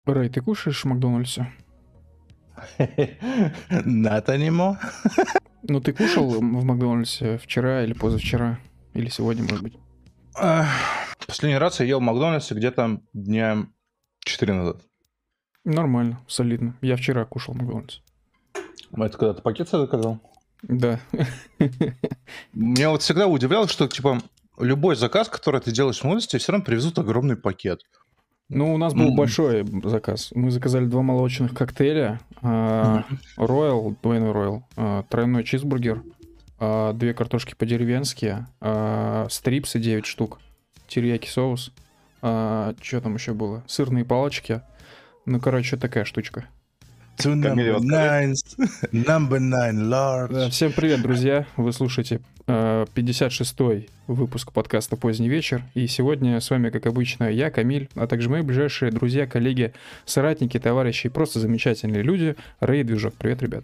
Рэй, ты кушаешь в Макдональдсе? Not anymore. Ну, ты кушал в Макдональдсе вчера или позавчера? Или сегодня, может быть? Последний раз я ел в Макдональдсе где-то дня 4 назад. Нормально, солидно. Я вчера кушал в Макдональдсе. Это когда ты пакет себе заказал? Да. Меня вот всегда удивляло, что типа любой заказ, который ты делаешь в Макдональдсе, все равно привезут огромный пакет. Ну, у нас был большой заказ. Мы заказали 2 молочных коктейля. Роял, двойной роял, тройной чизбургер, 2 картошки по-деревенски, стрипсы 9 штук, терияки соус. Что там еще было? Сырные палочки. Ну, короче, такая штучка. Number 9 large. Всем привет, друзья! Вы слушаете 56-й выпуск подкаста «Поздний вечер». И сегодня с вами, как обычно, я, Камиль, а также мои ближайшие друзья, коллеги, соратники, товарищи и просто замечательные люди. Рэй и Движок. Привет, ребят.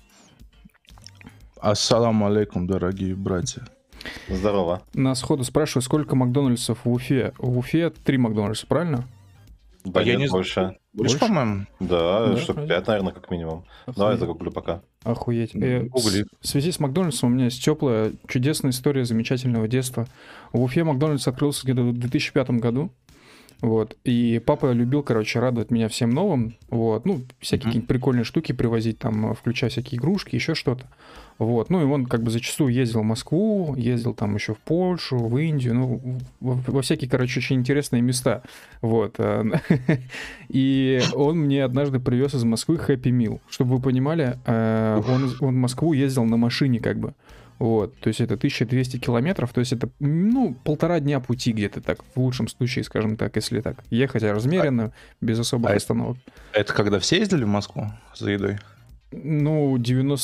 Ассаламу алейкум, дорогие братья. Здорово. На сходу спрашиваю, сколько Макдональдсов в Уфе? В Уфе 3 Макдональдса, правильно? Да, я нет, не больше. Больше, по-моему? Да, Да, штук разве? 5, наверное, как минимум. Охуеть. Давай я загуглю пока. Охуеть. Гугли. В связи с Макдональдсом у меня есть теплая, чудесная история замечательного детства. В Уфе Макдональдс открылся где-то в 2005 году. Вот. И папа любил, короче, радовать меня всем новым. Вот. Ну, всякие какие-нибудь прикольные штуки привозить, там, включая всякие игрушки, еще что-то. Вот. Ну, и он как бы зачастую ездил в Москву, ездил там еще в Польшу, в Индию, ну, во всякие, короче, очень интересные места. Вот. И он мне однажды привез из Москвы Happy Meal. Чтобы вы понимали, он в Москву ездил на машине как бы. Вот, то есть это 1200 километров, то есть это, ну, 1,5 дня пути где-то так, в лучшем случае, скажем так, если так ехать размеренно, без особых остановок. Это когда все ездили в Москву за едой? Ну,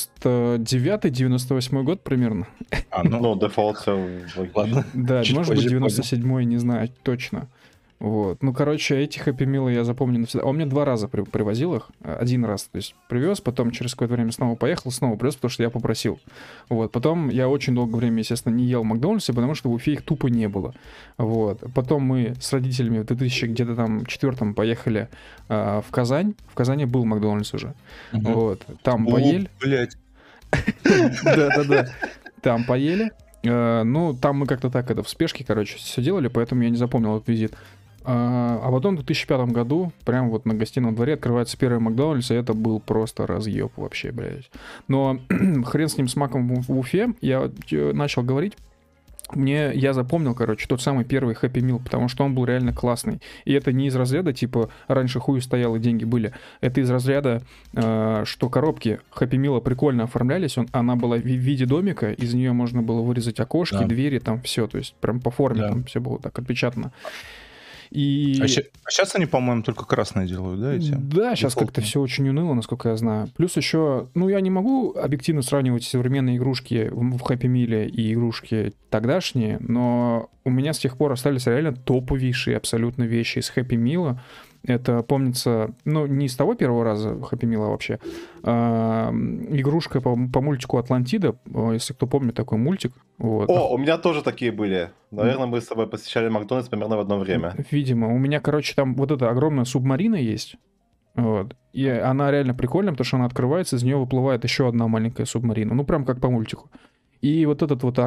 99-98 год примерно. Ну, дефолт все. Ладно. Да, Чуть может быть, позже 97-й, не знаю точно. Вот. Ну, короче, эти Happy Meal я запомню навсегда. Он мне 2 раза привозил их. Один раз, то есть привез, потом через какое-то время снова поехал, снова привез, потому что я попросил. Вот. Потом я очень долгое время, естественно, не ел в Макдональдсе, потому что в Уфе их тупо не было. Вот. Потом мы с родителями в 2004 поехали в Казань. В Казани был Макдональдс уже. Вот. Там поели. Блять. Да-да-да. Там поели. Ну, там мы как-то так в спешке, короче, все делали, поэтому я не запомнил этот визит. А потом в 2005 году, прям вот на гостином дворе, открывается первый Макдональдс, и это был просто разъеб вообще, блядь. Но хрен с ним с маком в Уфе, я начал говорить. Я запомнил, короче, тот самый первый Happy Meal, потому что он был реально классный. И это не из разряда, типа, раньше хуй стоял и деньги были. Это из разряда, что коробки Happy Meal прикольно оформлялись. Она была в виде домика, из нее можно было вырезать окошки, Да. двери, там все. То есть прям по форме Да. там все было так отпечатано. И... А сейчас они, по-моему, только красные делают, да, эти? Да, сейчас как-то все очень уныло, насколько я знаю. Плюс еще, ну, я не могу объективно сравнивать современные игрушки в Happy Meal и игрушки тогдашние, но у меня с тех пор остались реально топовейшие абсолютно вещи из Happy Meal. Это, помнится, ну, не с того первого раза Happy Meal вообще. Игрушка по мультику «Атлантида», если кто помнит такой мультик. Вот. О, у меня тоже такие были. Наверное, мы с тобой посещали Макдональдс примерно в одно время. Видимо. У меня, короче, там вот эта огромная субмарина есть. Вот. И она реально прикольная, потому что она открывается, из нее выплывает еще одна маленькая субмарина. Ну, прям как по мультику. И вот этот вот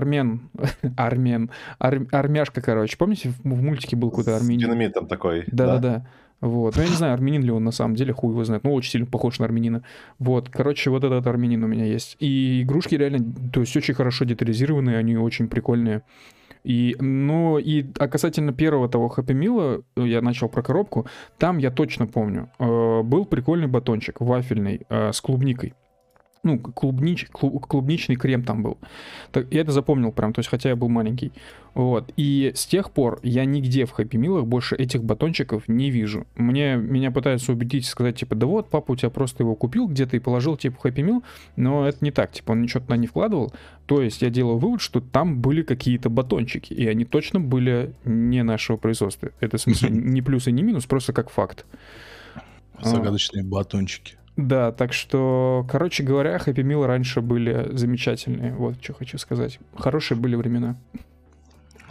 армяшка, короче. Помните, в мультике был какой-то С армянин? динамитом такой. Да-да-да. Вот. Ну, я не знаю, армянин ли он на самом деле, хуй его знает. Ну, очень сильно похож на армянина. Вот. Короче, вот этот армянин у меня есть. И игрушки реально, то есть очень хорошо детализированные, они очень прикольные. А касательно первого того Happy Meal, я начал про коробку, там я точно помню, был прикольный батончик вафельный с клубникой. Ну, клубничный крем там был. Я это запомнил прям, то есть хотя я был маленький. Вот. И с тех пор я нигде в Happy Meal'ах больше этих батончиков не вижу. Меня пытаются убедить, сказать, типа, да вот, папа у тебя просто его купил где-то и положил, типа, в Happy Meal, но это не так, типа, он ничего туда не вкладывал. То есть я делаю вывод, что там были какие-то батончики, и они точно были не нашего производства. Это, в смысле, не плюс и не минус, просто как факт. Загадочные батончики. Да, так что, короче говоря, Happy Meal раньше были замечательные. Вот что хочу сказать. Хорошие были времена.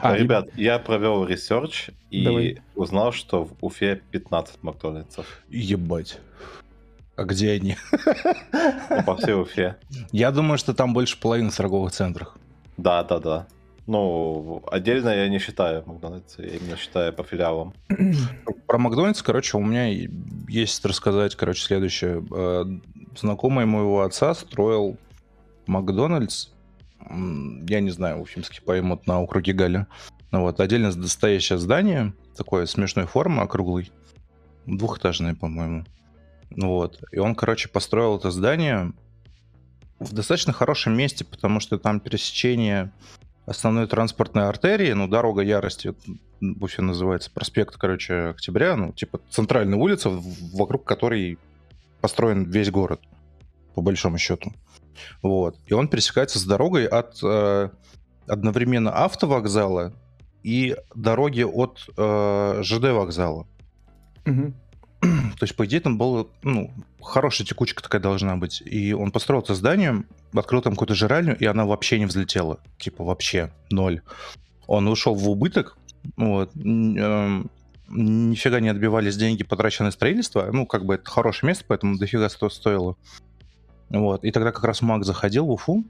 Ребят, я провел ресерч и Давай. узнал, что в Уфе 15 Макдональдсов. Ебать. А где они? Ну, по всей Уфе. Я думаю, что там больше половины в торговых центрах. Да. Ну, отдельно я не считаю Макдональдс, я именно считаю по филиалам. Про Макдональдс, короче, у меня есть рассказать, короче, следующее. Знакомый моего отца строил Макдональдс, я не знаю, уфимские поймут, на округе Галя. Вот, отдельно стоящее здание, такое смешной формы, округлый, двухэтажное, по-моему. Вот, и он, короче, построил это здание в достаточно хорошем месте, потому что там пересечение основной транспортной артерии, ну, дорога ярости, в Уфе называется, проспект, короче, Октября, ну, типа центральная улица, вокруг которой построен весь город, по большому счету. Вот. И он пересекается с дорогой от одновременно автовокзала и дороги от ЖД вокзала. Мгм. То есть, по идее, там была, ну, хорошая текучка такая должна быть. И он построил это здание, открыл там какую-то жральню, и она вообще не взлетела. Типа вообще ноль. Он ушел в убыток, вот. Нифига не отбивались деньги, потраченные на строительство. Ну, как бы это хорошее место, поэтому дофига стоило. Вот. И тогда как раз Мак заходил в Уфу.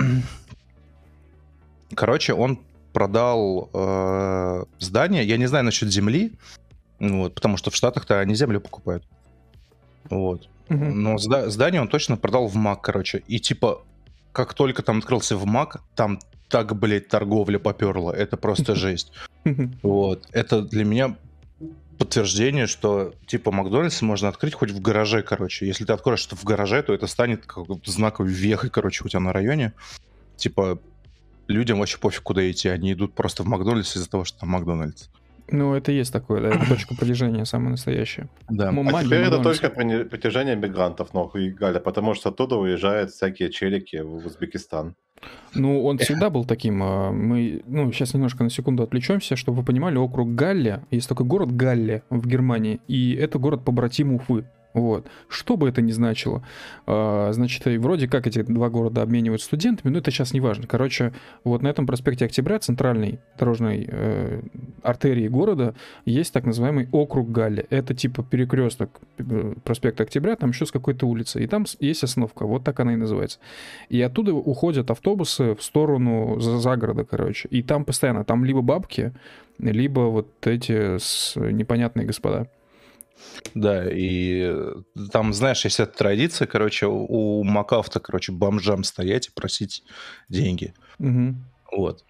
Короче, он продал здание. Я не знаю насчет земли, вот, потому что в Штатах-то они землю покупают. Вот. Мгм. Но здание он точно продал в МАК, короче. И типа, как только там открылся в МАК, там так, блядь, торговля поперла. Это просто жесть. Мгм. Вот. Это для меня подтверждение, что типа Макдональдс можно открыть хоть в гараже, короче. Если ты откроешь это в гараже, то это станет какой-то знаковой вехой, короче, у тебя на районе. Типа, людям вообще пофиг, куда идти. Они идут просто в Макдональдс из-за того, что там Макдональдс. Ну, это есть такое, да, это точка притяжения самая настоящая. Да. А Маги, теперь это Макдональдс. только притяжение мигрантов, нахуй, Галя, потому что оттуда уезжают всякие челики в Узбекистан. Ну, он всегда был таким. Мы, ну, сейчас немножко на секунду отвлечемся, чтобы вы понимали, округ Галле, есть такой город Галле в Германии, и это город побратим Уфы. Вот. Что бы это ни значило. Значит, и вроде как эти два города обменивают студентами, но это сейчас не важно. Короче, вот на этом проспекте Октября, центральной дорожной артерии города, есть так называемый округ Галле. Это типа перекресток проспекта Октября, там еще с какой-то улицы. И там есть остановка, вот так она и называется. И оттуда уходят автобусы в сторону загорода, короче. И там постоянно, там либо бабки, либо вот эти непонятные господа. Да, и там, знаешь, есть эта традиция, короче, у МакАвто, короче, бомжам стоять и просить деньги. Угу. Вот.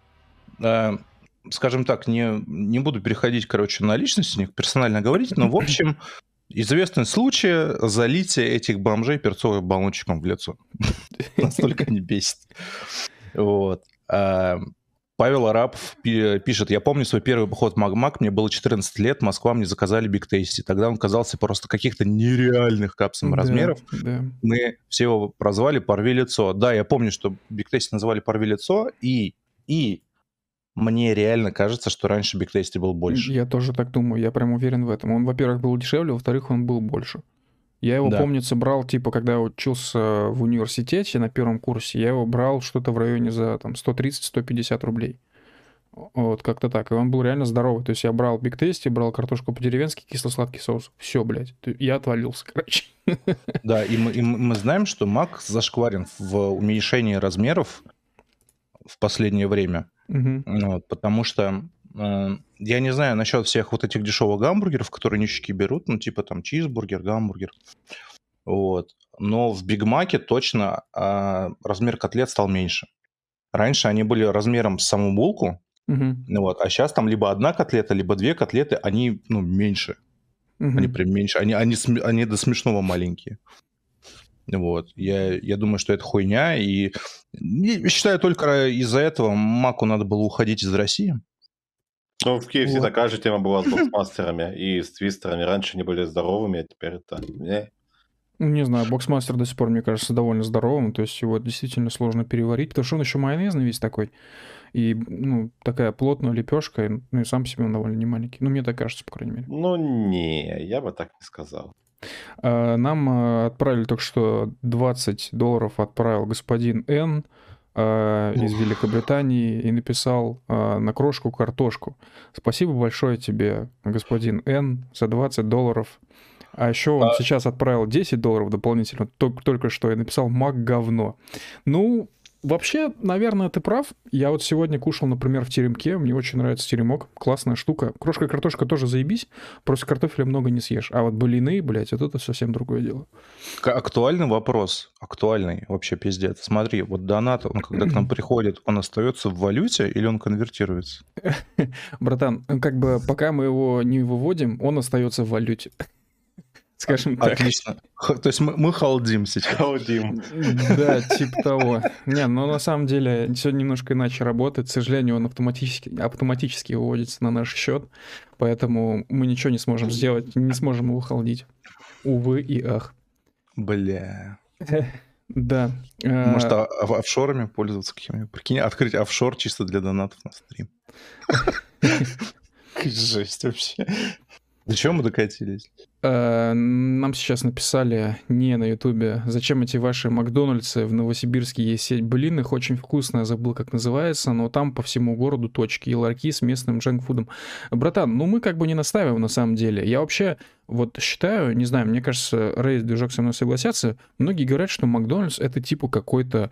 Скажем так, не буду переходить, короче, на личности, не персонально говорить, но, в общем, известный случай залития этих бомжей перцовым баллончиком в лицо. Настолько не бесит. Вот. Павел Арапов пишет: я помню свой первый поход в Мак, мне было 14 лет, Москва, мне заказали Биг Тейсти. Тогда он казался просто каких-то нереальных капсом размеров. Да. Мы все его прозвали «Порви лицо». Да, я помню, что Биг Тейсти называли «Порви лицо», и мне реально кажется, что раньше Биг Тейсти был больше. Я тоже так думаю, я прям уверен в этом. Он, во-первых, был дешевле, во-вторых, он был больше. Я его, Да. помнится, брал, типа, когда я учился в университете на первом курсе, я его брал что-то в районе за там 130-150 рублей. Вот, как-то так. И он был реально здоровый. То есть я брал Биг Тейсти, брал картошку по-деревенски, кисло-сладкий соус. Все, блядь. Я отвалился, короче. Да, и мы знаем, что Мак зашкварен в уменьшении размеров в последнее время. Мгм. Вот, потому что я не знаю насчет всех вот этих дешевых гамбургеров, которые нищики берут, ну, типа там чизбургер, гамбургер. Вот. Но в Биг Маке точно размер котлет стал меньше. Раньше они были размером с саму булку, Мгм. ну вот, а сейчас там либо одна котлета, либо две котлеты, они, ну, меньше. Мгм. Они прям меньше. Они до смешного маленькие. Вот. Я думаю, что это хуйня. И считаю, только из-за этого Маку надо было уходить из России. Ну, в KFC Вот. такая же тема была с боксмастерами и с твистерами. Раньше они были здоровыми, а теперь это... Не знаю, боксмастер до сих пор, мне кажется, довольно здоровым, то есть его действительно сложно переварить, потому что он еще майонезный весь такой, и, ну, такая плотная лепешка, ну, и сам по себе он довольно не маленький. Ну, мне так кажется, по крайней мере. Ну, не, я бы так не сказал. Нам отправили только что $20 отправил господин Н. из Великобритании и написал на крошку картошку. Спасибо большое тебе, господин Н, за $20. А еще он сейчас отправил $10 дополнительно, только что, и написал «Мак говно». Ну, вообще, наверное, ты прав. Я вот сегодня кушал, например, в теремке. Мне очень нравится теремок. Классная штука. Крошка картошка тоже заебись. Просто картофеля много не съешь. А вот блины, блядь, вот это совсем другое дело. Актуальный вопрос. Актуальный вообще пиздец. Смотри, вот донат, он когда к нам приходит, он остается в валюте или он конвертируется? Братан, как бы пока мы его не выводим, он остается в валюте. Скажем так. Отлично. То есть мы халдим сейчас. Халдим. Да, типа того. Не, но на самом деле все немножко иначе работает. К сожалению, он автоматически выводится на наш счет, поэтому мы ничего не сможем сделать, не сможем его халдить. Увы и ах. Бля. Да. Может, офшорами пользоваться какими-нибудь? Прикинь, открыть офшор чисто для донатов на стрим. Жесть вообще. До чего мы докатились? Нам сейчас написали не на Ютубе, зачем эти ваши Макдональдсы, в Новосибирске есть сеть блинных, очень вкусно, забыл, как называется, но там по всему городу точки и ларьки с местным джанк-фудом. Братан, ну мы как бы не настаиваем на самом деле. Я вообще вот считаю, не знаю, мне кажется, Рэй, Движок со мной согласятся, многие говорят, что Макдональдс это типа какой-то,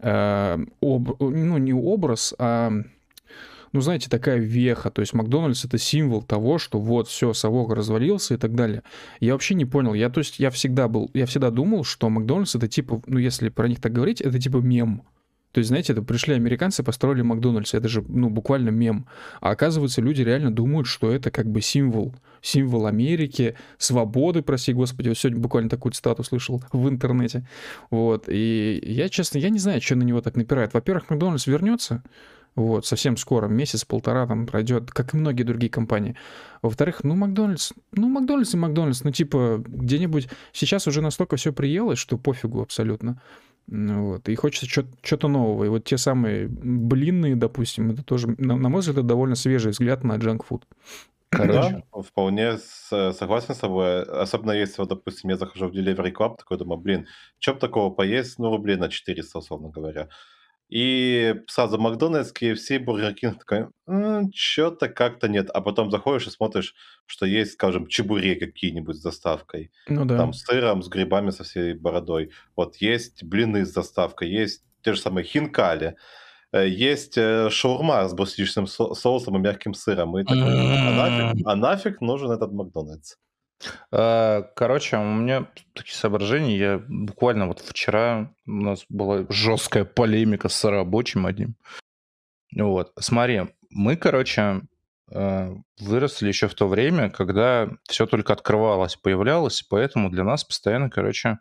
ну не образ, а... Ну, знаете, такая веха. То есть Макдональдс — это символ того, что вот, все, совок развалился и так далее. Я вообще не понял. Я всегда думал, что Макдональдс — это типа, ну, если про них так говорить, это типа мем. То есть, знаете, это пришли американцы, построили Макдональдс. Это же, ну, буквально мем. А оказывается, люди реально думают, что это как бы символ Америки, свободы, прости господи. Вот сегодня буквально такую цитату слышал в интернете. Вот. И я, честно, я не знаю, что на него так напирает. Во-первых, Макдональдс вернется. Вот, совсем скоро, месяц-полтора там пройдет, как и многие другие компании. Во-вторых, Макдональдс и Макдональдс, ну, типа, где-нибудь сейчас уже настолько все приелось, что пофигу абсолютно. Вот, и хочется что-то нового. И вот те самые блинные, допустим, это тоже, на мой взгляд, это довольно свежий взгляд на джанк-фуд. Да, вполне согласен с тобой. Особенно если, вот, допустим, я захожу в Delivery Club, такой думаю, блин, чё б такого поесть, ну, рублей на 400, условно говоря. И сразу Макдональдс, KFC, Бургер Кинг, такой, что-то как-то нет. А потом заходишь и смотришь, что есть, скажем, чебуреки какие-нибудь с доставкой. Ну да. Там с сыром, с грибами, со всей бородой. Вот есть блины с доставкой, есть те же самые хинкали. Есть шаурма с брусничным соусом и мягким сыром. И такой, а нафиг нужен этот Макдональдс? Короче, у меня такие соображения. Я буквально вот вчера у нас была жесткая полемика с рабочим одним. Вот, смотри, мы, короче, выросли еще в то время, когда все только открывалось, появлялось, поэтому для нас постоянно, короче,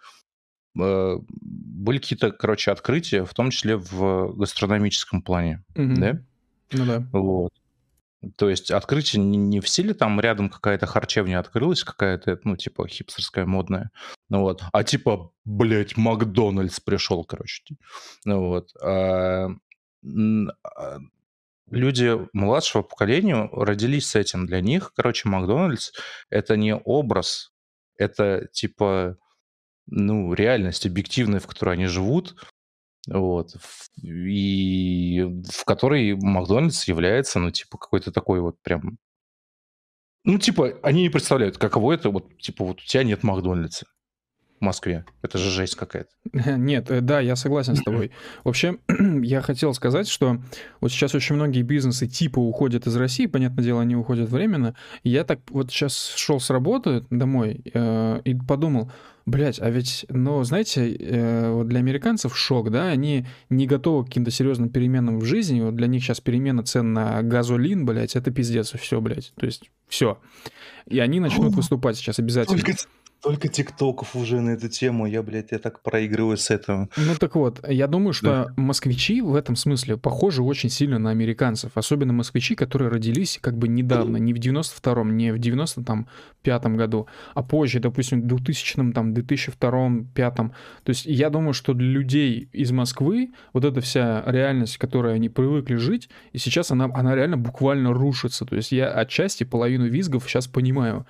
были какие-то, короче, открытия, в том числе в гастрономическом плане, да? Ну да. Вот. То есть открытие не в стиле, там рядом какая-то харчевня открылась, какая-то, ну, типа, хипстерская, модная, ну вот, а типа, блядь, Макдональдс пришел, короче. Ну вот. Люди младшего поколения родились с этим. Для них, короче, Макдональдс — это не образ, это, типа, ну, реальность объективная, в которой они живут, вот, и в которой Макдональдс является, ну, типа, какой-то такой вот прям... Ну, типа, они не представляют, каково это, вот, типа, вот у тебя нет Макдональдса в Москве. Это же жесть какая-то. Нет, да, я согласен с тобой. Вообще, я хотел сказать, что вот сейчас очень многие бизнесы типа уходят из России, понятное дело, они уходят временно. Я так вот сейчас шел с работы домой и подумал, блядь, а ведь, ну, знаете, вот для американцев шок, да, они не готовы к каким-то серьезным переменам в жизни, вот для них сейчас перемена цен на газолин, блядь, это пиздец, все, блядь, то есть все. И они начнут выступать сейчас обязательно. Только тиктоков уже на эту тему, я так проигрываю с этого. Ну так вот, я думаю, что москвичи в этом смысле похожи очень сильно на американцев. Особенно москвичи, которые родились как бы недавно, не в 92-м, не в 95-м году, а позже, допустим, в 2000-м, там, 2002-м, 2005-м. То есть я думаю, что для людей из Москвы вот эта вся реальность, в которой они привыкли жить, и сейчас она реально буквально рушится. То есть я отчасти половину визгов сейчас понимаю.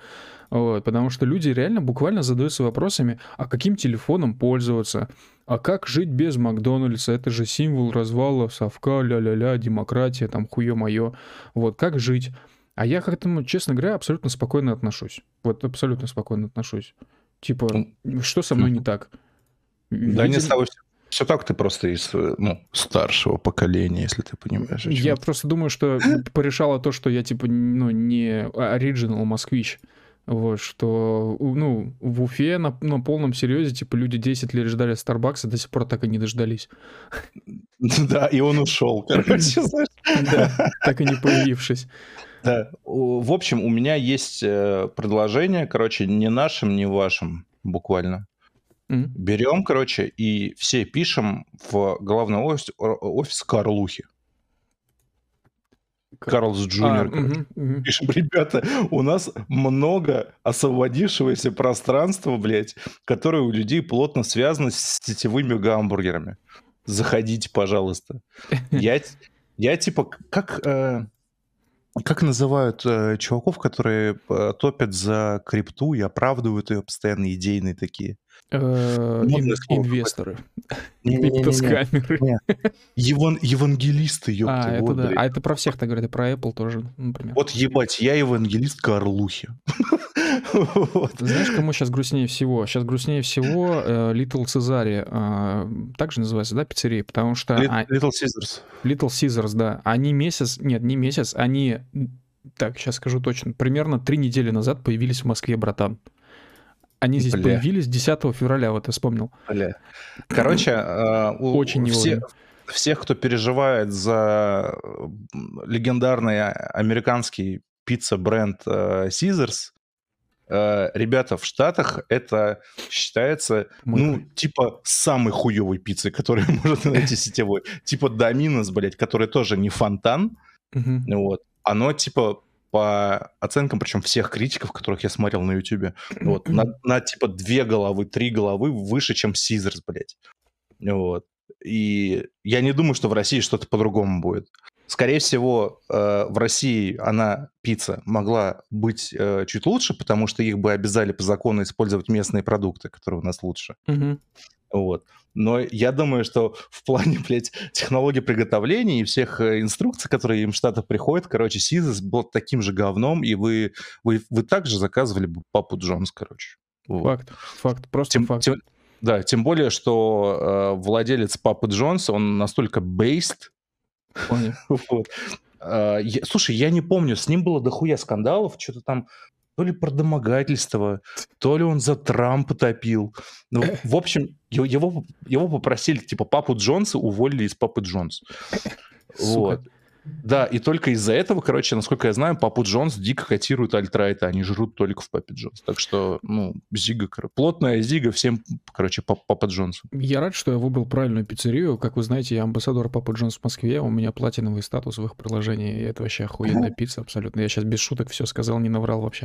Вот, потому что люди реально буквально задаются вопросами, а каким телефоном пользоваться, а как жить без Макдональдса, это же символ развала, совка, ля-ля-ля, демократия, там, хуё-моё. Вот, как жить? А я к этому, честно говоря, абсолютно спокойно отношусь. Вот, абсолютно спокойно отношусь. Типа, что со мной не так? Да не с Видимо, тобой все так, ты просто из старшего поколения, если ты понимаешь. о чем я я. просто думаю, что порешало то, что я, типа, ну, не оригинал москвич. Вот, что, ну, в Уфе на полном серьезе, типа, люди 10 лет ждали Старбакса, до сих пор так и не дождались. Да, и он ушел, короче, знаешь. Да, так и не появившись. Да. В общем, у меня есть предложение, короче, не нашим, не вашим, буквально. М. Берем, короче, и все пишем в главный офис Карлухи. Карлс Джуниор, короче. Пишем, ребята, у нас много освободившегося пространства, блядь, которое у людей плотно связано с сетевыми гамбургерами. Заходите, пожалуйста. Я типа, как называют чуваков, которые топят за крипту и оправдывают ее постоянно, идейные такие? Модное слово Инвесторы. Не-не-не-не-не. Криптоскамеры. Не. Евангелисты, ёпта. А, это вот, да. блядь. А это про всех так говорят, и про Apple тоже, например. Вот ебать, я евангелист Карлухи. Вот. Знаешь, кому сейчас грустнее всего? Сейчас грустнее всего Little Caesar, так же называется, да, пиццерия? Потому что... Little Caesars. Little Caesars, да. Они месяц... Нет, не месяц, они... Так, сейчас скажу точно. Примерно 3 недели назад появились в Москве, братан. Они здесь появились 10 февраля, вот я вспомнил. Бля. Короче, Очень невольно. всех, кто переживает за легендарный американский пицца-бренд Caesars, ребята, в Штатах это считается, типа самой хуёвой пиццей, которую можно найти сетевой. Типа Domino's, блядь, который тоже не фонтан. Вот. Оно типа по оценкам, причем всех критиков, которых я смотрел на Ютубе, вот, на типа 2 головы, 3 головы выше, чем Caesars, блядь. Вот. И я не думаю, что в России что-то по-другому будет. Скорее всего, в России пицца могла быть чуть лучше, потому что их бы обязали по закону использовать местные продукты, которые у нас лучше. Вот. Но я думаю, что в плане, блядь, технологий приготовления и всех инструкций, которые им в Штатах приходят, короче, Caesars был таким же говном, и вы также заказывали бы Папу Джонс, короче. Вот. Факт, просто факт. Да, тем более, что владелец Папы Джонс, он настолько based. Вот. Слушай, я не помню, с ним было дохуя скандалов, что-то там то ли про домогательство, то ли он за Трампа топил. Ну, в общем, его попросили, типа, Папу Джонса уволили из Папы Джонс. Вот. Да, и только из-за этого, короче, насколько я знаю, Папу Джонс дико котируют альтрайты, они жрут только в Папе Джонс. Так что, зига, плотная зига всем, короче, Папа Джонсу. Я рад, что я выбрал правильную пиццерию. Как вы знаете, я амбассадор Папа Джонс в Москве, у меня платиновый статус в их приложении, и это вообще охуенная пицца абсолютно. Я сейчас без шуток все сказал, не наврал вообще.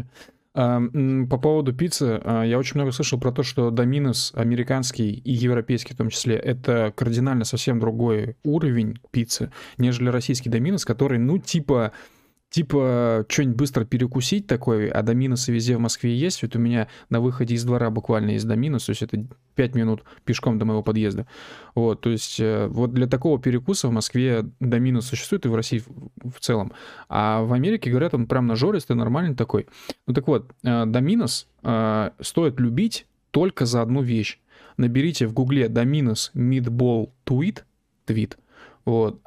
По поводу пиццы, я очень много слышал про то, что Domino's американский и европейский в том числе, это кардинально совсем другой уровень пиццы, нежели российский Domino's, который, типа что-нибудь быстро перекусить такой, а Доминусы везде в Москве есть. Вот у меня на выходе из двора буквально есть Доминус, то есть это 5 минут пешком до моего подъезда. Вот, то есть вот для такого перекуса в Москве Доминус существует и в России в целом. А в Америке, говорят, он прям нажористый, нормальный такой. Ну так вот, Доминус стоит любить только за одну вещь. Наберите в гугле Domino's Meatball Tweet, вот,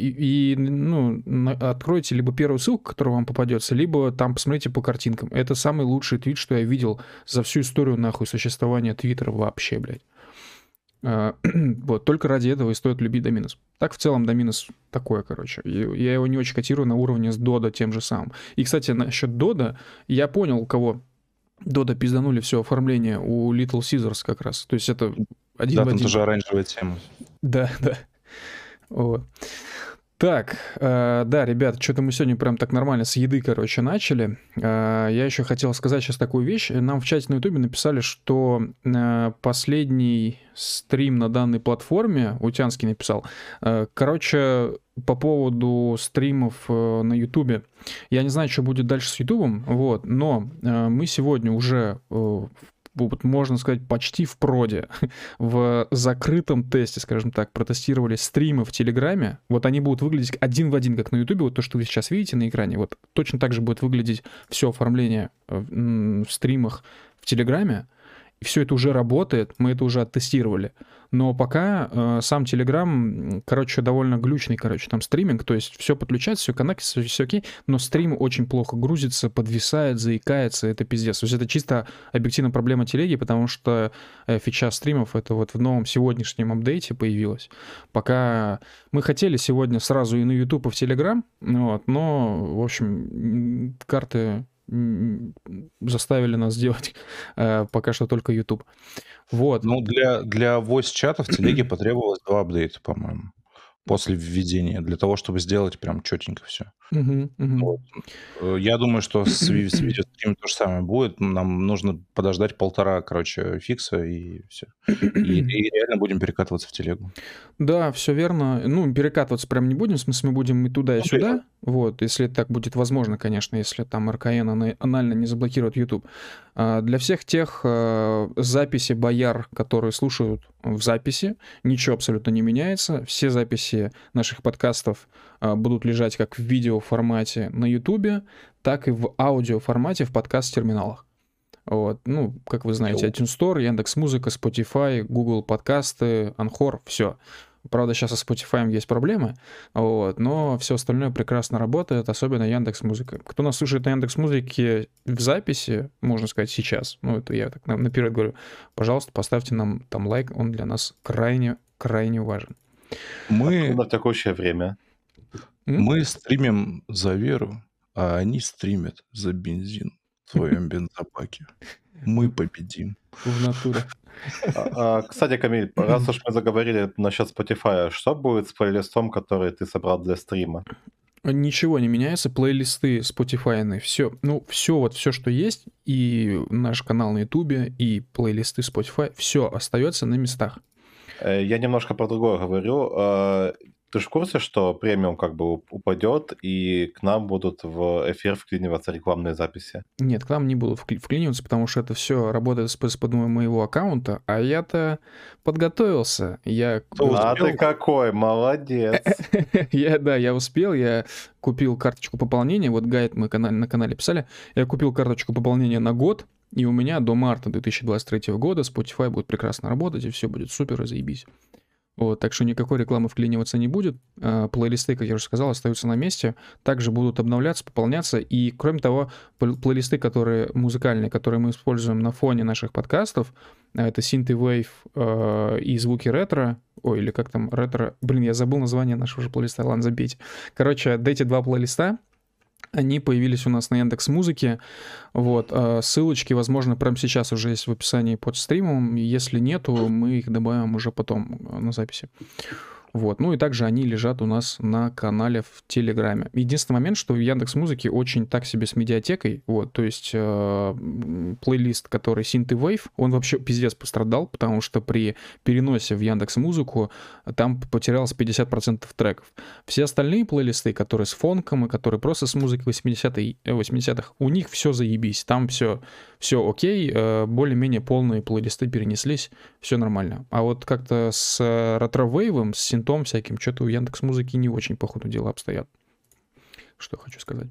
откройте либо первую ссылку, которая вам попадется, либо там посмотрите по картинкам. Это самый лучший твит, что я видел за всю историю, существования Твиттера вообще, блядь. Вот, только ради этого и стоит любить Доминус. Так, в целом, Доминус такое, короче. Я его не очень котирую на уровне с Додо тем же самым. И, кстати, насчет Додо, я понял, у кого Додо пизданули все оформление, у Little Caesars как раз. То есть это один в один. Да, там тоже оранжевая тема. Да. Вот. Так, да, ребят, что-то мы сегодня прям так нормально с еды, короче, начали. Я еще хотел сказать сейчас такую вещь. Нам в чате на ютубе написали, что последний стрим на данной платформе, Утянский написал, короче, по поводу стримов на ютубе. Я не знаю, что будет дальше с ютубом, вот, но мы сегодня уже вот, можно сказать, почти в проде, в закрытом тесте, скажем так, протестировали стримы в Телеграме. Вот они будут выглядеть один в один, как на Ютубе. Вот то, что вы сейчас видите на экране, вот точно так же будет выглядеть все оформление в стримах в Телеграме. И все это уже работает, мы это уже оттестировали. Но пока сам Telegram, короче, довольно глючный, короче, там стриминг, то есть все подключается, все коннектится, все окей, но стрим очень плохо грузится, подвисает, заикается, это пиздец. То есть это чисто объективно проблема телеги, потому что фича стримов это вот в новом сегодняшнем апдейте появилась. Пока мы хотели сегодня сразу и на YouTube, и в Telegram, вот, но, в общем, карты заставили нас сделать пока что только YouTube. Вот. Ну, для voice-чата в телеге потребовалось 2 апдейта, по-моему, после введения, для того, чтобы сделать прям четенько все. Вот. Я думаю, что с видеостримом то же самое будет. Нам нужно подождать 1,5, короче, фикса, и все. И реально будем перекатываться в телегу. Да, все верно. Ну, перекатываться прям не будем, в смысле, мы будем и туда, и сюда. Вот, если так будет возможно, конечно, если там РКН анально не заблокирует YouTube. Для всех тех записи бояр, которые слушают в записи, ничего абсолютно не меняется. Все записи наших подкастов будут лежать как в видеоформате на YouTube, так и в аудиоформате в подкаст-терминалах. Вот. Ну, как вы знаете, iTunes Store, Яндекс.Музыка, Spotify, Google подкасты, Анхор, все. Правда, сейчас со Spotify есть проблемы, вот, но все остальное прекрасно работает, особенно Яндекс.Музыка. Кто нас слушает на Яндекс.Музыке в записи, можно сказать, сейчас, ну, это я так наперед говорю, пожалуйста, поставьте нам там лайк, он для нас крайне важен. Мы на текущее время. Мы стримим за веру, а они стримят за бензин в своем бензобаке. Мы победим. В натуре. Кстати, Камиль, раз уж мы заговорили насчет Spotify, что будет с плейлистом, который ты собрал для стрима? Ничего не меняется, плейлисты Spotify, все, ну, все, что есть, и наш канал на YouTube, и плейлисты Spotify, все остается на местах. Я немножко про другое говорю. Ты же в курсе, что премиум как бы упадет, и к нам будут в эфир вклиниваться рекламные записи? Нет, к нам не будут вклиниваться, потому что это все работает с моего аккаунта, а я-то подготовился. Ты какой, молодец. Я успел, я купил карточку пополнения, вот гайд мы на канале писали, я купил карточку пополнения на год, и у меня до марта 2023 года Spotify будет прекрасно работать, и все будет супер и заебись. Вот, так что никакой рекламы вклиниваться не будет. Плейлисты, как я уже сказал, остаются на месте. Также будут обновляться, пополняться. И, кроме того, плейлисты, музыкальные, которые мы используем на фоне наших подкастов, это Synthwave и звуки ретро. Ой, или как там, ретро... Блин, я забыл название нашего же плейлиста. Ладно, забейте. Короче, эти два плейлиста, они появились у нас на Яндекс.Музыке. Вот. Ссылочки, возможно, прямо сейчас уже есть в описании под стримом. Если нету, мы их добавим уже потом на записи. Вот. Ну и также они лежат у нас на канале в Телеграме. Единственный момент, что в Яндекс.Музыке очень так себе с медиатекой. Вот. То есть плейлист, который Synthwave, он вообще пиздец пострадал, потому что при переносе в Яндекс.Музыку там потерялось 50% треков. Все остальные плейлисты, которые с фонком и которые просто с музыкой 80-х, у них все заебись. Там все окей, более-менее полные плейлисты перенеслись, все нормально. А вот как-то с ретро-вейвом, с синтом всяким, что-то у Яндекс.Музыки не очень, по ходу дела, обстоят. Что хочу сказать.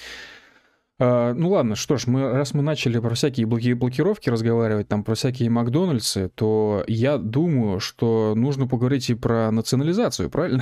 Ну ладно, что ж, раз мы начали про всякие блокировки разговаривать, там про всякие Макдональдсы, то я думаю, что нужно поговорить и про национализацию, правильно?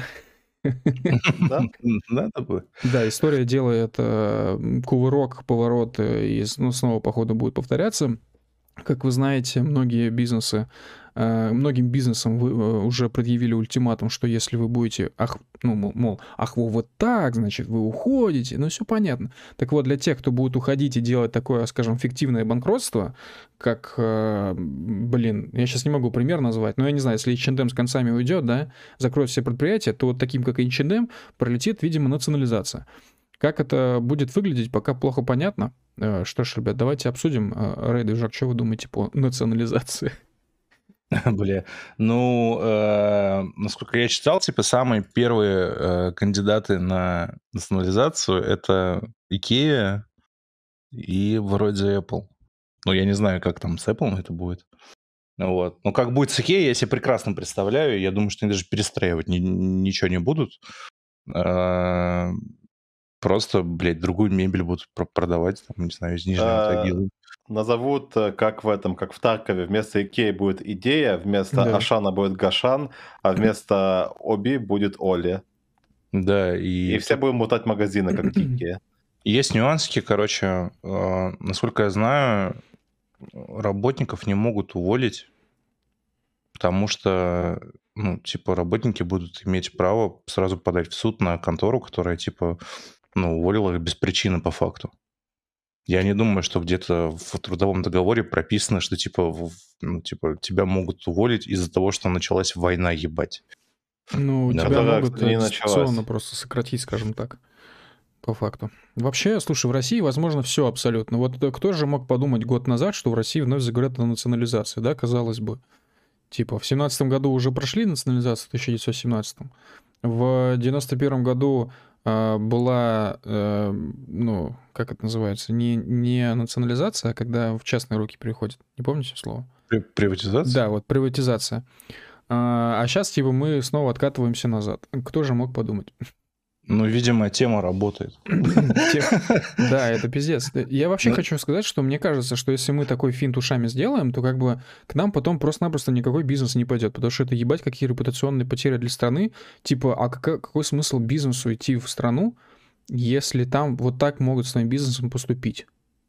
Надо бы. Да, история делает кувырок, поворот, и снова, походу, будет повторяться. Как вы знаете, многим бизнесам уже предъявили ультиматум, что если вы будете, мол, вы вот так, значит, вы уходите, ну все понятно. Так вот, для тех, кто будет уходить и делать такое, скажем, фиктивное банкротство, как, я сейчас не могу пример назвать, но я не знаю, если H&M с концами уйдет, да, закроет все предприятия, то вот таким, как H&M, пролетит, видимо, национализация. Как это будет выглядеть, пока плохо понятно. Что ж, ребят, давайте обсудим. Рэй, Движак, что вы думаете по национализации? Бля, насколько я читал, типа, самые первые кандидаты на национализацию — это Ikea и вроде Apple. Ну, я не знаю, как там с Apple это будет. Вот. Но как будет с Ikea, я себе прекрасно представляю. Я думаю, что они даже перестраивать ничего не будут. Просто, блядь, другую мебель будут продавать, там, не знаю, из Нижнего Тагила. Назовут, как в Таркове, вместо Икеи будет Идея, вместо Да. Ашана будет Гашан, а вместо Оби будет Оли. Да, И все будем мутать магазины, как дикие. Есть нюансики, короче, насколько я знаю, работников не могут уволить, потому что, работники будут иметь право сразу подать в суд на контору, которая, уволила их без причины по факту. Я не думаю, что где-то в трудовом договоре прописано, что, тебя могут уволить из-за того, что началась война, ебать. Тебя могут дистанционно просто сократить, скажем так, по факту. Вообще, слушай, в России возможно все абсолютно. Вот кто же мог подумать год назад, что в России вновь заговорят о национализации, да, казалось бы. В 17-м году уже прошли национализацию, в 1917-м. В 91-м году была, как это называется, не национализация, а когда в частные руки переходит. Не помните слово? Приватизация? Да, вот приватизация. А сейчас, мы снова откатываемся назад. Кто же мог подумать? Видимо, тема работает. Да, это пиздец. Я вообще хочу сказать, что мне кажется, что если мы такой финт ушами сделаем, то к нам потом просто-напросто никакой бизнес не пойдет, потому что это ебать какие репутационные потери для страны. Какой смысл бизнесу идти в страну, если там вот так могут с твоим бизнесом поступить?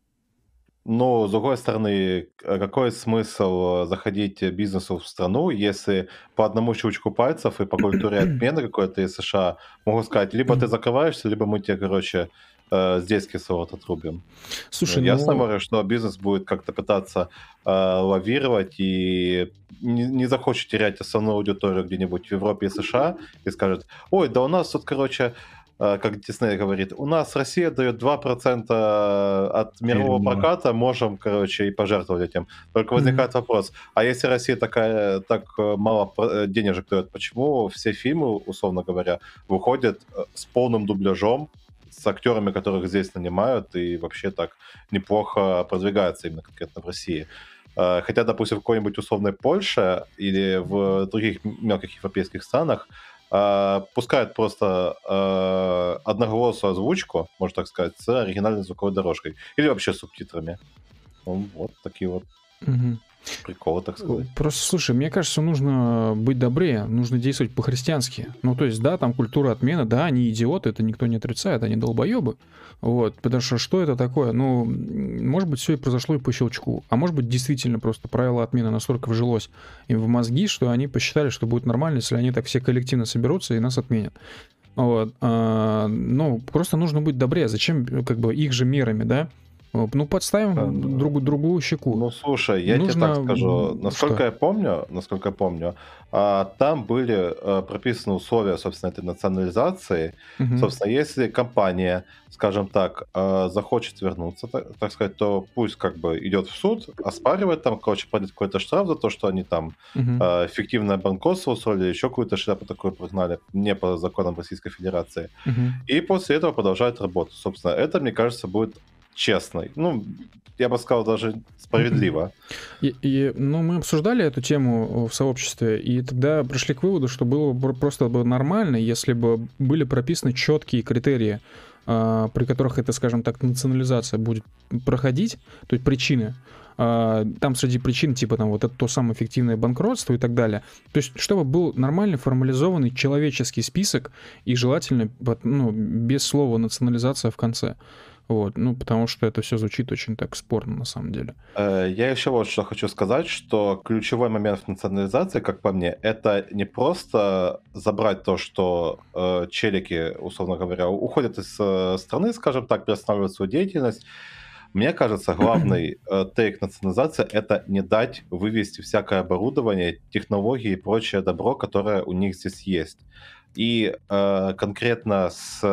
Но, с другой стороны, какой смысл заходить бизнесу в страну, если по одному щелчку пальцев и по культуре отмены какой-то из США могут сказать, либо ты закрываешься, либо мы тебе, здесь кислород отрубим. Слушай, ясно говорю, что бизнес будет как-то пытаться лавировать и не захочет терять основную аудиторию где-нибудь в Европе и США и скажет, ой, да у нас тут, как Дисней говорит, у нас Россия дает 2% от мирового проката, можем, и пожертвовать этим. Только возникает вопрос, а если Россия так мало денежек дает, почему все фильмы, условно говоря, выходят с полным дубляжом, с актерами, которых здесь нанимают, и вообще так неплохо продвигаются именно конкретно в России? Хотя, допустим, в какой-нибудь условной Польше или в других мелких европейских странах пускают просто одноголосую озвучку, можно так сказать, с оригинальной звуковой дорожкой. Или вообще с субтитрами. Вот такие вот приколы, так сказать. Просто, слушай, мне кажется, нужно быть добрее, нужно действовать по-христиански. Да, там культура отмены, да, они идиоты, это никто не отрицает, они долбоебы. Вот, потому что это такое? Может быть, все и произошло и по щелчку, а может быть, действительно просто правило отмены настолько вжилось им в мозги, что они посчитали, что будет нормально, если они так все коллективно соберутся и нас отменят. Вот. Просто нужно быть добрее. Зачем, их же мерами, да? Подставим другую щеку. Слушай, я тебе так скажу. Насколько я помню, там были прописаны условия, собственно, этой национализации. Собственно, если компания, скажем так, захочет вернуться, так сказать, то пусть идет в суд, оспаривает там, платит какой-то штраф за то, что они там фиктивное банкротство устроили, еще какую-то шляпу такую прогнали, не по законам Российской Федерации. И после этого продолжают работу. Собственно, это, мне кажется, будет честно. Я бы сказал, даже справедливо. Мы обсуждали эту тему в сообществе, и тогда пришли к выводу, что было бы просто нормально, если бы были прописаны четкие критерии, при которых эта, скажем так, национализация будет проходить, то есть причины. Там среди причин, это то самое фиктивное банкротство и так далее. То есть, чтобы был нормальный формализованный человеческий список и желательно, без слова национализация в конце. Вот, ну, потому что это все звучит очень так спорно на самом деле. Я еще вот что хочу сказать, что ключевой момент в национализации, как по мне, это не просто забрать то, что челики, условно говоря, уходят из страны, скажем так, приостанавливают свою деятельность. Мне кажется, главный тейк национализации — это не дать вывести всякое оборудование, технологии и прочее добро, которое у них здесь есть. И конкретно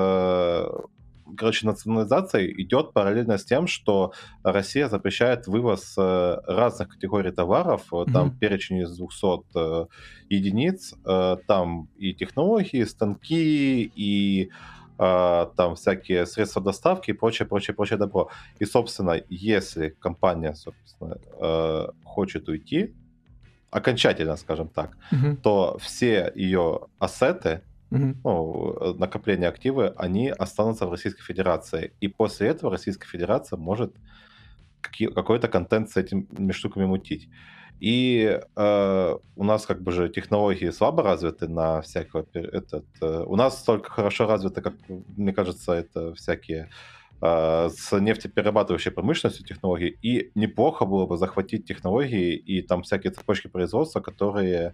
короче, национализация идет параллельно с тем, что Россия запрещает вывоз разных категорий товаров, там перечень из 200 единиц, там и технологии, и станки, и там всякие средства доставки и прочее, прочее, прочее добро. И, собственно, если компания, собственно, хочет уйти, окончательно, скажем так, то все ее ассеты, ну, накопления активы, они останутся в Российской Федерации. И после этого Российская Федерация может какой-то контент с этими штуками мутить. И у нас как бы же технологии слабо развиты на всякого... у нас только хорошо развиты, как мне кажется, это всякие с нефтеперерабатывающей промышленностью технологий. И неплохо было бы захватить технологии и там всякие цепочки производства, которые...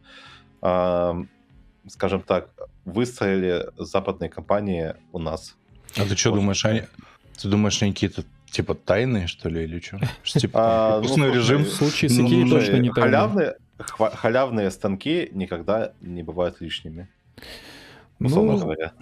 скажем так, выстроили западные компании у нас. А ты что думаешь, они какие-то типа тайные, что ли, или что? Типа вкусный режим? В случае с Икеей точно не тайные. Халявные станки никогда не бывают лишними. Ну,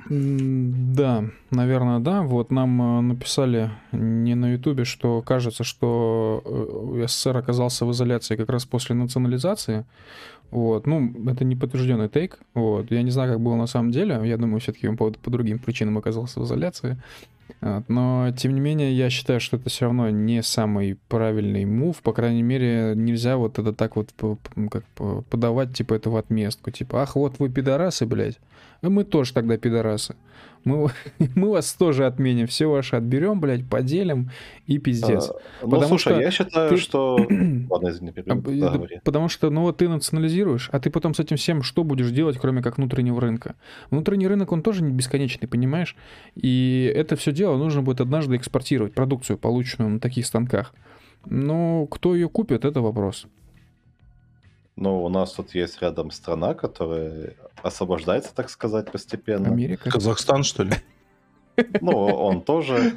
да, наверное, да. Вот нам написали не на Ютубе, что кажется, что СССР оказался в изоляции как раз после национализации. Вот. Ну, это не подтвержденный тейк. Вот. Я не знаю, как было на самом деле. Я думаю, все-таки он по другим причинам оказался в изоляции. Вот. Но, тем не менее, я считаю, что это все равно не самый правильный мув. По крайней мере, нельзя вот это так вот как подавать, типа, это в отместку. Типа, ах, вот вы пидорасы, блядь. А мы тоже тогда пидорасы. Мы вас тоже отменим. Все ваше отберем, блядь, поделим и пиздец. Ну, слушай, я считаю, что... Ладно, извини, говори. Потому что, ну, вот ты национализируешь, а ты потом с этим всем что будешь делать, кроме как внутреннего рынка? Внутренний рынок, он тоже не бесконечный, понимаешь? И это все дело нужно будет однажды экспортировать, продукцию, полученную на таких станках. Но кто ее купит, это вопрос. Ну, у нас тут есть рядом страна, которая освобождается, так сказать, постепенно. Америка. Казахстан, что ли? Ну, он тоже.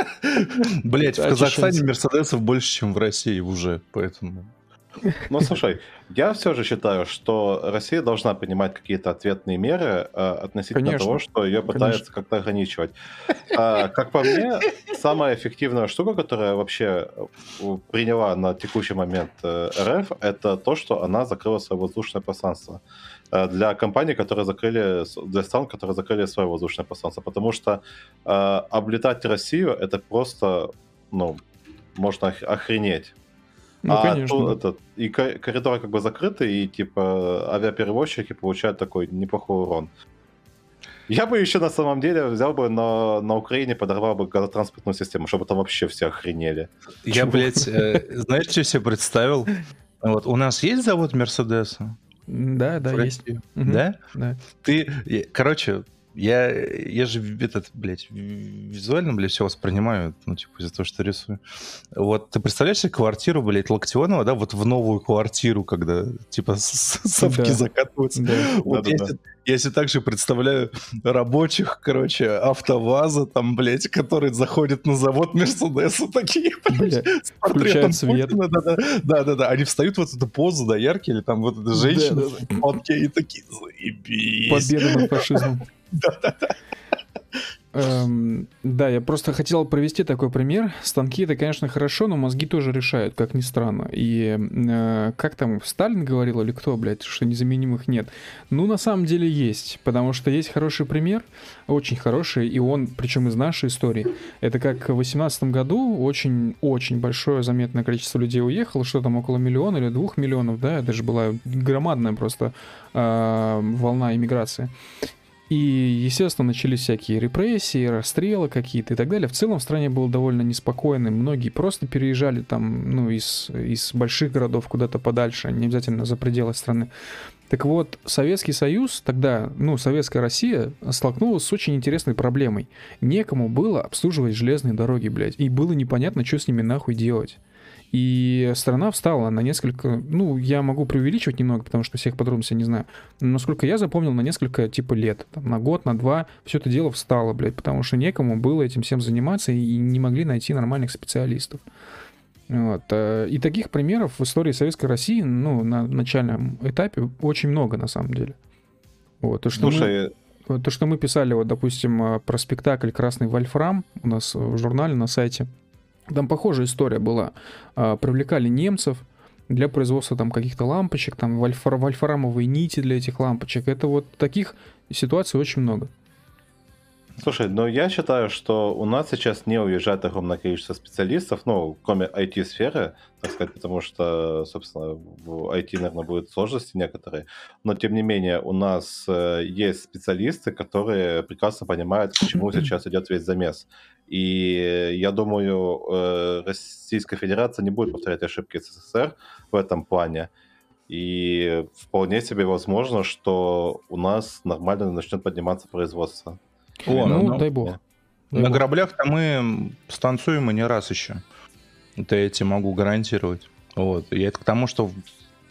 Блять, в Казахстане мерседесов больше, чем в России уже, поэтому... Ну, слушай, я все же считаю, что Россия должна принимать какие-то ответные меры относительно того, что ее пытаются как-то ограничивать. Как по мне, самая эффективная штука, которая вообще приняла на текущий момент РФ, это то, что она закрыла свое воздушное пространство для компаний, которые закрыли, для стран, которые закрыли свое воздушное пространство. Потому что облетать Россию — это просто, ну, можно охренеть. Ну, конечно. И коридоры как бы закрыты, и типа авиаперевозчики получают такой неплохой урон. Я бы еще на самом деле взял бы на Украине, подорвал бы газотранспортную систему, чтобы там вообще все охренели. Я, блядь, знаешь, что себе представил? Вот у нас есть завод Мерседеса? Да, есть. Да? Да. Короче, я же блядь, визуально, блядь, все воспринимаю, ну, типа, из-за того, что рисую. Вот, ты представляешь себе квартиру, блядь, Локтионова, да, вот в новую квартиру, когда, типа, совки закатываются. Да. Вот я себе также представляю рабочих, короче, АвтоВАЗа, там, блядь, которые заходят на завод Мерседеса, такие, блядь, с портретом Путина. Да. Они встают в эту позу, да, яркие, или там вот эта женщина в фотке, и такие, заебись. Победа над фашизмом. Да, я просто хотел провести такой пример. Станки — это, конечно, хорошо, но мозги тоже решают, как ни странно. И как там Сталин говорил или кто, блядь, что незаменимых нет? Ну, на самом деле есть, потому что есть хороший пример, очень хороший, и он, причем из нашей истории. Это как в 2018 году очень большое заметное количество людей уехало, что там около 1 миллиона или 2 миллионов, да, это же была громадная просто волна иммиграции. И, естественно, начались всякие репрессии, расстрелы какие-то и так далее. В целом в стране было довольно неспокойно. Многие просто переезжали там, ну, из больших городов куда-то подальше, не обязательно за пределы страны. Так вот, Советский Союз тогда, ну, Советская Россия столкнулась с очень интересной проблемой. Некому было обслуживать железные дороги, блядь, и было непонятно, что с ними нахуй делать. И страна встала на несколько, ну, я могу преувеличивать немного, потому что всех подробностей не знаю, но насколько я запомнил, на несколько типа лет, там, на год, на два, все это дело встало, блядь, потому что некому было этим всем заниматься и не могли найти нормальных специалистов. Вот. И таких примеров в истории Советской России, ну, на начальном этапе очень много, на самом деле. Вот. Слушай, То, что мы писали, вот, допустим, про спектакль «Красный вольфрам» у нас в журнале на сайте, там похожая история была. Привлекали немцев для производства там каких-то лампочек, там вольфрамовые нити для этих лампочек. Это вот таких ситуаций очень много. слушай, но я считаю, что у нас сейчас не уезжает огромное количество специалистов, ну, кроме IT-сферы, так сказать, потому что, собственно, в IT, наверное, будут сложности некоторые. Но, тем не менее, у нас есть специалисты, которые прекрасно понимают, к чему сейчас идет весь замес. И я думаю, Российская Федерация не будет повторять ошибки СССР в этом плане. И вполне себе возможно, что у нас нормально начнет подниматься производство. О, Ну, дай бог. Дай На бог. граблях-то мы станцуем и не раз еще. Это я тебе могу гарантировать. Вот. И это к тому, что в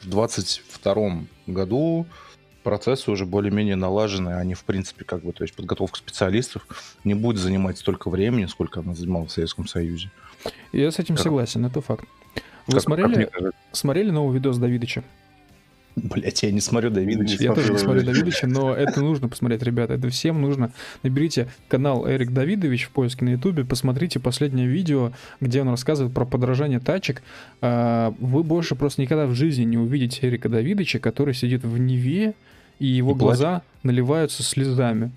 22-м году процессы уже более-менее налажены. Они, в принципе, как бы, то есть подготовка специалистов не будет занимать столько времени, сколько она занимала в Советском Союзе. Я с этим согласен, это факт. Вы Как смотрели, мне кажется. смотрели новый видос Давидыча? Блять, я не смотрю Давидович. Я тоже не смотрю Давидыча. Давидыча, но это нужно посмотреть, ребята. Это всем нужно. Наберите канал Эрик Давидович в поиске на Ютубе, посмотрите последнее видео, где он рассказывает про подражание тачек. Вы больше просто никогда в жизни не увидите Эрика Давидовича, который сидит в Неве, и его И плачет. глаза наливаются слезами.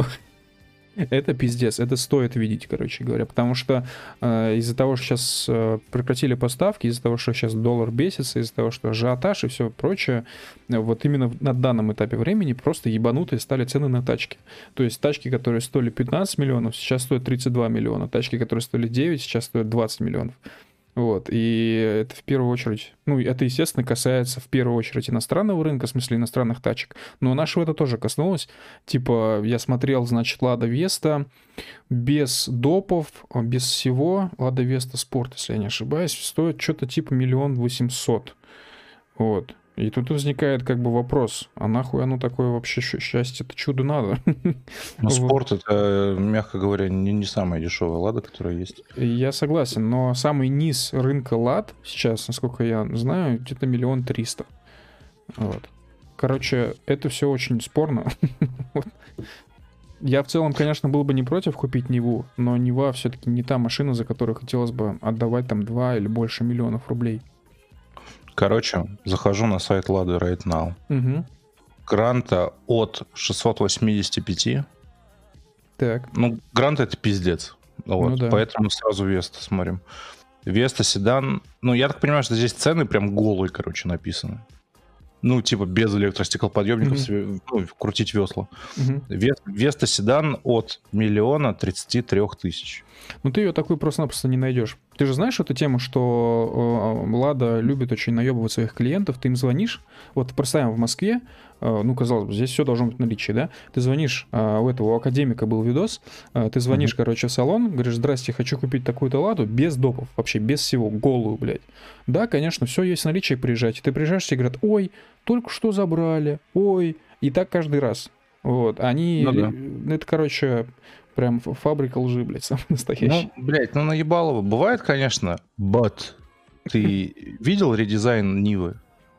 Это пиздец, это стоит видеть, короче говоря, потому что из-за того, что сейчас прекратили поставки, из-за того, что сейчас доллар бесится, из-за того, что ажиотаж и все прочее, вот именно на данном этапе времени просто ебанутые стали цены на тачки. То есть тачки, которые стоили 15 миллионов, сейчас стоят 32 миллиона, тачки, которые стоили 9, сейчас стоят 20 миллионов. Вот, и это в первую очередь, ну, это, естественно, касается в первую очередь иностранного рынка, в смысле иностранных тачек, но нашего это тоже коснулось. Типа, я смотрел, значит, Лада Веста без допов, без всего, Лада Веста Спорт, если я не ошибаюсь, стоит что-то типа 1 800 000. Вот. И тут возникает как бы вопрос, а нахуй оно такое вообще счастье-то чудо надо? Но спорт это, мягко говоря, не самая дешевая лада, которая есть. Я согласен, но самый низ рынка лад сейчас, насколько я знаю, где-то 1 300 000. Вот. Короче, это все очень спорно. Вот. Я в целом, конечно, был бы не против купить Ниву, но Нива все-таки не та машина, за которую хотелось бы отдавать там 2 или больше миллионов рублей. Короче, захожу на сайт Lada right now. Угу. Гранта от 685. Так. Ну, Грант это пиздец. Вот, Ну да. поэтому сразу Веста смотрим. Веста седан. Ну, я так понимаю, что здесь цены прям голые, короче, написаны. Ну, типа без электростеклоподъемников ну, крутить весла. Мгм. Веста седан от 1 033 000. Ну ты ее такую просто-напросто не найдешь. Ты же знаешь эту тему, что Лада любит очень наебывать своих клиентов. Ты им звонишь, вот представим в Москве, ну, казалось бы, здесь все должно быть в наличии, да? Ты звонишь, у этого академика был видос, ты звонишь, короче, в салон, говоришь, здрасте, хочу купить такую-то Ладу, без допов, вообще без всего, голую, блядь. Да, конечно, все есть в наличии, приезжайте. Ты приезжаешь, тебе говорят, ой, только что забрали, ой, и так каждый раз. Вот, они, Ну да. это, короче, прям фабрика лжи, блядь, самая настоящая. Ну, блядь, ну наебалово. Бывает, конечно, but ты видел редизайн Нивы?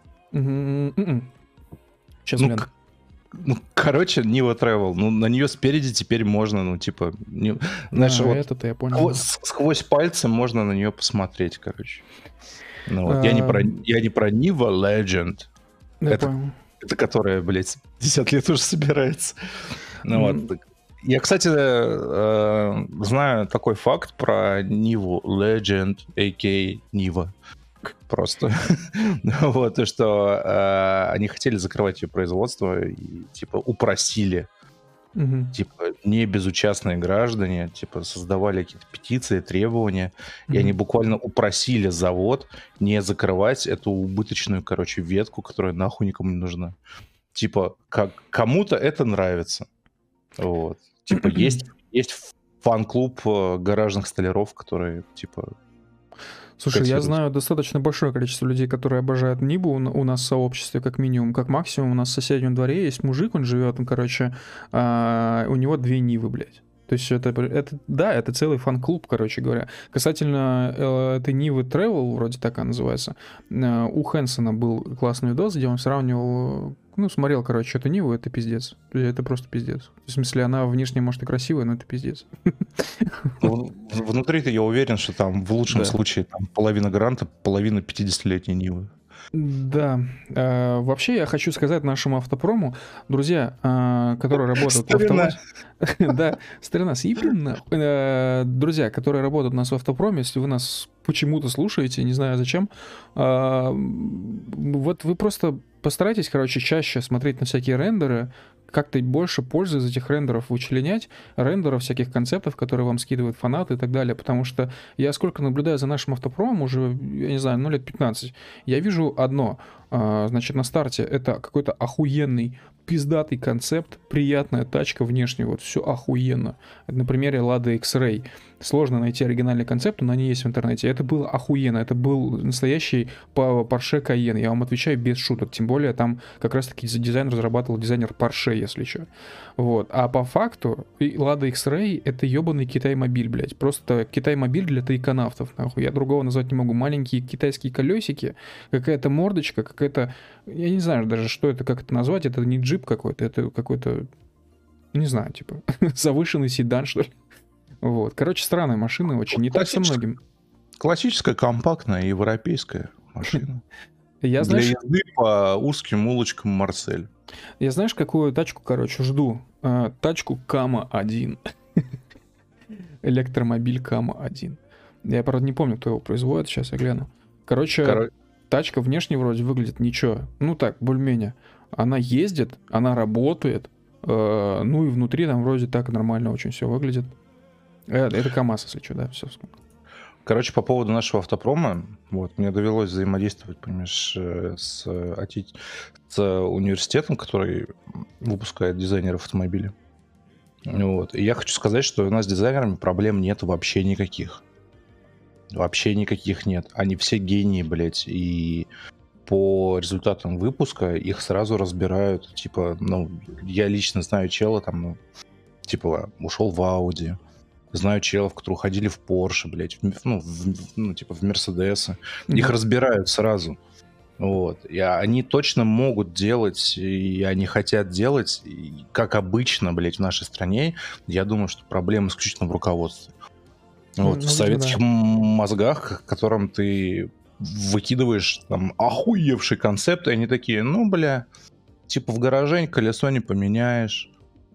Сейчас, Ну, блин. Ну, короче, Нива Travel. Ну, на нее спереди теперь можно, ну, типа, знаешь, вот это-то я понял. сквозь пальцы можно на нее посмотреть, короче. Ну, вот. Я не про Niva Legend. Я это- понял. Это которая, блядь, 50 лет уже собирается. Ну, вот. Я, кстати, знаю такой факт про Ниву Legend, a.k.a. Нива. Просто. Вот, и что они хотели закрывать ее производство и, типа, упросили. Мгм. Типа, не безучастные граждане, типа, создавали какие-то петиции, требования, и они буквально упросили завод не закрывать эту убыточную, короче, ветку, которая нахуй никому не нужна. типа, как кому-то это нравится. Вот. Типа, есть фан-клуб гаражных столяров, которые, типа, Слушай, я котируются. знаю достаточно большое количество людей, которые обожают Ниву у нас в сообществе, как минимум. Как максимум, у нас в соседнем дворе есть мужик, он живет, он, короче, у него 2 Нивы, блядь. То есть да, это целый фан-клуб, короче говоря. Касательно этой Нивы Travel, вроде так она называется, у Хэнсона был классный видос, где он сравнивал, ну, смотрел, короче, эту Ниву, это пиздец. Это просто пиздец. В смысле, она внешне, может, и красивая, но это пиздец. Внутри-то я уверен, что там в лучшем Да. случае там половина гранта, половина 50-летней Нивы. Да. Вообще я хочу сказать нашему автопрому, друзья, которые работают в Старина. автомате... Да, старина, съеби нахуй. Друзья, которые работают у нас в автопроме, если вы нас почему-то слушаете, не знаю зачем, вот вы просто постарайтесь, короче, чаще смотреть на всякие рендеры, как-то больше пользы из этих рендеров вычленять, рендеров всяких концептов, которые вам скидывают фанаты и так далее, потому что я сколько наблюдаю за нашим автопромом, уже, я не знаю, лет 15, я вижу одно, значит, на старте это какой-то охуенный, пиздатый концепт, приятная тачка внешне, вот все охуенно. На примере Lada X-Ray. Сложно найти оригинальный концепт, но они есть в интернете. Это было охуенно, это был настоящий Porsche Cayenne, я вам отвечаю без шуток, тем более там как раз-таки дизайн разрабатывал дизайнер Porsche, если что. Вот. А по факту Lada X-Ray это ебаный Китай-мобиль, блядь. Просто Китай-мобиль для тайконавтов, нахуй. Я другого назвать не могу. Маленькие китайские колесики, какая-то мордочка, какая-то... Я не знаю даже, что это, как это назвать. Это не джип какой-то, это какой-то... Не знаю, типа, завышенный седан, что ли. Вот. Короче, странная машина очень. Не так со многим. Классическая, компактная европейская машина. Я, Для знаешь, езды по узким улочкам Марсель. я знаешь, какую тачку, короче, жду? Тачку Кама-1. Электромобиль Кама-1. Я, правда, не помню, кто его производит. Сейчас я гляну. Короче, тачка внешне вроде выглядит ничего. Ну так, более-менее. Она ездит, она работает. Ну и внутри там вроде так нормально очень все выглядит. Это КамАЗ, если что, да, все. Короче, по поводу нашего автопрома, вот, мне довелось взаимодействовать, понимаешь, с университетом, который выпускает дизайнеров автомобилей. Вот. И я хочу сказать, что у нас с дизайнерами проблем нет вообще никаких. Вообще никаких нет. Они все гении, блядь, и по результатам выпуска их сразу разбирают. Типа, ну, я лично знаю чела, там, ну, типа, ушел в Audi. Знаю челов, которые ходили в Porsche, блядь, типа в Мерседесы. Их разбирают сразу. Вот. И они точно могут делать, и они хотят делать, и, как обычно, блядь, в нашей стране. Я думаю, что проблема исключительно в руководстве. Вот, в советских мозгах, которым ты выкидываешь там охуевший концепт, и они такие, ну, бля, типа в гараже колесо не поменяешь.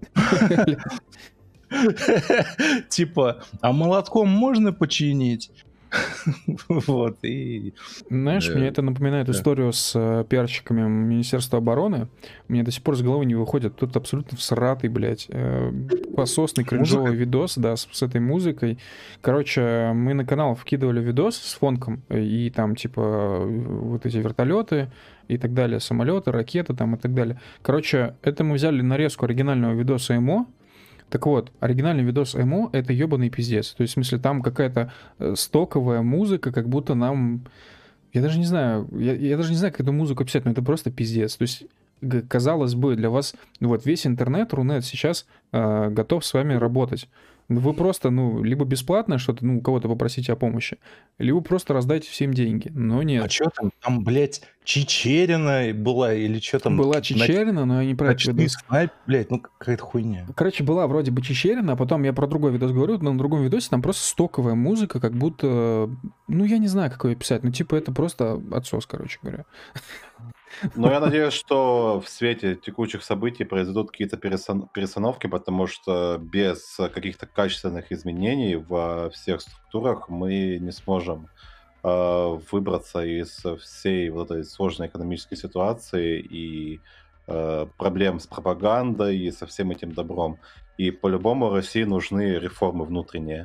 Типа, а молотком можно починить? Вот, и... Знаешь, мне это напоминает историю с пиарщиками Министерства обороны. Мне до сих пор с головы не выходит. Тут абсолютно всратый, блядь, пососный, кринжовый видос, да, с этой музыкой. Короче, мы на канал вкидывали видос с фонком, и там, типа, вот эти вертолеты и так далее, самолеты, ракеты там и так далее. Короче, это мы взяли нарезку оригинального видоса ЭМО. Так вот, оригинальный видос ЭМО — это ебаный пиздец. То есть, в смысле, там какая-то стоковая музыка, как будто нам... Я даже не знаю, я даже не знаю, как эту музыку описать, но это просто пиздец. То есть, казалось бы, для вас вот весь интернет, Рунет сейчас готов с вами работать. Вы просто, ну, либо бесплатно что-то, ну, у кого-то попросите о помощи, либо просто раздайте всем деньги. Но нет. А что там? Там, блядь, Чичерина была или что там? Была Чичерина, но я не про это видос. Блядь, ну какая-то хуйня. Короче, была вроде бы Чичерина, а потом я про другой видос говорю, но на другом видосе там просто стоковая музыка, как будто... Ну, я не знаю, как ее писать, но типа это просто отсос, короче говоря. Но я надеюсь, что в свете текущих событий произойдут какие-то перестановки, потому что без каких-то качественных изменений во всех структурах мы не сможем выбраться из всей вот этой сложной экономической ситуации и проблем с пропагандой и со всем этим добром. И по-любому России нужны реформы внутренние.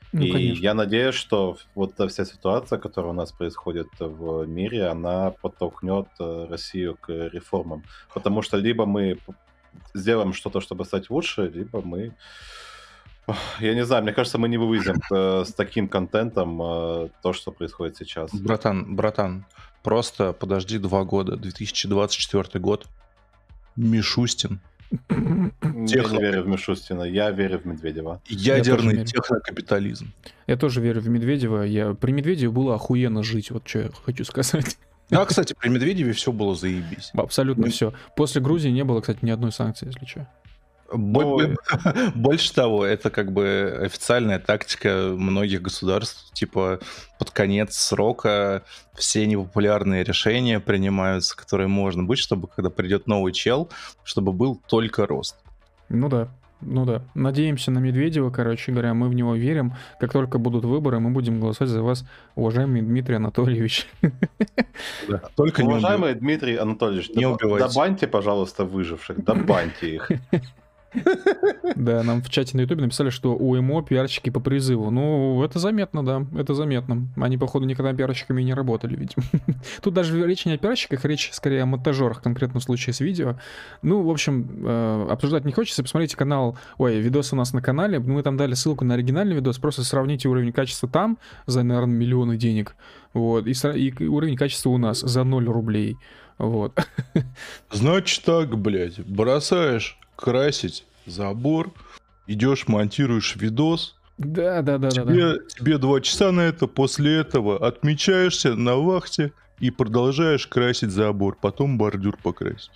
Ну, И конечно. я надеюсь, что вот эта вся ситуация, которая у нас происходит в мире, она подтолкнет Россию к реформам. Потому что либо мы сделаем что-то, чтобы стать лучше, либо мы... Я не знаю, мне кажется, мы не вывезем с таким контентом то, что происходит сейчас. Братан, просто подожди 2 года. 2024 год. Мишустин. Я не верю в Мишустина, я верю в Медведева. Ядерный верю. технокапитализм. Я тоже верю в Медведева. При Медведеве было охуенно жить, вот что я хочу сказать. Да, кстати, при Медведеве все было заебись. Абсолютно Ну, все. После Грузии не было, кстати, ни одной санкции, если что. Больше того, это как бы официальная тактика многих государств, типа под конец срока все непопулярные решения принимаются, которые можно быть, чтобы когда придет новый чел, чтобы был только рост. Ну да. Надеемся на Медведева, короче говоря, мы в него верим. Как только будут выборы, мы будем голосовать за вас, уважаемый Дмитрий Анатольевич. Да. Только Уважаемый Дмитрий Анатольевич, не убивайте. добаньте, пожалуйста, выживших, добаньте их. Да, нам в чате на ютубе написали, что у МО пиарщики по призыву. Ну, это заметно, да, это заметно. Они, походу, никогда пиарщиками не работали, видимо. Тут даже речь не о пиарщиках, речь скорее о монтажерах, конкретно в случае с видео. Ну, в общем, обсуждать не хочется. Посмотрите видос у нас на канале. Мы там дали ссылку на оригинальный видос. Просто сравните уровень качества там за, наверное, миллионы денег. Вот. И уровень качества у нас за 0 рублей. Вот. Значит так, блядь, бросаешь красить забор, идешь, монтируешь видос. Да. Тебе 2 часа на это, после этого отмечаешься на вахте и продолжаешь красить забор, потом бордюр покрасить.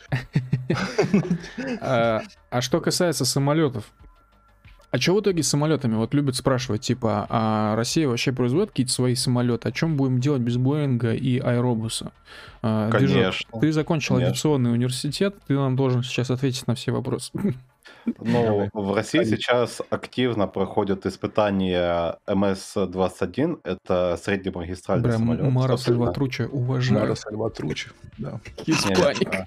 А что касается самолетов, а что в итоге с самолетами? Вот любят спрашивать, типа, а Россия вообще производит какие-то свои самолеты? О чем будем делать без Боинга и Аэробуса? Конечно. Движок, ты закончил авиационный университет, ты нам должен сейчас ответить на все вопросы. Ну, в России сейчас активно проходят испытания МС-21, это среднемагистральный самолет. Мара Сальватруче, уважаю. Мара Сальватруче, да. Испаник.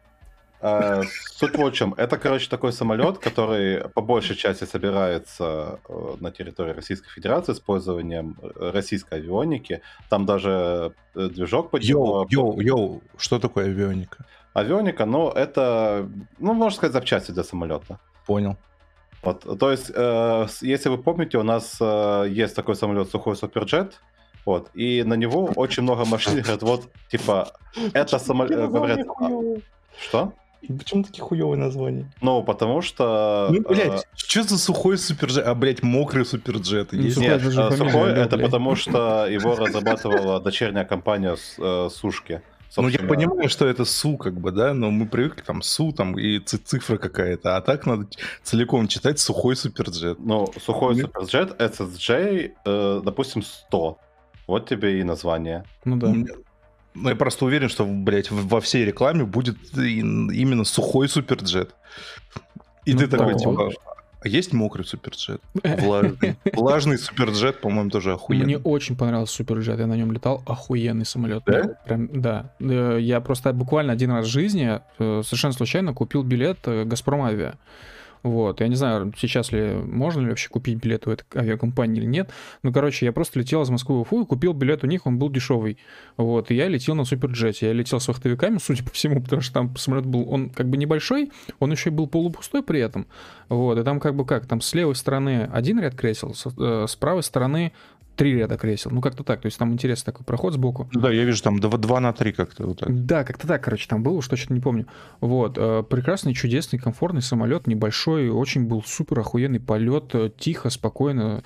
Суть в чем, это, короче, такой самолет, который по большей части собирается на территории Российской Федерации с использованием российской авионики. Там даже движок под него. Йоу, что такое авионика? Авионика, ну, это, можно сказать, запчасти для самолета. Понял. Вот, то есть, если вы помните, у нас есть такой самолет Сухой Суперджет, вот, и на него очень много машин говорят, вот, типа, это самолет... Говорят, что? Почему такие хуёвые названия? Ну, потому что... Ну, блядь, что за Сухой Суперджет? А, блядь, мокрый Суперджет. Нет, Сухой это потому что его разрабатывала дочерняя компания Сушки. Ну, я понимаю, что это СУ, как бы, да, но мы привыкли, там, СУ, там, и цифра какая-то, а так надо целиком читать Сухой Суперджет. Ну, Сухой Суперджет, SSJ, допустим, 100. Вот тебе и название. Ну да. Ну, я просто уверен, что, блядь, во всей рекламе будет именно Сухой Суперджет. И ты такой, типа... А есть мокрый Суперджет? Влажный Суперджет, по-моему, тоже охуенный. Мне очень понравился Суперджет, я на нем летал, охуенный самолет. Да? Прям, да. Я просто буквально один раз в жизни совершенно случайно купил билет Газпром Авиа. Вот, я не знаю, сейчас ли можно ли вообще купить билет у этой авиакомпании или нет. Ну, короче, я просто летел из Москвы в Уфу и купил билет у них, он был дешевый. Вот, и я летел на Суперджете. Я летел с вахтовиками, судя по всему, потому что там самолет был, он как бы небольшой, он еще и был полупустой при этом. Вот, и там там с левой стороны один ряд кресел, с правой стороны 3 ряда кресел. Ну, как-то так. То есть там интересный такой проход сбоку. Да, я вижу там 2 на 3 как-то вот так. Да, как-то так, короче, там было, уж точно не помню. Вот. Прекрасный, чудесный, комфортный самолет, небольшой, очень был супер охуенный полет, тихо, спокойно.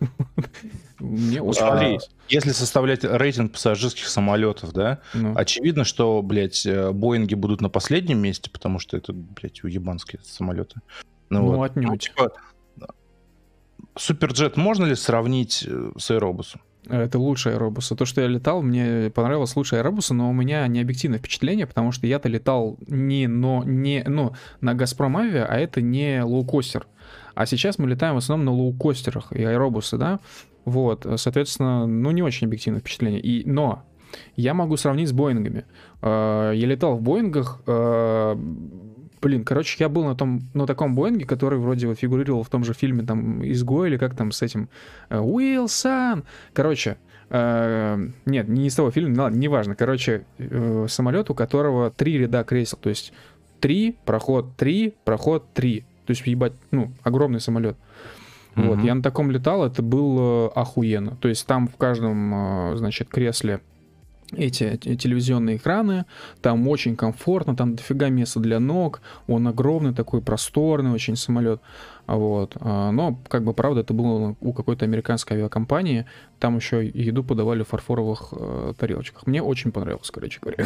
Мне очень понравилось. Если составлять рейтинг пассажирских самолетов, да, очевидно, что, блядь, Боинги будут на последнем месте, потому что это, блядь, уебанские самолеты. Ну, отнюдь. Суперджет можно ли сравнить с Аэробусом? Это лучший Аэробус. То, что я летал, мне понравилось лучше Аэробуса, но у меня не объективное впечатление, потому что я-то летал не на Газпром Авиа, а это не лоукостер. А сейчас мы летаем в основном на лоукостерах и Аэробусы, да? Вот, соответственно, не очень объективное впечатление. Но я могу сравнить с Боингами. Я летал в Боингах, Блин, короче, я был на таком Боинге, который вроде вот фигурировал в том же фильме, там, «Изгой» или как там с этим, Уилсон. Короче, нет, не из того фильма, ладно, неважно. Короче, самолет, у которого 3 ряда кресел, то есть 3, проход 3, проход 3. То есть, ебать, ну, огромный самолет. Вот, я на таком летал, это было охуенно. То есть там в каждом, значит, кресле эти телевизионные экраны, там очень комфортно, там дофига места для ног, он огромный такой, просторный очень самолет, вот, но, как бы, правда, это было у какой-то американской авиакомпании, там еще еду подавали в фарфоровых тарелочках. Мне очень понравилось, короче говоря.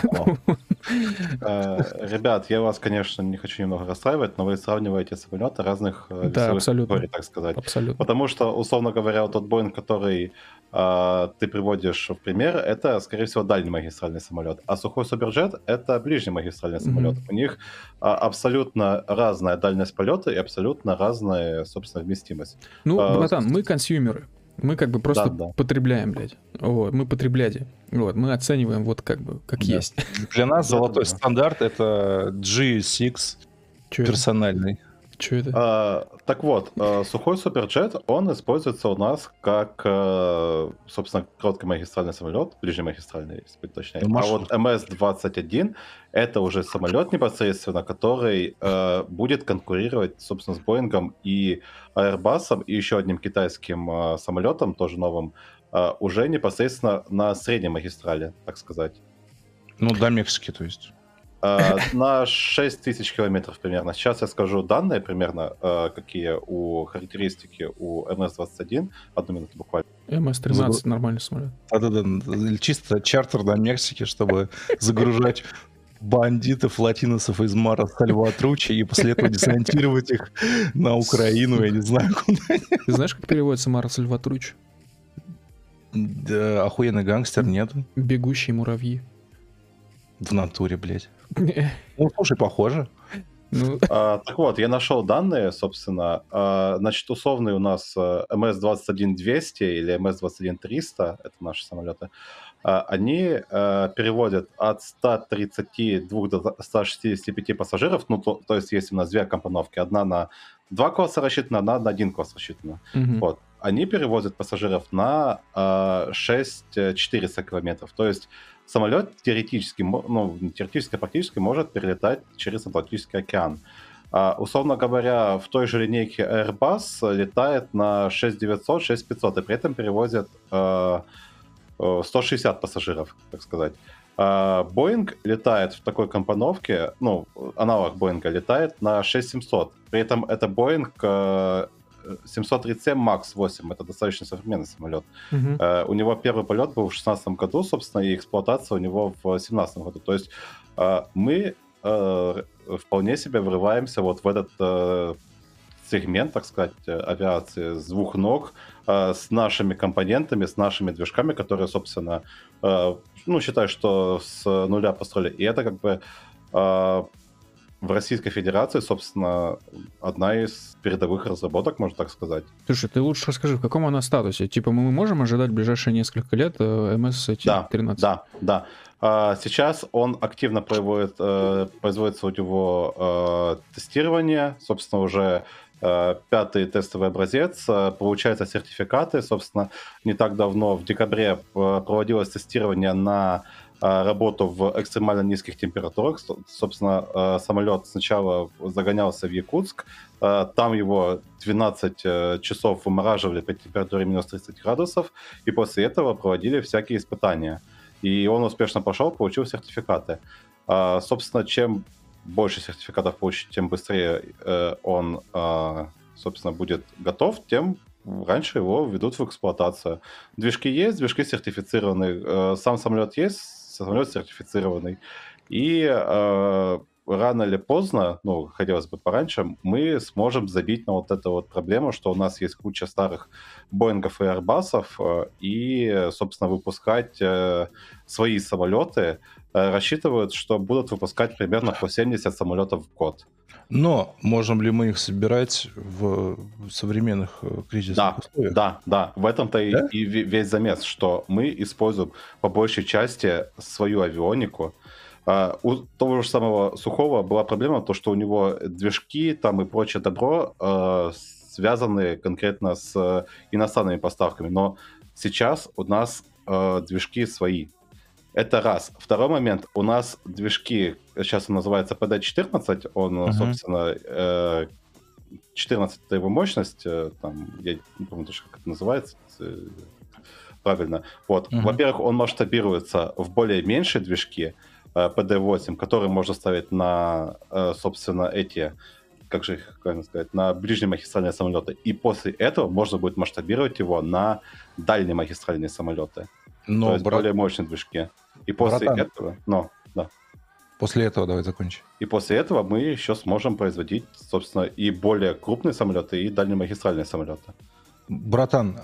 Ребят, я вас, конечно, не хочу немного расстраивать, но вы сравниваете самолеты разных Да, весовых абсолютно. категорий, так сказать. Абсолютно. Потому что, условно говоря, вот тот Боинг, который ты приводишь в пример, это, скорее всего, дальний магистральный самолет. А сухой суперджет — это ближний магистральный самолет. У них абсолютно разная дальность полета и абсолютно разная, собственно, вместимость. Ну, братан, мы консюмеры. Мы как бы просто Да. потребляем, блядь. Вот, мы потребляди. Вот, мы оцениваем вот как бы, как Да. есть. Для нас Да, золотой да. стандарт — это G6 Чё это? персональный. Чё это? Так вот, сухой суперджет, он используется у нас как, собственно, короткомагистральный самолет, ближнемагистральный, если быть точнее. Ну, А вот МС-21 это уже самолет непосредственно, который будет конкурировать, собственно, с Боингом и Airbus, и еще одним китайским самолетом, тоже новым, уже непосредственно на средней магистрали, так сказать. Ну, до Мексики, то есть. На 6 тысяч километров примерно. Сейчас я скажу данные примерно, какие у характеристики у МС-21. Одну минуту буквально. МС-13 нормальный самолет. Да-да-да. Чисто чартер до Мексики, чтобы загружать бандитов, латиносов из Мара Сальватручи и после этого десантировать их на Украину, я не знаю куда. Ты знаешь, как переводится Мара Сальватруч? Да, охуенный гангстер, нет? Бегущие муравьи. В натуре, блядь. Ну, слушай, похоже. Ну, Так вот, я нашел данные, собственно. Значит, условный у нас МС-21-200 или МС-21-300, это наши самолеты, они переводят от 132 до 165 пассажиров, ну, то есть есть у нас две компоновки, одна на 2 класса рассчитана, одна на 1 класс рассчитана. мгм. Вот. Они перевозят пассажиров на 6400 километров. То есть самолет теоретически, ну, не теоретически, а практически может перелетать через Атлантический океан. Условно говоря, в той же линейке Airbus летает на 6900, 6500, и при этом перевозят 160 пассажиров, так сказать. Боинг летает в такой компоновке, ну, аналог Боинга летает на 6700. При этом это Боинг 737 MAX 8, это достаточно современный самолет. Мгм. У него первый полет был в 2016 году, собственно, и эксплуатация у него в 2017 году. То есть мы вполне себе врываемся вот в этот сегмент, так сказать, авиации с двух ног, с нашими компонентами, с нашими движками, которые, собственно, ну, считаю, что с нуля построили. И это как бы в Российской Федерации, собственно, одна из передовых разработок, можно так сказать. Слушай, ты лучше расскажи, в каком она статусе? Типа мы можем ожидать в ближайшие несколько лет МС-13? Да. Сейчас он активно производится у него тестирование, собственно, уже 5-й тестовый образец, получаются сертификаты, собственно, не так давно, в декабре, проводилось тестирование на работу в экстремально низких температурах. Собственно, самолет сначала загонялся в Якутск, там его 12 часов вымораживали при температуре минус 30 градусов, и после этого проводили всякие испытания. И он успешно пошел, получил сертификаты. Собственно, чем больше сертификатов получить, тем быстрее он, собственно, будет готов, тем раньше его введут в эксплуатацию. Движки есть, движки сертифицированы. Сам самолет есть, самолет сертифицированный. И рано или поздно, ну, хотелось бы пораньше, мы сможем забить на вот эту вот проблему, что у нас есть куча старых Боингов и Airbus'ов, и, собственно, выпускать свои самолеты. Рассчитывают, что будут выпускать примерно по 70 самолетов в год. Но можем ли мы их собирать в современных кризисных условиях? Да. В этом-то и весь замес, что мы используем по большей части свою авионику. У того же самого Сухого была проблема, то, что у него движки там и прочее добро связаны конкретно с иностранными поставками. Но сейчас у нас движки свои. Это раз. Второй момент. У нас движки, сейчас он называется PD14, он, собственно, 14 это его мощность, там, я не помню точно, как это называется, правильно. Вот. Во-первых, он масштабируется в более меньшие движки, PD8, которые можно ставить на, собственно, эти, как же их правильно сказать, на ближнемагистральные самолеты. И после этого можно будет масштабировать его на дальние магистральные самолеты. Но, то есть более мощные движки. И после этого... да. После этого давай закончим. И после этого мы еще сможем производить, собственно, и более крупные самолеты, и дальнемагистральные самолеты. Братан,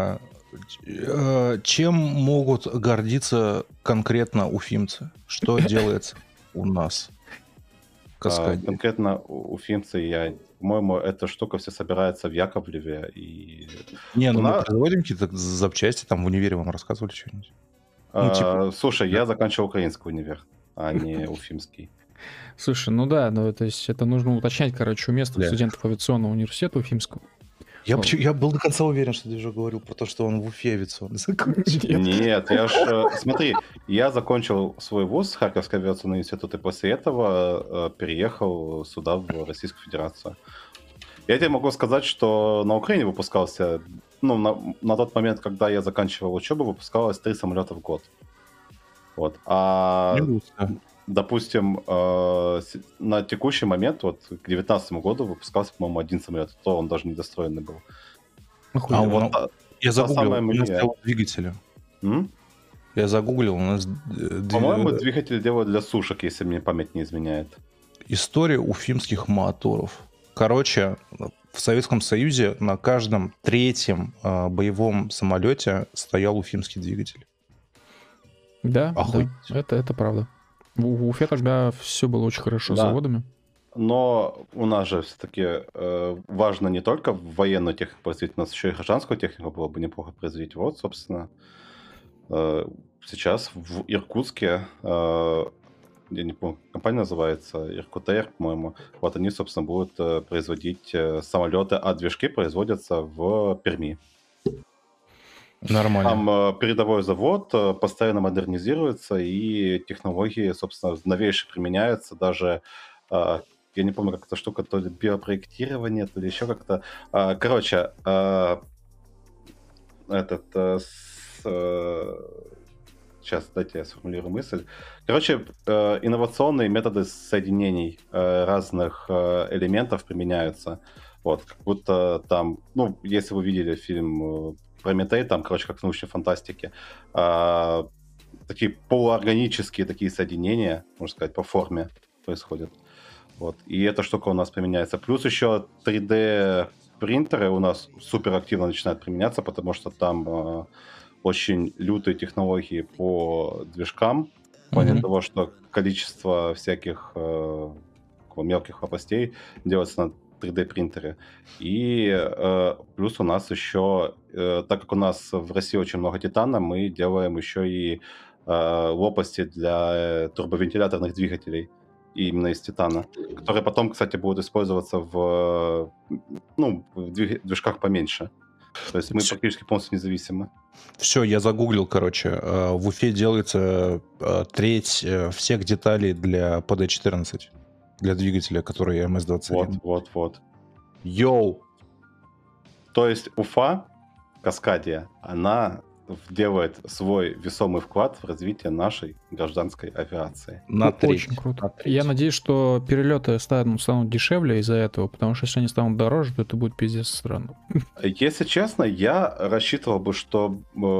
чем могут гордиться конкретно уфимцы? Что делается у нас? Конкретно уфимцы, по-моему, эта штука все собирается в Яковлеве. И... Не, ну мы производим какие-то запчасти, там в универе вам рассказывали что-нибудь? Слушай, я заканчивал украинский универ, а не уфимский. Слушай, ну да, то есть это нужно уточнять, короче, у места студентов авиационного университета уфимского. Я был до конца уверен, что ты уже говорил про то, что он в Уфе авиационный закончил. Нет, смотри, я закончил свой вуз, Харьковский авиационный институт, и после этого переехал сюда, в Российскую Федерацию. Я тебе могу сказать, что на Украине выпускался, на тот момент, когда я заканчивал учебу, выпускалось 3 самолета в год. Вот. Допустим, на текущий момент, вот к 2019 году выпускался, по-моему, 1 самолет. То он даже недостроенный был. Я загуглил, у нас делают двигатели. Я загуглил, у нас... По-моему, двигатели делают для сушек, если мне память не изменяет. История уфимских моторов. Короче, в Советском Союзе на каждом 3-м боевом самолете стоял уфимский двигатель. Да, это правда. В Уфе тогда все было очень хорошо с заводами. Но у нас же все-таки важно не только военную технику производить, у нас еще и гражданскую технику было бы неплохо производить. Вот, собственно, сейчас в Иркутске, я не помню, компания называется, Иркутер, по-моему, вот они, собственно, будут производить самолеты, а движки производятся в Перми. Нормально. Там передовой завод постоянно модернизируется, и технологии, собственно, новейшие применяются. Даже, я не помню, как эта штука, то ли биопроектирование, то ли еще как-то. Короче, сейчас, дайте я сформулирую мысль. Короче, инновационные методы соединений разных элементов применяются. Вот, как будто там, если вы видели фильм Прометей, там, короче, как в научной фантастике, такие полуорганические такие соединения, можно сказать, по форме происходят. Вот. И эта штука у нас применяется. Плюс еще 3D-принтеры у нас супер активно начинают применяться, потому что там очень лютые технологии по движкам, в плане того, что количество всяких мелких лопастей делается на 3D-принтере. И плюс у нас еще, так как у нас в России очень много титана, мы делаем еще и лопасти для турбовентиляторных двигателей, именно из титана, которые потом, кстати, будут использоваться в движках поменьше. То есть мы практически полностью независимы. Все, я загуглил, короче. В Уфе делается треть всех деталей для PD-14. Для двигателя, который МС-21. Вот. Йоу! То есть Уфа, Каскадия, она делает свой весомый вклад в развитие нашей гражданской авиации. На треть. Очень круто. Я надеюсь, что перелеты станут дешевле из-за этого, потому что если они станут дороже, то это будет пиздец странно. Если честно, я рассчитывал бы, что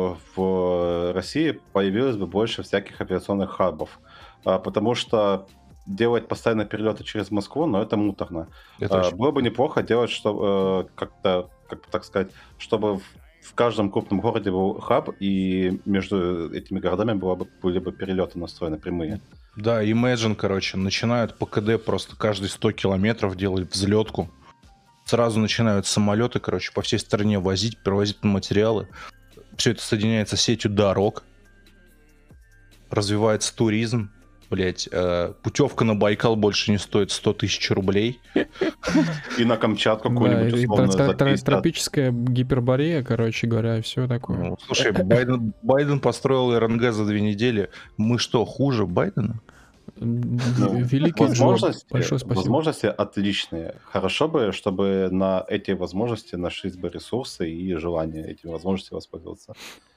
в России появилось бы больше всяких авиационных хабов, потому что делать постоянно перелеты через Москву, но это муторно. Было бы неплохо делать, что как-то, так сказать, чтобы в каждом крупном городе был хаб, и между этими городами были бы перелеты настроены прямые. Да, Imagine, короче, начинают по КД просто каждые 100 километров делать взлетку. Сразу начинают самолеты, короче, по всей стране привозить материалы. Все это соединяется с сетью дорог. Развивается туризм. блядь, путевка на Байкал больше не стоит 100 тысяч рублей. И на Камчатку Да, какую-нибудь и условно за 50. тропическая гиперборея, короче говоря, и все такое. Ну, слушай, Байден построил РНГ за 2 недели. Мы что, хуже Байдена? Великий Джо, большое спасибо. Возможности отличные. Хорошо бы, чтобы на эти возможности нашлись бы ресурсы и желание этими возможностями воспользоваться.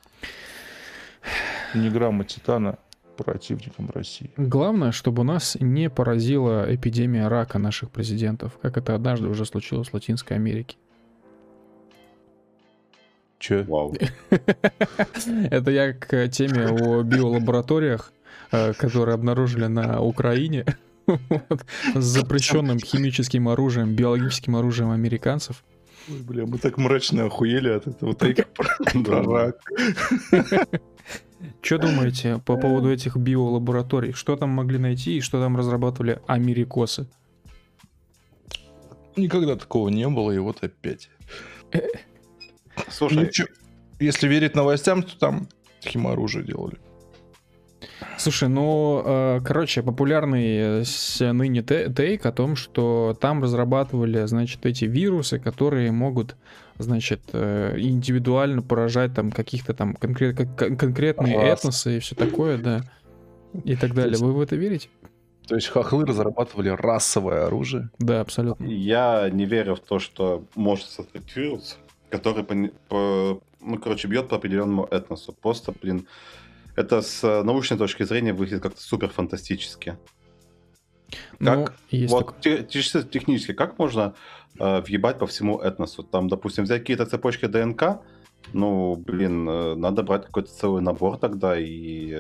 Ни грамма титана противникам России. Главное, чтобы нас не поразила эпидемия рака наших президентов, как это однажды уже случилось в Латинской Америке. Че? Вау. Это я к теме о биолабораториях, которые обнаружили на Украине, вот, с запрещенным химическим оружием, биологическим оружием американцев. Ой, бля, мы так мрачно охуели от этого тейка про рак. Что думаете по поводу этих биолабораторий? Что там могли найти и что там разрабатывали америкосы? Никогда такого не было, и вот опять. Слушай, Если верить новостям, то там химоружие делали. Слушай, ну, короче, популярный ныне тейк о том, что там разрабатывали, значит, эти вирусы, которые могут, значит, индивидуально поражать там каких-то там конкретные этносы и все такое, да, и так далее. Вы в это верите? То есть хохлы разрабатывали расовое оружие? Да, абсолютно. я не верю в то, что может создать вирус, который, бьет по определенному этносу. Просто, это с научной точки зрения выглядит как-то супер фантастически. Ну, есть Вот такое. чисто технически, как можно въебать по всему этносу? Там, допустим, взять какие-то цепочки ДНК, надо брать какой-то целый набор тогда и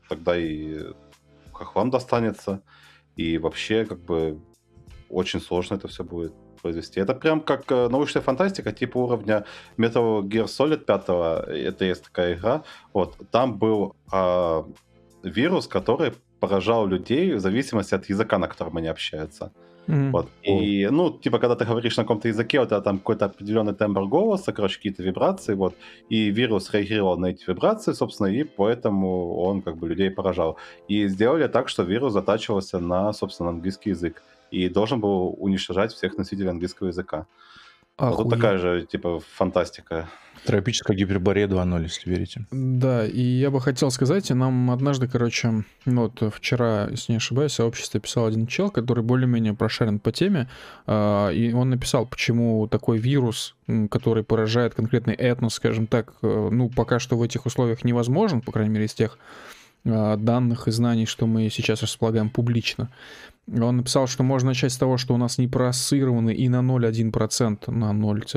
хохлам достанется. И вообще, как бы, очень сложно это все будет произвести. Это прям как научная фантастика, типа уровня Metal Gear Solid 5, это есть такая игра. Вот, там был вирус, который поражал людей в зависимости от языка, на котором они общаются. Вот. И, когда ты говоришь на каком-то языке, у тебя там какой-то определенный тембр голоса, какие-то вибрации, вот, и вирус реагировал на эти вибрации, собственно, и поэтому он, людей поражал. И сделали так, что вирус затачивался на, собственно, английский язык и должен был уничтожать всех носителей английского языка. Вот такая же, фантастика. Тропическая гиперборея 2.0, если верите. Да, и я бы хотел сказать, нам однажды, вчера, если не ошибаюсь, в сообществе писал один чел, который более-менее прошарен по теме, и он написал, почему такой вирус, который поражает конкретный этнос, скажем так, пока что в этих условиях невозможен, по крайней мере, из тех данных и знаний, что мы сейчас располагаем публично. Он написал, что можно начать с того, что у нас не просырованы и на 0,1%, на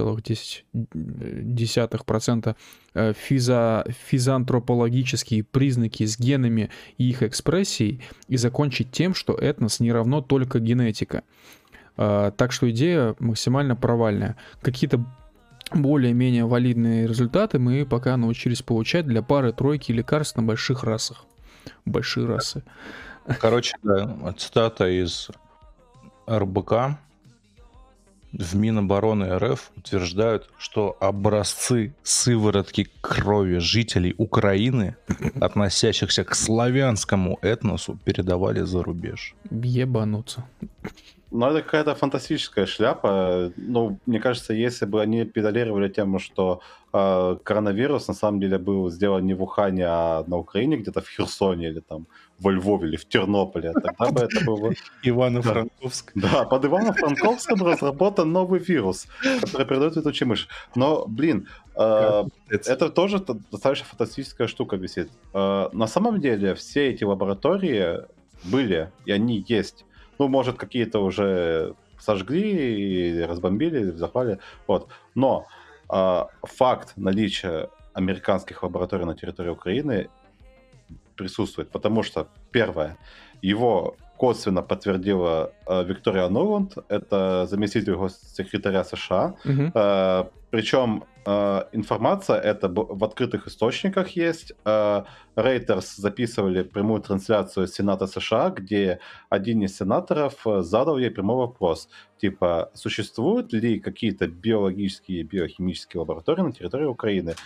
0,10% физантропологические признаки с генами и их экспрессией, и закончить тем, что этнос не равно только генетика. Так что идея максимально провальная. Какие-то более-менее валидные результаты мы пока научились получать для пары-тройки лекарств на больших расах. Большие расы. Короче, да, цитата из РБК. В Минобороны РФ утверждают, что образцы сыворотки крови жителей Украины, относящихся к славянскому этносу, передавали за рубеж. Ебануться. Это какая-то фантастическая шляпа. Мне кажется, если бы они педалировали тему, что коронавирус на самом деле был сделан не в Ухане, а на Украине, где-то в Херсоне или там во Львове или в Тернополе, тогда бы это было... Ивано-Франковск. Да, под Ивано-Франковском разработан новый вирус, который передает летучую мышь. Но, это тоже достаточно фантастическая штука висит. На самом деле все эти лаборатории были, и они есть. Может, какие-то уже сожгли, и разбомбили, взорвали. Вот. Но факт наличия американских лабораторий на территории Украины присутствует, потому что, первое, его косвенно подтвердила Виктория Нуланд, это заместитель госсекретаря США. Причем информация это в открытых источниках есть. Reuters записывали прямую трансляцию Сената США, где один из сенаторов задал ей прямой вопрос. Существуют ли какие-то биологические и биохимические лаборатории на территории Украины?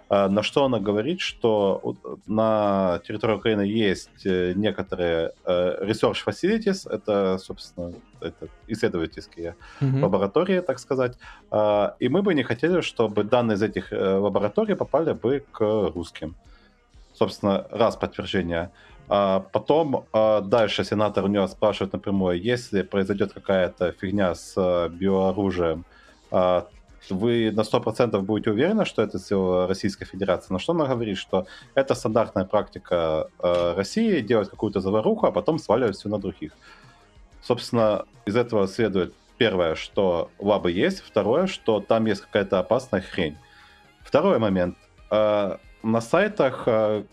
На что она говорит, что на территории Украины есть некоторые research facilities, это, собственно, это исследовательские лаборатории, так сказать, и мы бы не хотели, чтобы данные из этих лабораторий попали бы к русским. Собственно, раз подтверждение. Потом дальше сенатор у него спрашивает напрямую, если произойдет какая-то фигня с биооружием, вы на 100% будете уверены, что это сделала Российская Федерация? На что она говорит, что это стандартная практика России, делать какую-то заваруху, а потом сваливать все на других. Собственно, из этого следует первое, что лабы есть, второе, что там есть какая-то опасная хрень. Второй момент. На сайтах,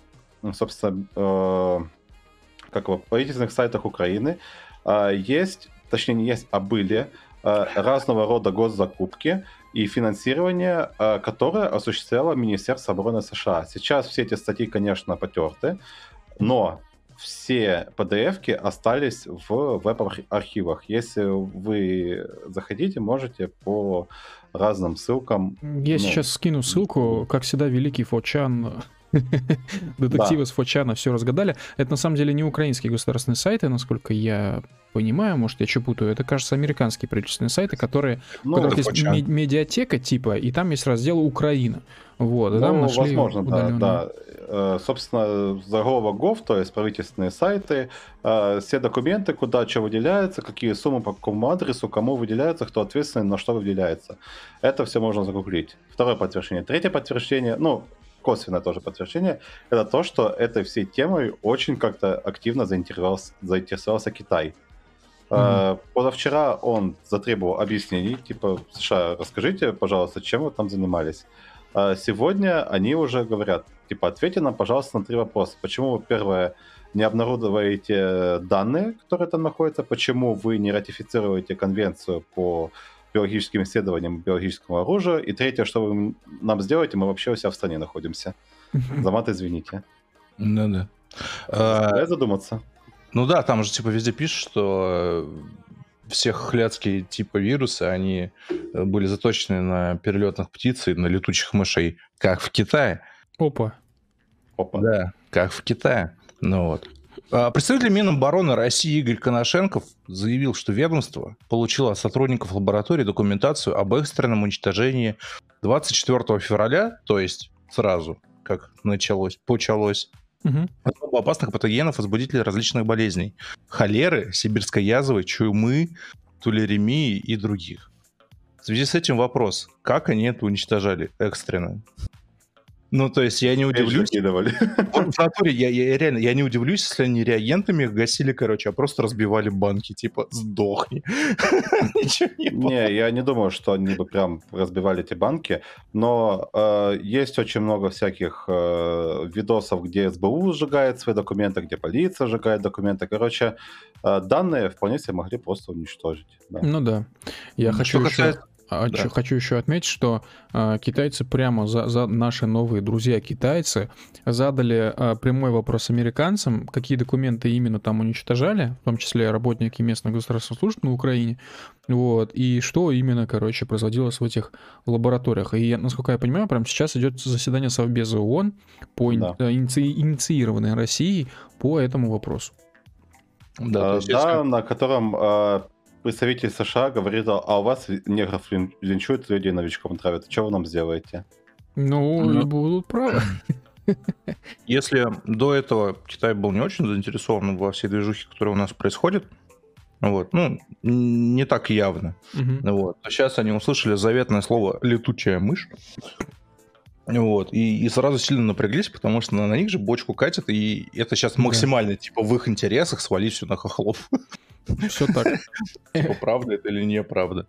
собственно, правительственных сайтах Украины есть, точнее не есть, а были разного рода госзакупки и финансирование, которое осуществляло Министерство обороны США. Сейчас все эти статьи, конечно, потерты, но все PDF-ки остались в веб-архивах. Если вы заходите, можете по разным ссылкам... Я сейчас скину ссылку, как всегда, великий Фочан... Детективы с Фочана все разгадали. Это на самом деле не украинские государственные сайты, насколько я понимаю, может, я что путаю. Это, кажется, американские правительственные сайты, которые... у которых есть медиатека типа, и там есть раздел «Украина». Вот, и там нашли возможно, удаленную. да. Собственно, заголовок Gov, то есть правительственные сайты, все документы, куда что выделяется, какие суммы по какому адресу, кому выделяется, кто ответственный, на что выделяется. Это все можно загуглить. Второе подтверждение. Третье подтверждение, косвенное тоже подтверждение, это то, что этой всей темой очень как-то активно заинтересовался Китай. Позавчера он затребовал объяснений, типа, США, расскажите, пожалуйста, чем вы там занимались. Сегодня они уже говорят, типа, ответьте нам, пожалуйста, на 3 вопроса. Почему вы, первое, не обнародовываете данные, которые там находятся? Почему вы не ратифицируете конвенцию по биологическим исследованиям биологического оружия? И третье, что вы нам сделаете, мы вообще у себя в стране находимся. За мат извините. Да-да. Дай задуматься. Ну да, там же типа везде пишут, что все хохлядские типа вирусы, они были заточены на перелетных птиц и на летучих мышей, как в Китае. Опа. Да, как в Китае. Ну вот. Представитель Минобороны России Игорь Коношенков заявил, что ведомство получило от сотрудников лаборатории документацию об экстренном уничтожении 24 февраля, то есть сразу, как почалось, особо опасных патогенов, возбудителей различных болезней. Холеры, сибирской язвы, чумы, тулеремии и других. В связи с этим вопрос, как они это уничтожали экстренно? Ну, то есть я не удивлюсь. В натуре я реально, я не удивлюсь, если они реагентами их гасили, короче, а просто разбивали банки, типа, сдохни. Ничего не было. Не, я не думаю, что они бы прям разбивали эти банки, но есть очень много всяких видосов, где СБУ сжигает свои документы, где полиция сжигает документы. Короче, данные вполне себе могли просто уничтожить. Да. Ну да. Я хочу еще отметить, что китайцы прямо за наши новые друзья-китайцы задали прямой вопрос американцам, какие документы именно там уничтожали, в том числе работники местных государственных служб на Украине, вот, и что именно, короче, производилось в этих лабораториях. И, насколько я понимаю, прямо сейчас идет заседание Совбеза ООН, инициированное Россией по этому вопросу. Да, на котором... представитель США говорит, а у вас негров линчуют, людей новичком травят. Что вы нам сделаете? Ну, будут правы. Если до этого Китай был не очень заинтересован во всей движухе, которая у нас происходит, вот, не так явно, вот, то сейчас они услышали заветное слово «летучая мышь», вот, и сразу сильно напряглись, потому что на них же бочку катят, и это сейчас максимально, типа, в их интересах свалить все на хохлов. Все так. Типа, правда это или неправда?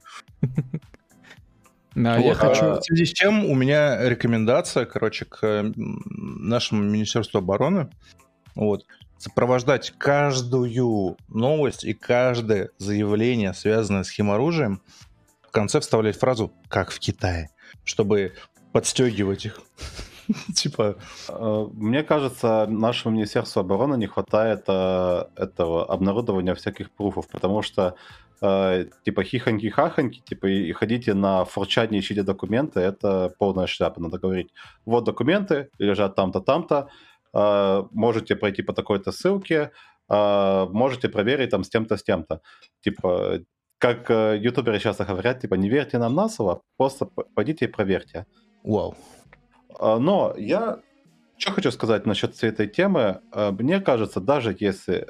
Да, я хочу... В связи с чем у меня рекомендация, короче, к нашему Министерству обороны, вот, сопровождать каждую новость и каждое заявление, связанное с химоружием, в конце вставлять фразу «как в Китае», чтобы подстегивать их. Типа... Мне кажется, нашему Министерству обороны не хватает этого обнародования всяких пруфов, потому что типа хихоньки-хахоньки, типа и ходите на форчане, ищите документы, это полная шляпа. Надо говорить, вот документы лежат там-то, там-то, можете пройти по такой-то ссылке, можете проверить там с тем-то, с тем-то. Типа, как ютуберы часто говорят, типа, не верьте нам на слово, просто пойдите и проверьте. Вау. Но я что хочу сказать насчет всей этой темы. Мне кажется, даже если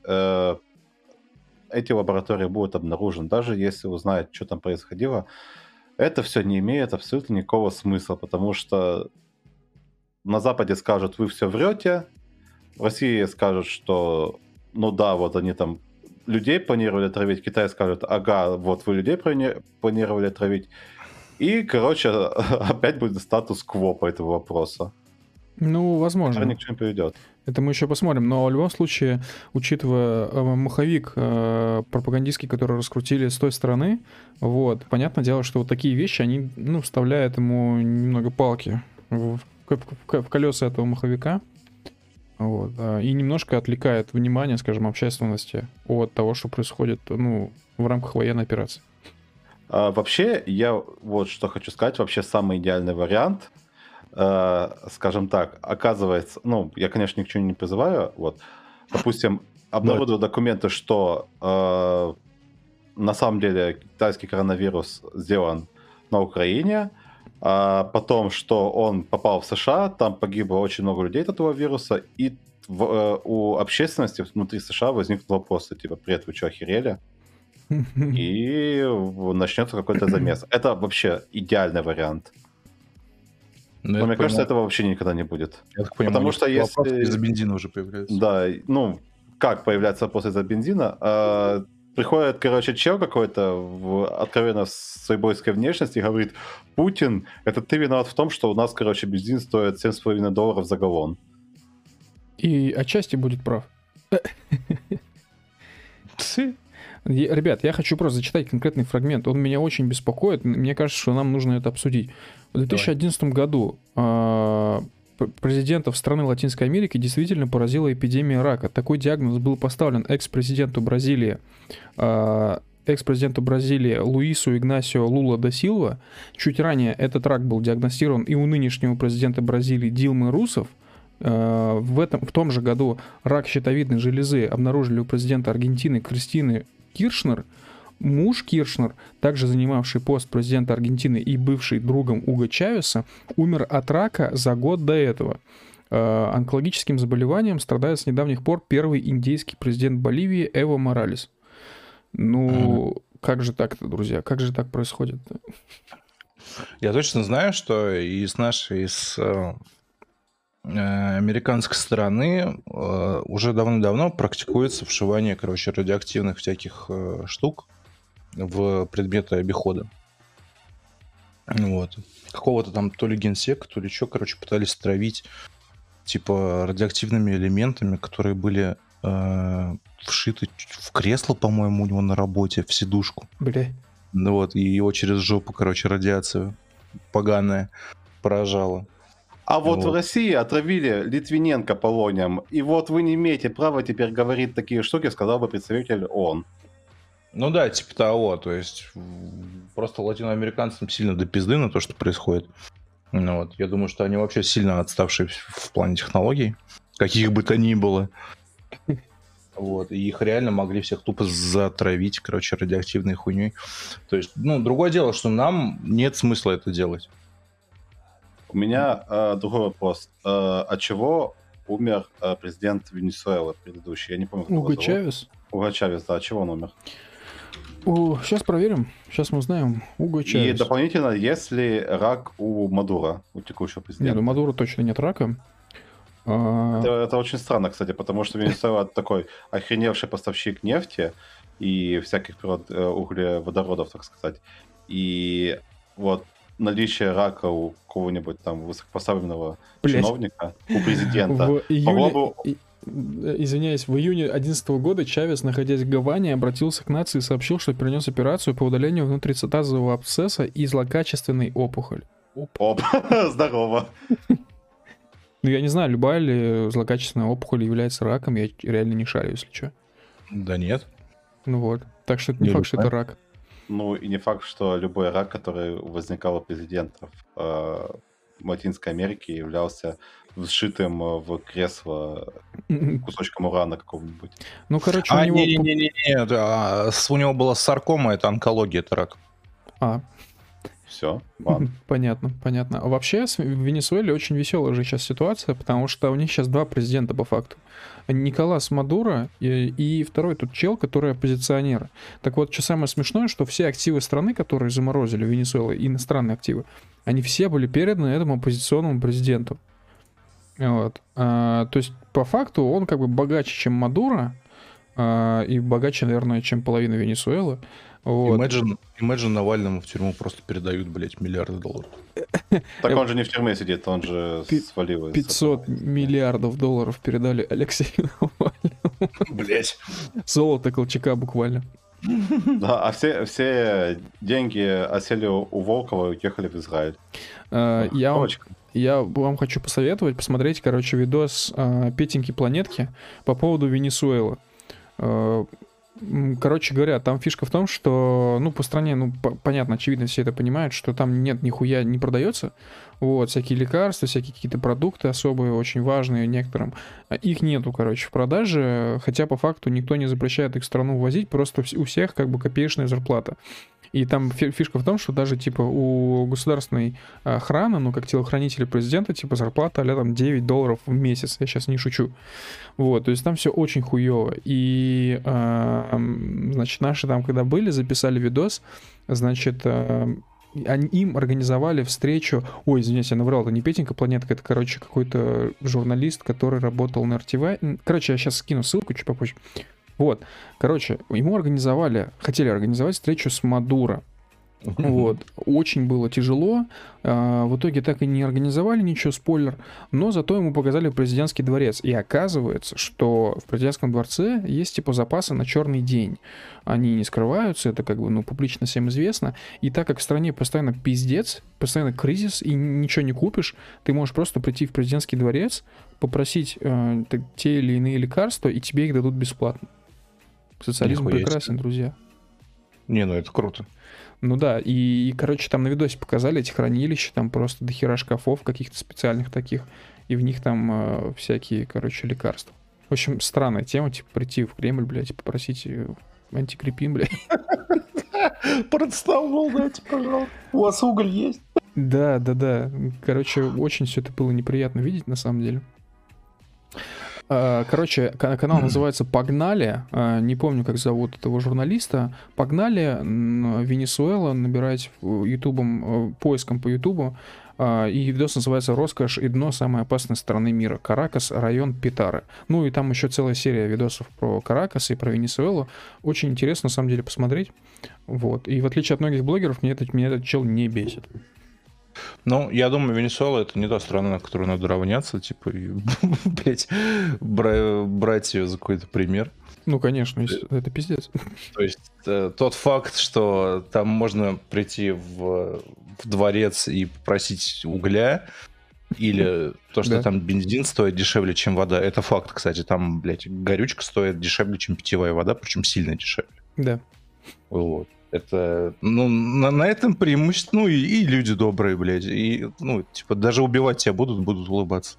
эти лаборатории будут обнаружены, даже если узнают, что там происходило, это все не имеет абсолютно никакого смысла, потому что на Западе скажут, вы все врете, в России скажут, что ну да, вот они там людей планировали отравить, Китай скажет, ага, вот вы людей планировали отравить. И, короче, опять будет статус-кво по этому вопросу. Ну, возможно. Это ни к чему не приведет. Это мы еще посмотрим. Но в любом случае, учитывая маховик пропагандистский, который раскрутили с той стороны, вот, понятное дело, что вот такие вещи, они, ну, вставляют ему немного палки в колеса этого маховика. Вот, и немножко отвлекает внимание, скажем, общественности от того, что происходит, ну, в рамках военной операции. Вообще, я вот что хочу сказать, вообще самый идеальный вариант, скажем так, оказывается, ну, я, конечно, ни к чему не призываю, вот, допустим, обнародую документы, что на самом деле китайский коронавирус сделан на Украине, а потом, что он попал в США, там погибло очень много людей от этого вируса, и у общественности внутри США возникнут вопросы, типа, привет, вы что, охерели? И начнется какой-то замес. Это вообще идеальный вариант. Но мне кажется, этого вообще никогда не будет. Я так понимаю, потому что если... из-за бензина уже появляются. Да, ну, как появляется вопрос из-за бензина? Приходит, короче, чел какой-то откровенно с сойбойской внешности и говорит, Путин, это ты виноват в том, что у нас, короче, бензин стоит $7,5 за галлон. И отчасти будет прав. Ребят, я хочу просто зачитать конкретный фрагмент. Он меня очень беспокоит. Мне кажется, что нам нужно это обсудить. В 2011 году президентов страны Латинской Америки действительно поразила эпидемия рака. Такой диагноз был поставлен экс-президенту Бразилии Луису Игнасио Лула да Силва. Чуть ранее этот рак был диагностирован и у нынешнего президента Бразилии Дилмы Русефф. В том же году рак щитовидной железы обнаружили у президента Аргентины Кристины Киршнер. Муж Киршнер, также занимавший пост президента Аргентины и бывший другом Уго Чавеса, умер от рака за год до этого. Онкологическим заболеванием страдает с недавних пор первый индейский президент Боливии Эво Моралес. Ну, как же так-то, друзья? Как же так происходит? Я точно знаю, что из американской стороны уже давно практикуется вшивание, короче, радиоактивных всяких штук в предметы обихода. Вот. Какого-то там то ли генсека, то ли что, короче, пытались травить типа радиоактивными элементами, которые были вшиты в кресло, по-моему, у него на работе, в сидушку. Бля. Ну вот, и его через жопу, короче, радиация поганая поражала. А вот в России отравили Литвиненко полонием, и вот вы не имеете права теперь говорить такие штуки, сказал бы представитель ООН. Ну да, типа того, то есть просто латиноамериканцам сильно до пизды на то, что происходит. Ну вот, я думаю, что они вообще сильно отставшие в плане технологий, каких бы то ни было. Вот, и их реально могли всех тупо затравить, короче, радиоактивной хуйней. То есть, ну, другое дело, что нам нет смысла это делать. У меня другой вопрос. От чего умер президент Венесуэлы предыдущий? Я не помню, кто его Уго зовут. Чавес? Уго Чавес, да. От чего он умер? Сейчас проверим. Сейчас мы узнаем. Уго Чавес. И дополнительно, есть ли рак у Мадуро, у текущего президента? Нет, у Мадуро точно нет рака. Это очень странно, кстати, потому что Венесуэла такой охреневший поставщик нефти и всяких углеводородов, так сказать. И вот наличие рака у кого-нибудь там высокопоставленного чиновника, у президента. В июне, извиняюсь, в июне 2011 года Чавес, находясь в Гаване, обратился к нации и сообщил, что перенес операцию по удалению внутрицитазового абсцесса и злокачественной опухоль. Оп, здорово. Ну, я не знаю, любая ли злокачественная опухоль является раком, я реально не шарю, если что. Да нет. Ну вот. Так что это не Не факт, что это любая. рак. Ну, и не факт, что любой рак, который возникал у президентов Латинской Америки, являлся вшитым в кресло кусочком урана какого-нибудь. Ну, короче, у него... Не-не-не-не, у него была саркома, это онкология, это рак. А, Все, ладно. понятно, понятно. А вообще в Венесуэле очень веселая же сейчас ситуация, потому что у них сейчас два президента по факту. Николас Мадуро и второй тут чел, который оппозиционер. Так вот, что самое смешное, что все активы страны, которые заморозили Венесуэлы, иностранные активы, они все были переданы этому оппозиционному президенту. Вот. То есть, по факту, он как бы богаче, чем Мадуро, и богаче, наверное, чем половина Венесуэлы. Вот. Imagine Навальному в тюрьму просто передают, блядь, миллиарды долларов. Так он же не в тюрьме сидит, он же свалил. 500 миллиардов долларов передали Алексею Навальному. Блядь. Золото Колчака буквально. Да, а все деньги осели у Волкова и уехали в Израиль. Я вам хочу посоветовать посмотреть, короче, видос Петеньки Планетки по поводу Венесуэлы. Короче говоря, там фишка в том, что, ну, по стране, ну, понятно, очевидно, все это понимают, что там нет нихуя не продается. Вот, всякие лекарства, всякие какие-то продукты особые, очень важные некоторым. Их нету, короче, в продаже, хотя по факту никто не запрещает их в страну ввозить, просто у всех как бы копеечная зарплата. И там фишка в том, что даже, типа, у государственной охраны, ну, как телохранителя президента, типа, зарплата а-ля там $9 в месяц, я сейчас не шучу. Вот, то есть там все очень хуево. И, значит, наши там, когда были, записали видос, значит, им организовали встречу... Ой, извините, я наврал, это не Петенька Планетка, это, короче, какой-то журналист, который работал на РТВ. Короче, я сейчас скину ссылку чуть попозже. Вот, короче, ему хотели организовать встречу с Мадуро. Вот, очень было тяжело, в итоге так и не организовали ничего, спойлер, но зато ему показали президентский дворец, и оказывается, что в президентском дворце есть типа запасы на черный день, они не скрываются, это как бы, ну, публично всем известно, и так как в стране постоянно пиздец, постоянно кризис, и ничего не купишь, ты можешь просто прийти в президентский дворец, попросить те или иные лекарства, и тебе их дадут бесплатно. Социализм Нихуя прекрасен, себе. друзья. Не, ну это круто. Ну да, и, короче, там на видосе показали эти хранилища, там просто дохера шкафов каких-то специальных таких, и в них там всякие, короче, лекарства. В общем, странная тема, типа, прийти в Кремль, блядь, и попросить антикрепин, блядь. Парацетамол дайте, пожалуйста. У вас уголь есть? Да. Короче, очень все это было неприятно видеть, на самом деле. Короче, канал называется «Погнали». Не помню, как зовут этого журналиста. «Погнали», Венесуэла, набирать ютубом, поиском по ютубу. И видос называется «Роскошь и дно самой опасной страны мира. Каракас, район Питары». Ну и там еще целая серия видосов про Каракас и про Венесуэлу. Очень интересно, на самом деле, посмотреть. Вот. И в отличие от многих блогеров, меня этот чел не бесит. Ну, я думаю, Венесуэла — это не та страна, на которую надо равняться, типа, и, блять, брать ее за какой-то пример. Ну, конечно, это пиздец. То есть тот факт, что там можно прийти в дворец и попросить угля, или то, что там бензин стоит дешевле, чем вода, это факт, кстати. Там, блядь, горючка стоит дешевле, чем питьевая вода, причем сильно дешевле. Да. Вот. Это, ну, на этом преимущество, ну, и люди добрые, блядь, и, ну, типа, даже убивать тебя будут улыбаться.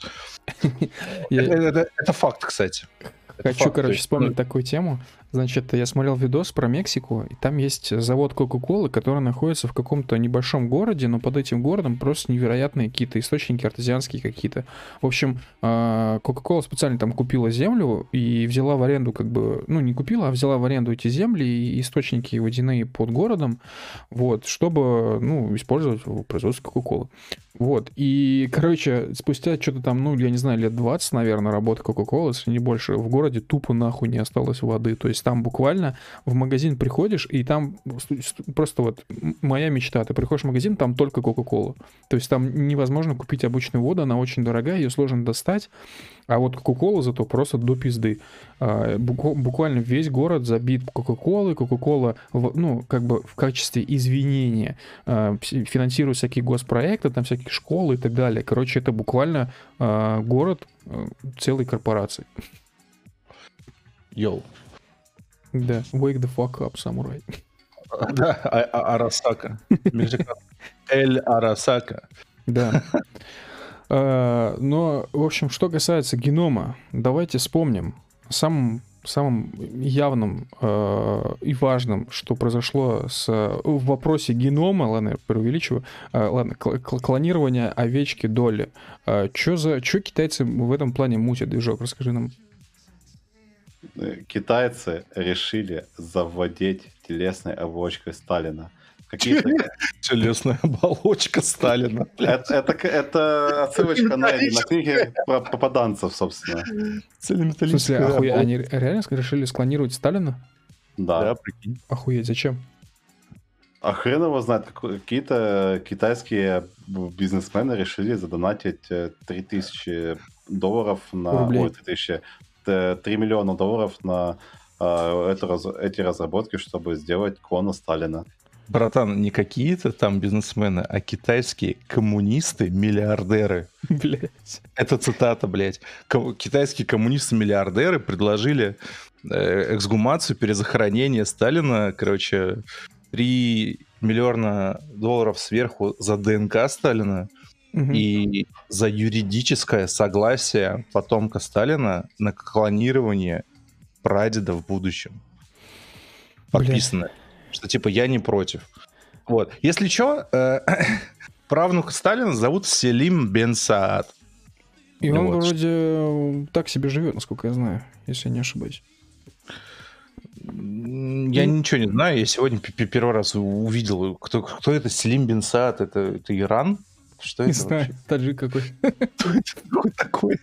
Это факт, кстати. Хочу, короче, вспомнить такую тему. Значит, я смотрел видос про Мексику, и там есть завод Кока-Колы, который находится в каком-то небольшом городе, но под этим городом просто невероятные какие-то источники артезианские какие-то. В общем, Кока-Кола специально там купила землю и взяла в аренду, как бы, ну, не купила, а взяла в аренду эти земли и источники водяные под городом, вот, чтобы, ну, использовать в производстве Кока-Колы. Вот, и, короче, спустя что-то там, ну, я не знаю, лет 20, наверное, работы Кока-Колы, если не больше, в городе тупо нахуй не осталось воды. То есть там буквально в магазин приходишь, и там просто вот моя мечта. Ты приходишь в магазин, там только Кока-Кола. То есть там невозможно купить обычную воду, она очень дорогая, ее сложно достать. А вот Кока-Кола зато просто до пизды. Буквально весь город забит Кока-Колой. Кока-Кола, ну, как бы в качестве извинения финансирует всякие госпроекты, там всякие школы и так далее. Короче, это буквально город целой корпорации. Йоу. Да, wake the fuck up, самурай. Да, Арасака. Эль Арасака. Да. Но, в общем, что касается генома, давайте вспомним самым явным и важным, что произошло в вопросе генома, ладно, я преувеличиваю, клонирование овечки Долли. Чё китайцы в этом плане мутят, движок? Расскажи нам. Китайцы решили завладеть телесной оболочкой Сталина. Какие-то... Телесная оболочка Сталина. Это отсылочка на книги про попаданцев, собственно. В смысле, охуеть, они реально решили склонировать Сталина? Да. Прикинь. Охуеть, зачем? А хрен его знает, какие-то китайские бизнесмены решили задонатить $3000 на... Рублей. Ой, 3000... $3 миллиона на эти разработки, чтобы сделать клона Сталина. Братан, не какие-то там бизнесмены, а китайские коммунисты-миллиардеры. Блять. Это цитата, блядь. Китайские коммунисты-миллиардеры предложили эксгумацию, перезахоронение Сталина, короче, $3 миллиона сверху за ДНК Сталина и за юридическое согласие потомка Сталина на клонирование прадеда в будущем. Подписано. Что типа я не против. Вот. Если что, правнука Сталина зовут Селим бен Саад. И он вроде так себе живет, насколько я знаю, если я не ошибаюсь. Я ничего не знаю. Я сегодня первый раз увидел, кто это Селим бен Саад. Это Иран? Что не это знаю, вообще? таджик какой. Кто такой?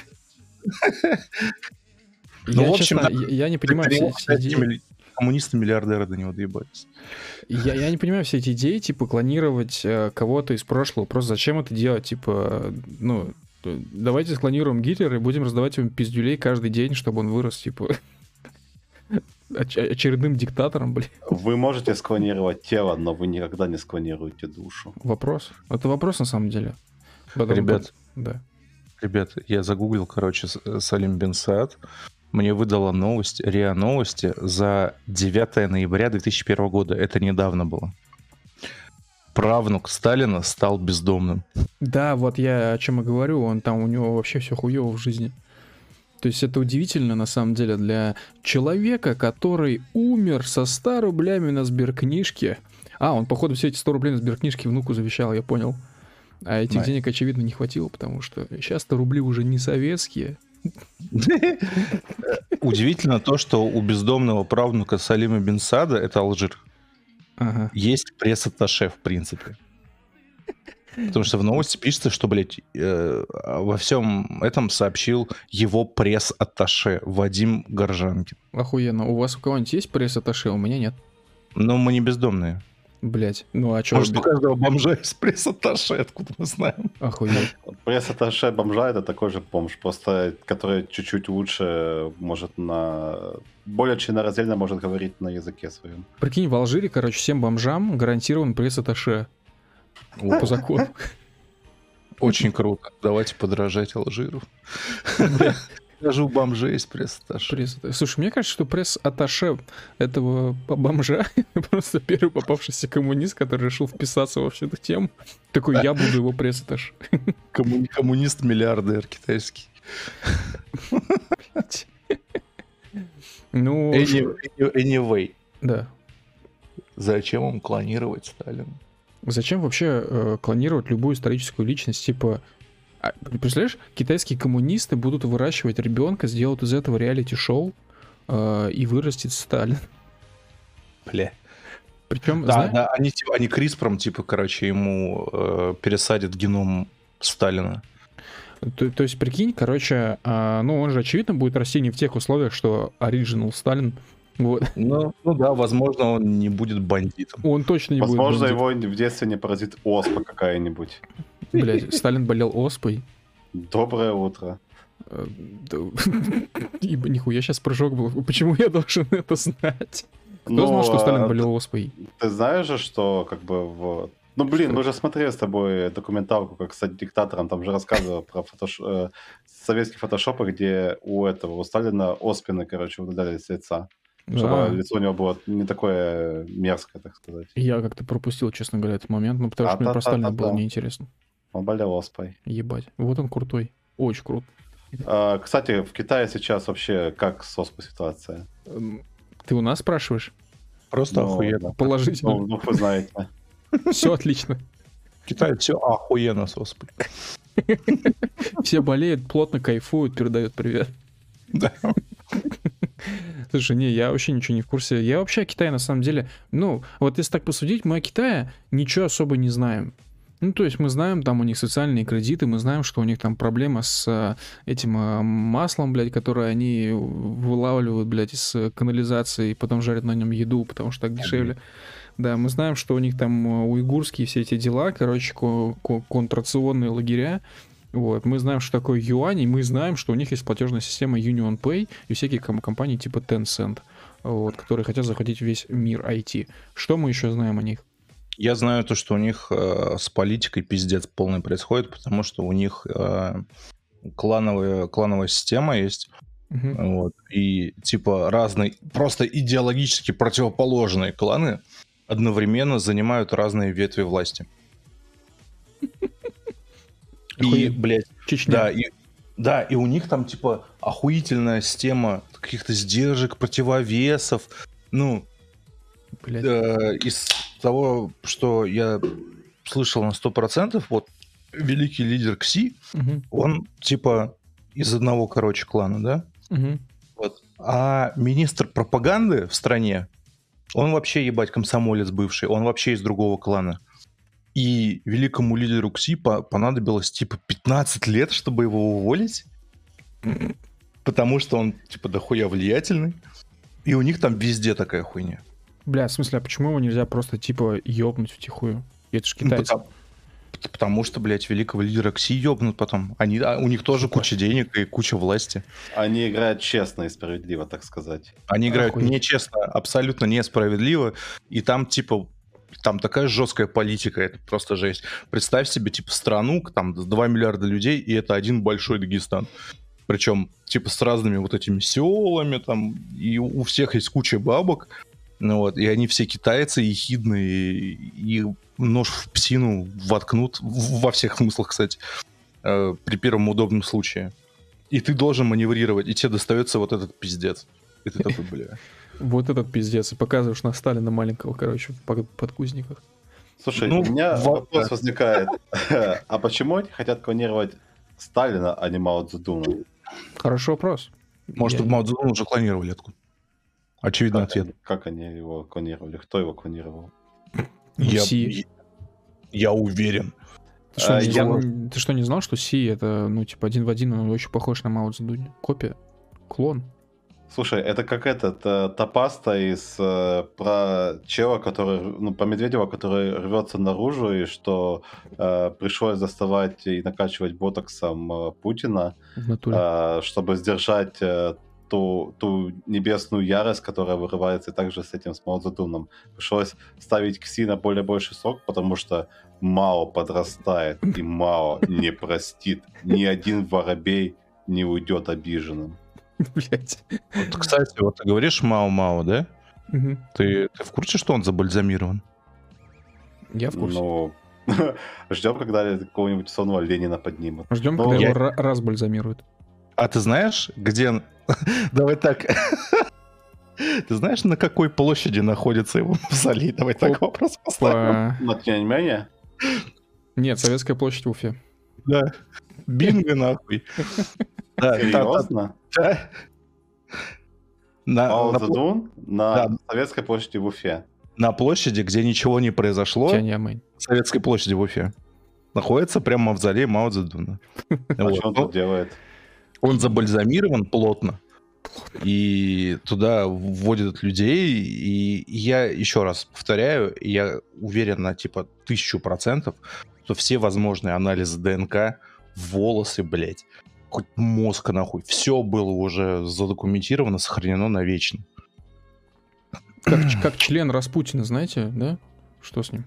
Я, честно, я не понимаю все эти идеи. Коммунисты-миллиардеры до него доебались. Я не понимаю все эти идеи, типа, клонировать кого-то из прошлого. Просто зачем это делать? Типа, ну, давайте склонируем Гитлера и будем раздавать ему пиздюлей каждый день, чтобы он вырос, типа, очередным диктатором, блин. Вы можете склонировать тело, но вы никогда не склонируете душу. Вопрос. Это вопрос на самом деле. Ребят, да. Ребят, я загуглил, короче, Салим бен Саад. Мне выдала новость, РИА Новости за 9 ноября 2001 года. Это недавно было. Правнук Сталина стал бездомным. Да, вот я о чем и говорю. Он там, у него вообще все хуево в жизни. То есть это удивительно, на самом деле, для человека, который умер со 100 рублями на сберкнижке. Он, походу, все эти 100 рублей на сберкнижке внуку завещал, я понял. А этих денег, очевидно, не хватило, потому что сейчас-то рубли уже не советские. Удивительно то, что у бездомного правнука Салима бен Саада, это Алжир, есть пресс-атташе, в принципе. Потому что в новости пишется, что, блядь, во всем этом сообщил его пресс-атташе Вадим Горжанкин. Охуенно. У вас у кого-нибудь есть пресс-атташе? У меня нет. Но мы не бездомные. Блять, ну а что? Может, у каждого бомжа есть пресс-атташе, откуда мы знаем? Охуеть. Пресс-атташе бомжа — это такой же бомж, просто который чуть-чуть лучше может более членораздельно может говорить на языке своем. Прикинь, в Алжире, короче, всем бомжам гарантирован пресс-атташе. По закону. Очень круто. Давайте подражать Алжиру. Даже у бомжей есть пресс-атташе. Слушай, мне кажется, что пресс-атташе этого бомжа просто первый попавшийся коммунист, который решил вписаться во всю эту тему. Такой, я буду его пресс-атташе. Коммунист-миллиардер китайский. Ну... Anyway. Да. Зачем им клонировать Сталина? Зачем вообще клонировать любую историческую личность? Типа, представляешь, китайские коммунисты будут выращивать ребенка, сделают из этого реалити-шоу и вырастет Сталин. Бля. Причем, да, они CRISPR, типа, короче, ему пересадят геном Сталина. То есть, прикинь, короче, ну он же, очевидно, будет расти не в тех условиях, что оригинал Сталин. Вот. Ну да, возможно, он не будет бандитом. Он точно не будет бандитом. Возможно, его в детстве не поразит оспа какая-нибудь. Блядь, Сталин болел оспой. Доброе утро. Ибо нихуя сейчас прыжок был. Почему я должен это знать? Кто знал, что Сталин болел оспой? Ты знаешь же, что как бы Ну, блин, мы же смотрели с тобой документалку, как стать диктатором. Там же рассказывал про советский фотошоп, где у Сталина оспины, короче, удаляли с лица. Чтобы Да. лицо у него было не такое мерзкое, так сказать. Я как-то пропустил, честно говоря, этот момент, ну, потому что мне про Сталина было Та-та-та-та-та. неинтересно. Он болел оспой. Ебать. Вот он крутой. Очень крут. Кстати, в Китае сейчас вообще как с оспой ситуация? Ты у нас спрашиваешь? Просто Ну, охуенно. да. Положительно. Ну, вы знаете. Все отлично. В Китае все охуенно с оспой. Все болеют, плотно кайфуют, передают привет. Да. Слушай, не, я вообще ничего не в курсе. Я вообще о Китае, на самом деле, ну, вот если так посудить, мы о Китае ничего особо не знаем. Ну, то есть мы знаем, там у них социальные кредиты, мы знаем, что у них там проблема с этим маслом, блядь, которое они вылавливают, блядь, из канализации и потом жарят на нем еду, потому что так дешевле. Да, мы знаем, что у них там уйгурские все эти дела, короче, контррационные лагеря. Вот. Мы знаем, что такое юань, и мы знаем, что у них есть платежная система UnionPay и всякие компании типа Tencent, вот, которые хотят захватить весь мир IT. Что мы еще знаем о них? Я знаю то, что у них с политикой пиздец полный происходит, потому что у них клановая система есть. Вот, и типа разные, просто идеологически противоположные кланы одновременно занимают разные ветви власти. И, блядь, Чечня. да, и у них там, типа, охуительная система каких-то сдержек, противовесов. Ну, из того, что я слышал на 100%, вот, великий лидер Кси, он, типа, из одного, короче, клана, да? Вот. А министр пропаганды в стране, он вообще, ебать, комсомолец бывший, он вообще из другого клана. И великому лидеру Кси понадобилось, типа, 15 лет, чтобы его уволить. Потому что он, типа, дохуя влиятельный. И у них там везде такая хуйня. Бля, в смысле, а почему его нельзя просто, типа, ёбнуть втихую? Это ж китайцы. Потому что, блядь, великого лидера Кси ёбнут потом. У них тоже куча денег и куча власти. Они играют честно и справедливо, так сказать. Они играют нечестно, абсолютно несправедливо. И там, типа... Там такая жесткая политика, это просто жесть. Представь себе, типа, страну, там, 2 миллиарда людей, и это один большой Дагестан. Причем, типа, с разными вот этими селами, там, и у всех есть куча бабок, ну, вот, и они все китайцы, ехидные, и нож в псину воткнут, во всех смыслах, кстати, при первом удобном случае. И ты должен маневрировать, и тебе достается вот этот пиздец. И ты такой, бля... Вот этот пиздец. И показываешь на Сталина маленького, короче, в подкузниках. Слушай, у меня вопрос возникает. А почему они хотят клонировать Сталина, а не Мао Цзэдуна? Хороший вопрос. Может, Мао Цзэдуна уже клонировали откуда? Очевидный ответ. Как они его клонировали? Кто его клонировал? Я уверен. Ты что, не знал, что Си это, ну, типа, один в один, он очень похож на Мао Цзэдуня? Копия? Клон? Слушай, это как та паста из про чела, который, ну, про Медведева, который рвется наружу, и что пришлось доставать и накачивать ботоксом Путина, чтобы сдержать ту небесную ярость, которая вырывается, и также с этим, с Мао Цзэдуном. Пришлось ставить Кси на более больший срок, потому что Мао подрастает, и Мао не простит. Ни один воробей не уйдет обиженным. Блять. Вот, кстати, вот ты говоришь Мао-Мао, да? Угу. Ты в курсе, что он забальзамирован? Я в курсе. Ну, ждем, когда какого-нибудь сонного Ленина поднимут. Ждем, когда его разбальзамируют. А ты знаешь, где... Давай так. Ты знаешь, на какой площади находится его мавзолей? Давай так вопрос поставим. На Тяньаньмэне? Нет, Советская площадь в Уфе. Да. Бинго, нахуй. Серьезно? Мао Цзэдун на Советской площади в Уфе. На площади, где ничего не произошло, Советской площади в Уфе, находится прям мавзолей Мао Цзэдуна. А что он тут делает? Он забальзамирован плотно. И туда вводят людей. И я еще раз повторяю, я уверен на типа 1000%, что все возможные анализы ДНК, волосы, блядь, хоть мозг, нахуй, все было уже задокументировано, сохранено навечно. Как член Распутина, знаете, да? Что с ним?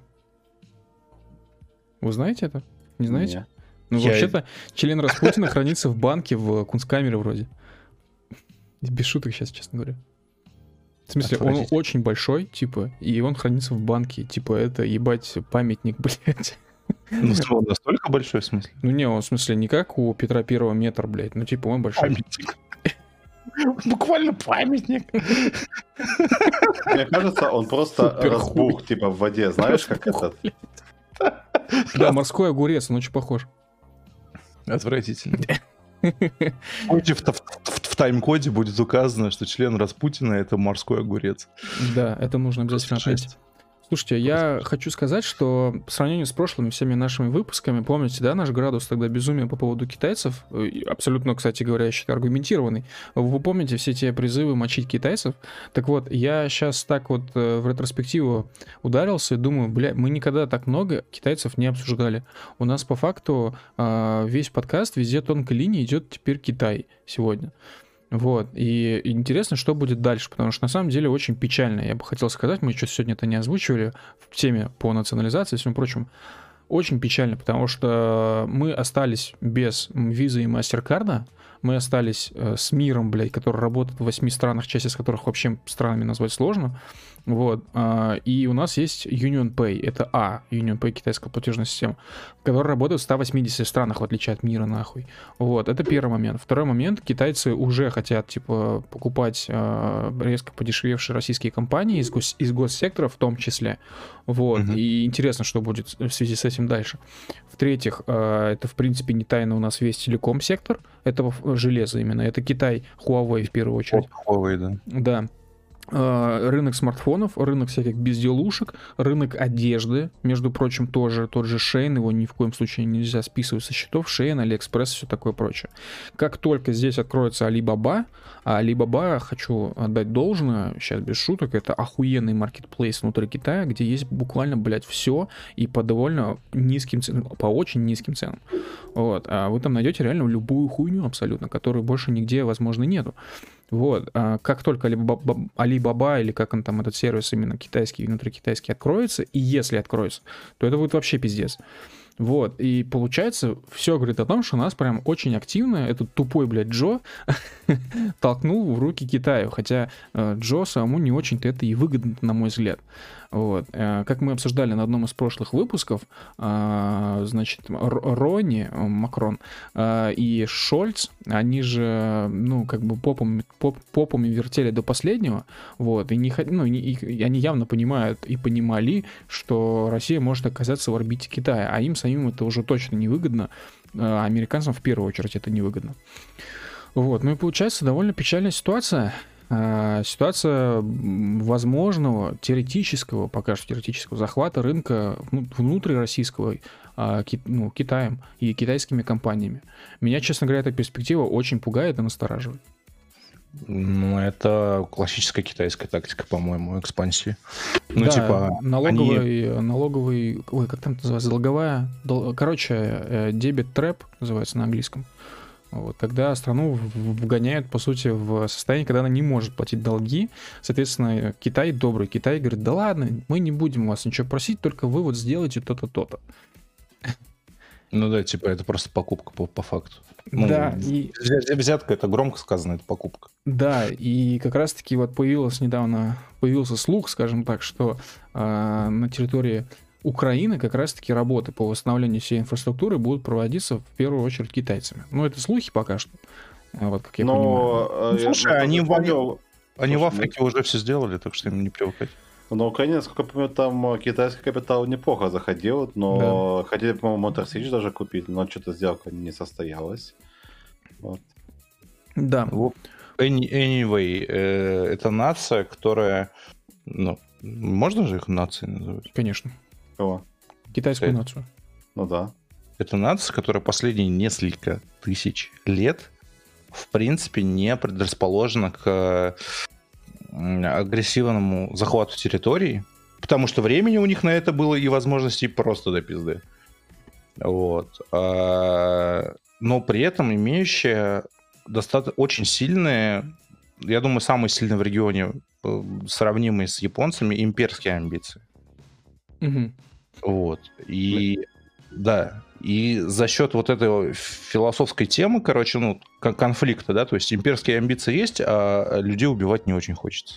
Вы знаете это? Не знаете? Нет. Ну, вообще-то, член Распутина хранится в банке в Кунсткамере вроде. Без шуток сейчас, честно говоря. В смысле, он очень большой, типа, и он хранится в банке. Типа, это, ебать, памятник, блядь. Ну, он настолько большой, в смысле? Ну, не, он, в смысле, не как у Петра Первого метр, блядь. Ну, типа, он большой. Памятник. Буквально памятник. Мне кажется, он просто Супер разбух, хуй. типа, в воде. Знаешь, как этот? Да, морской огурец, он очень похож. Отвратительно. В тайм-коде будет указано, что член Распутина — это морской огурец. Да, это нужно обязательно отметить. Слушайте, я хочу сказать, что по сравнению с прошлыми всеми нашими выпусками, помните, да, наш градус тогда безумия по поводу китайцев, абсолютно, кстати говоря, я считаю, аргументированный. Вы помните все те призывы мочить китайцев? Так вот, я сейчас так вот в ретроспективу ударился и думаю, бля, мы никогда так много китайцев не обсуждали. У нас по факту весь подкаст, везде тонкой линии идет теперь Китай сегодня. Вот, и интересно, что будет дальше, потому что на самом деле очень печально. Я бы хотел сказать, мы что сегодня это не озвучивали в теме по национализации и всему прочему. Очень печально, потому что мы остались без визы и MasterCard, мы остались с миром, блядь, который работает в 8 странах, часть из которых вообще странами назвать сложно. Вот. И у нас есть UnionPay. Это UnionPay, китайская платежная система, которая работает в 180 странах, в отличие от мира, нахуй. Вот. Это первый момент. Второй момент. Китайцы уже хотят, типа, покупать резко подешевевшие российские компании из госсектора в том числе. Вот. И интересно, что будет в связи с этим дальше. В-третьих, это, в принципе, не тайна, у нас весь телеком-сектор. Это железо именно. Это Китай, Huawei в первую очередь. Huawei, да. Да. Рынок смартфонов, рынок всяких безделушек, рынок одежды, между прочим, тоже тот же Shein, его ни в коем случае нельзя списывать со счетов, Shein, AliExpress и все такое прочее. Как только здесь откроется Alibaba, а Alibaba, хочу отдать должное, сейчас без шуток, это охуенный маркетплейс внутри Китая, где есть буквально, блядь, все и по довольно низким ценам, по очень низким ценам. Вот. А вы там найдете реально любую хуйню абсолютно, которую больше нигде, возможно, нету. Вот, как только Alibaba или как он там, этот сервис именно китайский, внутрикитайский откроется, и если откроется, то это будет вообще пиздец. Вот, и получается, все говорит о том, что нас прям очень активно этот тупой, блядь, Джо толкнул в руки Китаю, хотя Джо самому не очень-то это и выгодно, на мой взгляд. Вот. Как мы обсуждали на одном из прошлых выпусков, значит, Рони, Макрон и Шольц, они же, ну, как бы попами вертели до последнего, вот, и они явно понимают и понимали, что Россия может оказаться в орбите Китая, а им самим это уже точно невыгодно, а американцам в первую очередь это невыгодно. Вот, ну и получается довольно печальная ситуация. Ситуация возможного теоретического, пока что теоретического захвата рынка внутрироссийского Китаем и китайскими компаниями. Меня, честно говоря, эта перспектива очень пугает и настораживает. Ну, это классическая китайская тактика, по-моему, экспансии. Ну, да, типа, налоговый, ой, как там называется, долговая, короче, дебет трэп называется на английском. Вот, когда страну вгоняют, по сути, в состояние, когда она не может платить долги. Соответственно, Китай добрый. Китай говорит, да ладно, мы не будем у вас ничего просить, только вы вот сделайте то-то, то-то. Ну да, типа это просто покупка по факту. Да, взятка — это громко сказано, это покупка. Да, и как раз-таки вот появился слух, скажем так, что на территории Украины как раз-таки работы по восстановлению всей инфраструктуры будут проводиться в первую очередь китайцами. Ну, это слухи пока что, вот как я понимаю. Слушай, они в Африке уже все сделали, так что им не привыкать. На Украине, насколько я помню, там китайский капитал неплохо заходил, но хотели, по-моему, Motor Switch даже купить, но что-то сделка не состоялась. Вот. Да. Anyway, это нация, которая... Ну, можно же их нацией называть? Конечно. Кого? Китайскую нацию. Ну да. Это нация, которая последние несколько тысяч лет в принципе не предрасположена к агрессивному захвату территорий, потому что времени у них на это было и возможностей просто до пизды. Вот. Но при этом имеющая достаточно очень сильные, я думаю, самые сильные в регионе, сравнимые с японцами, имперские амбиции. Угу. Вот. И да, и за счет вот этой философской темы, короче, ну, конфликта, да, то есть имперские амбиции есть, а людей убивать не очень хочется.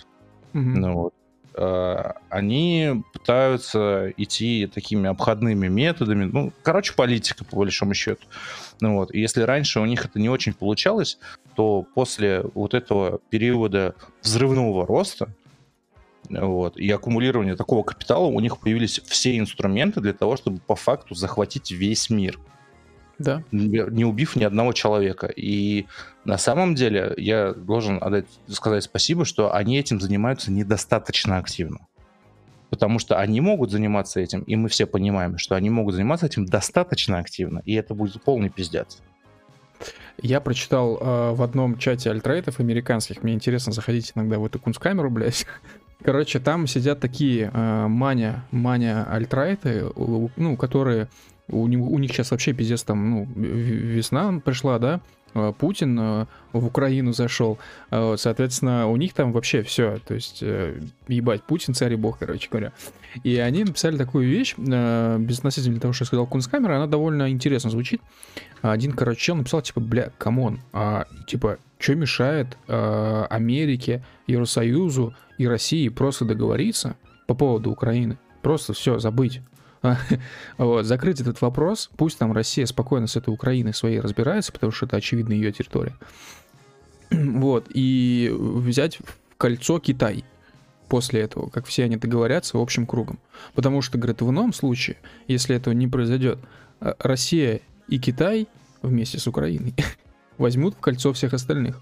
Мгм. Вот. Они пытаются идти такими обходными методами. Ну, короче, политика, по большому счету. Вот. И если раньше у них это не очень получалось, то после вот этого периода взрывного роста, вот, и аккумулирования такого капитала у них появились все инструменты для того, чтобы по факту захватить весь мир, Да. не убив ни одного человека. И на самом деле я должен сказать спасибо, что они этим занимаются недостаточно активно. Потому что они могут заниматься этим, и мы все понимаем, что они могут заниматься этим достаточно активно, и это будет полный пиздец. Я прочитал в одном чате альтрайтов американских, мне интересно заходить иногда в эту кунсткамеру, блядь. Короче, там сидят такие маня альтрайты, ну, которые... У них сейчас вообще пиздец, там, ну, весна пришла, да? Путин в Украину зашел. Соответственно, у них там вообще все. То есть, ебать, Путин царь и бог, короче говоря. И они написали такую вещь, безотносительно того, что я сказал кунсткамера, она довольно интересно звучит. Один, короче, чел написал, типа, бля, камон, типа, что мешает Америке, Евросоюзу и России просто договориться по поводу Украины? Просто все, забыть. Вот, закрыть этот вопрос, пусть там Россия спокойно с этой Украиной своей разбирается, потому что это, очевидно, ее территория. Вот, и взять в кольцо Китай после этого, как все они договорятся общим кругом. Потому что, говорят, в ином случае, если этого не произойдет, Россия и Китай вместе с Украиной возьмут в кольцо всех остальных.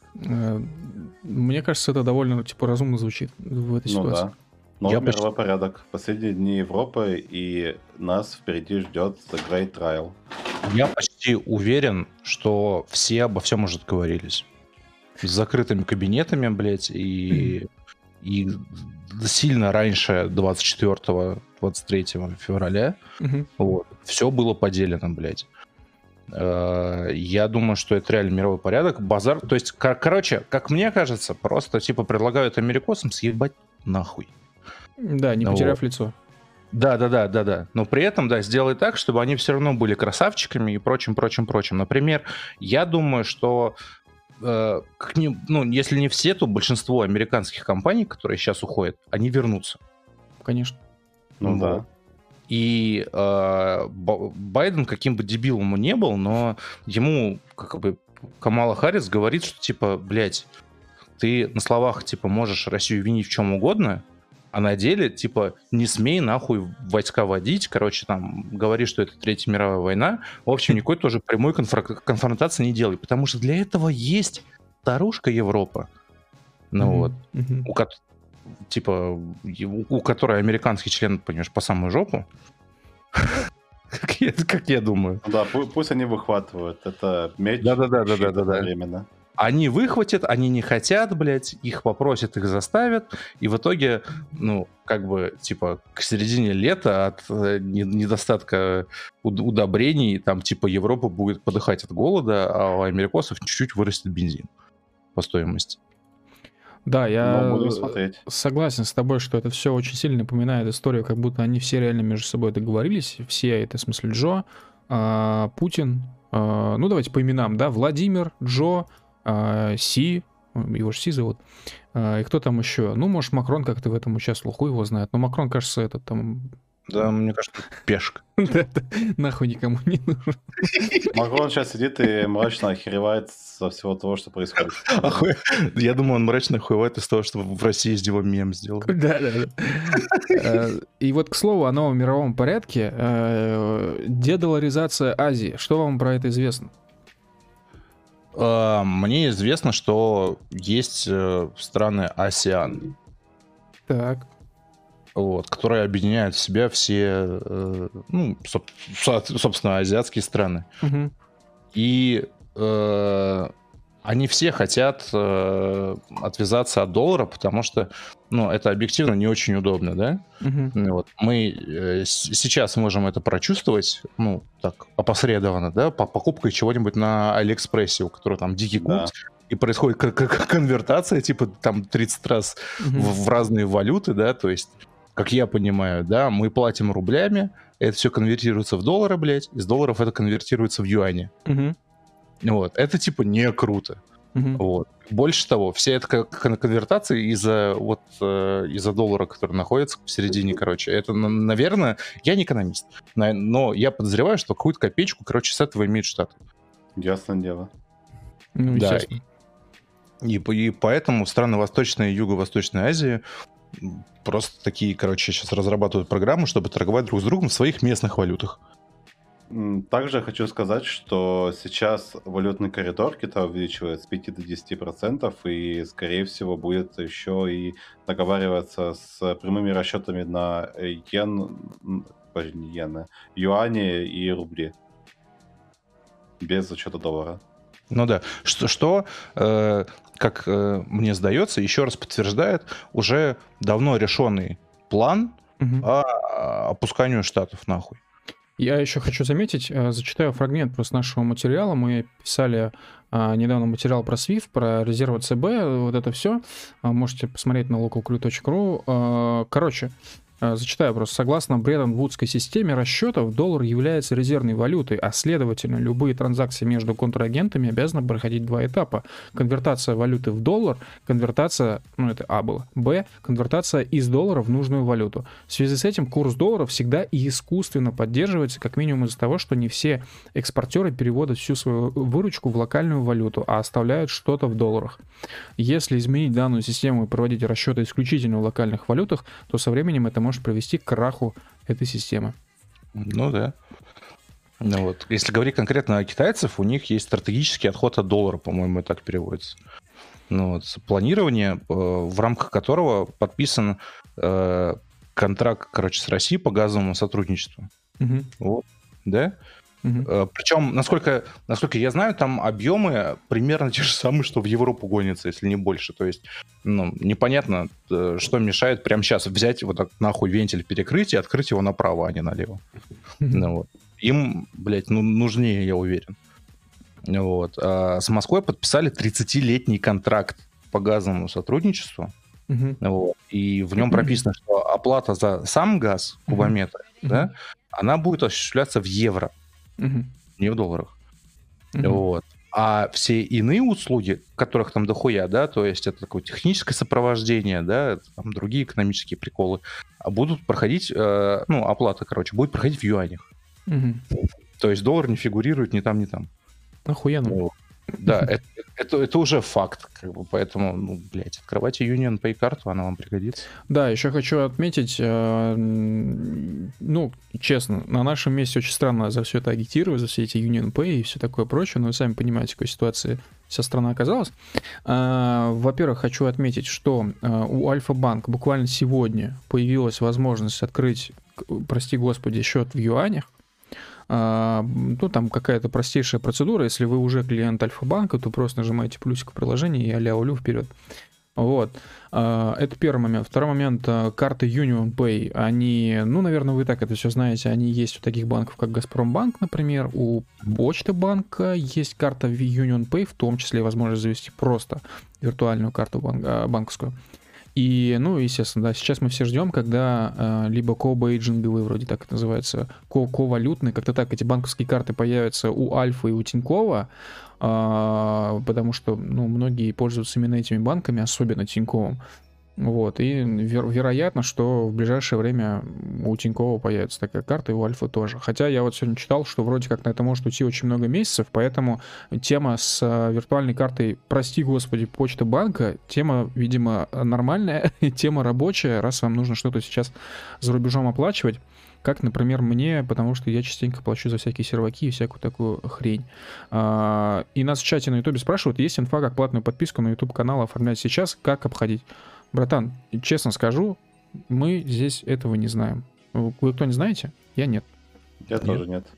Мне кажется, это довольно, типа, разумно звучит в этой ситуации. Да. Новый мировой порядок. Последние дни Европы, и нас впереди ждет The Great Trial. Я почти уверен, что все обо всем уже договорились. С закрытыми кабинетами, блядь, и сильно раньше 24-23 февраля вот, все было поделено, блядь. Я думаю, что это реально мировой порядок. Базар, то есть, короче, как мне кажется, просто типа предлагают америкосам съебать нахуй. Да, не потеряв лицо. Да. Но при этом, да, сделай так, чтобы они все равно были красавчиками и прочим. Например, я думаю, что если не все, то большинство американских компаний, которые сейчас уходят, они вернутся. Конечно. Ну да. И Байден, каким бы дебилом он не был, но ему как бы Камала Харрис говорит, что типа, блядь, ты на словах типа можешь Россию винить в чем угодно, а на деле, типа, не смей нахуй войска водить, короче, там, говори, что это Третья мировая война. В общем, никакой тоже прямой конфронтации не делай, потому что для этого есть старушка Европа, у которой американский член, понимаешь, по самую жопу. Как я думаю. Да, пусть они выхватывают. Это меч. Да. Временно. Они выхватят, они не хотят, блядь, их попросят, их заставят, и в итоге, к середине лета от недостатка удобрений, там, типа, Европа будет подыхать от голода, а у америкосов чуть-чуть вырастет бензин по стоимости. Да, я согласен с тобой, что это все очень сильно напоминает историю, как будто они все реально между собой договорились, все, это в смысле Джо, Путин, давайте по именам, да, Владимир, Джо, Си, его же Си зовут, и кто там еще? Может, Макрон как-то в этом участвовал, хуй его знает, но Макрон, кажется, этот там... Да, мне кажется, пешка. Нахуй никому не нужен. Макрон сейчас сидит и мрачно охеревает со всего того, что происходит. Я думаю, он мрачно охуевает из того, что в России из него мем сделал. Да. И вот, к слову, о новом мировом порядке. Дедоларизация Азии. Что вам про это известно? Мне известно, что есть страны АСЕАН. Так. Вот, которые объединяют в себя все, собственно, азиатские страны. Угу. И они все хотят отвязаться от доллара, потому что, это объективно не очень удобно, да? Угу. Вот. Мы сейчас можем это прочувствовать, так, опосредованно, да, по покупке чего-нибудь на Алиэкспрессе, у которого там дикий курс, и происходит конвертация, типа, там 30 раз в разные валюты, да, то есть... Как я понимаю, да, мы платим рублями, это все конвертируется в доллары, блядь, из долларов это конвертируется в юани. Угу. Вот, это типа не круто. Мгм. Вот. Больше того, вся эта конвертация из-за доллара, который находится посередине, короче, это, наверное, я не экономист, но я подозреваю, что какую-то копеечку, короче, с этого имеют Штаты. Ясное дело. Ну, Да, естественно. и поэтому страны Восточной и Юго-Восточной Азии просто такие, короче, сейчас разрабатывают программы, чтобы торговать друг с другом в своих местных валютах. Также хочу сказать, что сейчас валютный коридор Китая увеличивает с 5 до 10%, и, скорее всего, будет еще и договариваться с прямыми расчетами на не иены, юани и рубли, без учета доллара. Ну да, как мне сдается, еще раз подтверждает уже давно решенный план Мгм. по опусканию Штатов нахуй. Я еще хочу заметить, зачитаю фрагмент просто нашего материала. Мы писали недавно материал про SWIFT, про резервы ЦБ, вот это все. Можете посмотреть на localcrew.ru. Короче, зачитаю просто. Согласно Бреттон-Вудской системе расчетов, доллар является резервной валютой, а следовательно, любые транзакции между контрагентами обязаны проходить два этапа. Конвертация валюты в доллар, конвертация, ну это А было, Б, конвертация из доллара в нужную валюту. В связи с этим курс доллара всегда и искусственно поддерживается, как минимум из-за того, что не все экспортеры переводят всю свою выручку в локальную валюту, а оставляют что-то в долларах. Если изменить данную систему и проводить расчеты исключительно в локальных валютах, то со временем это может привести к краху этой системы. Ну да. Ну вот. Если говорить конкретно о китайцев, у них есть стратегический отход от доллара, по-моему, так переводится. Ну, вот. Планирование, в рамках которого подписан контракт, короче, с Россией по газовому сотрудничеству. Мгм. Вот. Да? Мгм. Причем, насколько я знаю, там объемы примерно те же самые, что в Европу гонятся, если не больше. То есть, ну, непонятно, что мешает прямо сейчас взять вот так нахуй вентиль перекрыть и открыть его направо, а не налево. Мгм. Ну, вот. Им, блядь, нужнее, я уверен. Вот. А с Москвой подписали 30-летний контракт по газовому сотрудничеству. Мгм. Вот. И в нем прописано, что оплата за сам газ, кубометр, Мгм. да, она будет осуществляться в евро, Мгм. не в долларах. Мгм. Вот. А все иные услуги, которых там дохуя, да, то есть это такое техническое сопровождение, да, это там другие экономические приколы, будут проходить, оплата, короче, будет проходить в юанях. Мгм. То есть доллар не фигурирует ни там, ни там. Охуенно. Вот. Да, это уже факт, как бы, поэтому, ну, блядь, открывайте Union Pay карту, она вам пригодится. Да, еще хочу отметить, ну, честно, на нашем месте очень странно за все это агитировать, за все эти Union Pay и все такое прочее, но вы сами понимаете, в какой ситуации вся страна оказалась. Во-первых, хочу отметить, что у Альфа-Банк буквально сегодня появилась возможность открыть, прости господи, счет в юанях. Ну, там какая-то простейшая процедура. Если вы уже клиент Альфа-банка, то просто нажимаете плюсик в приложении и аля-улю вперед. Вот. Это первый момент. Второй момент. Карты Union Pay, они, ну, наверное, вы так это все знаете, они есть у таких банков, как Газпромбанк, например, у Почты банка есть карта Union Pay, в том числе возможность завести просто виртуальную карту банковскую. И, ну, естественно, да, сейчас мы все ждем, когда либо ко-бейджинговые, вроде так это называется, ко-валютные, как-то так эти банковские карты появятся у Альфа и у Тинькова, потому что, ну, многие пользуются именно этими банками, особенно Тиньковым. Вот, и вероятно, что в ближайшее время у Тинькова появится такая карта, и у Альфа тоже. Хотя я вот сегодня читал, что вроде как на это может уйти очень много месяцев, поэтому тема с виртуальной картой, прости господи, Почта банка, тема, видимо, нормальная, тема рабочая, раз вам нужно что-то сейчас за рубежом оплачивать, как, например, мне, потому что я частенько плачу за всякие серваки и всякую такую хрень. И нас в чате на Ютубе спрашивают, есть инфа, как платную подписку на YouTube-канал оформлять сейчас, как обходить? Братан, честно скажу, мы здесь этого не знаем. Вы кто не знаете? Я нет. Я тоже нет.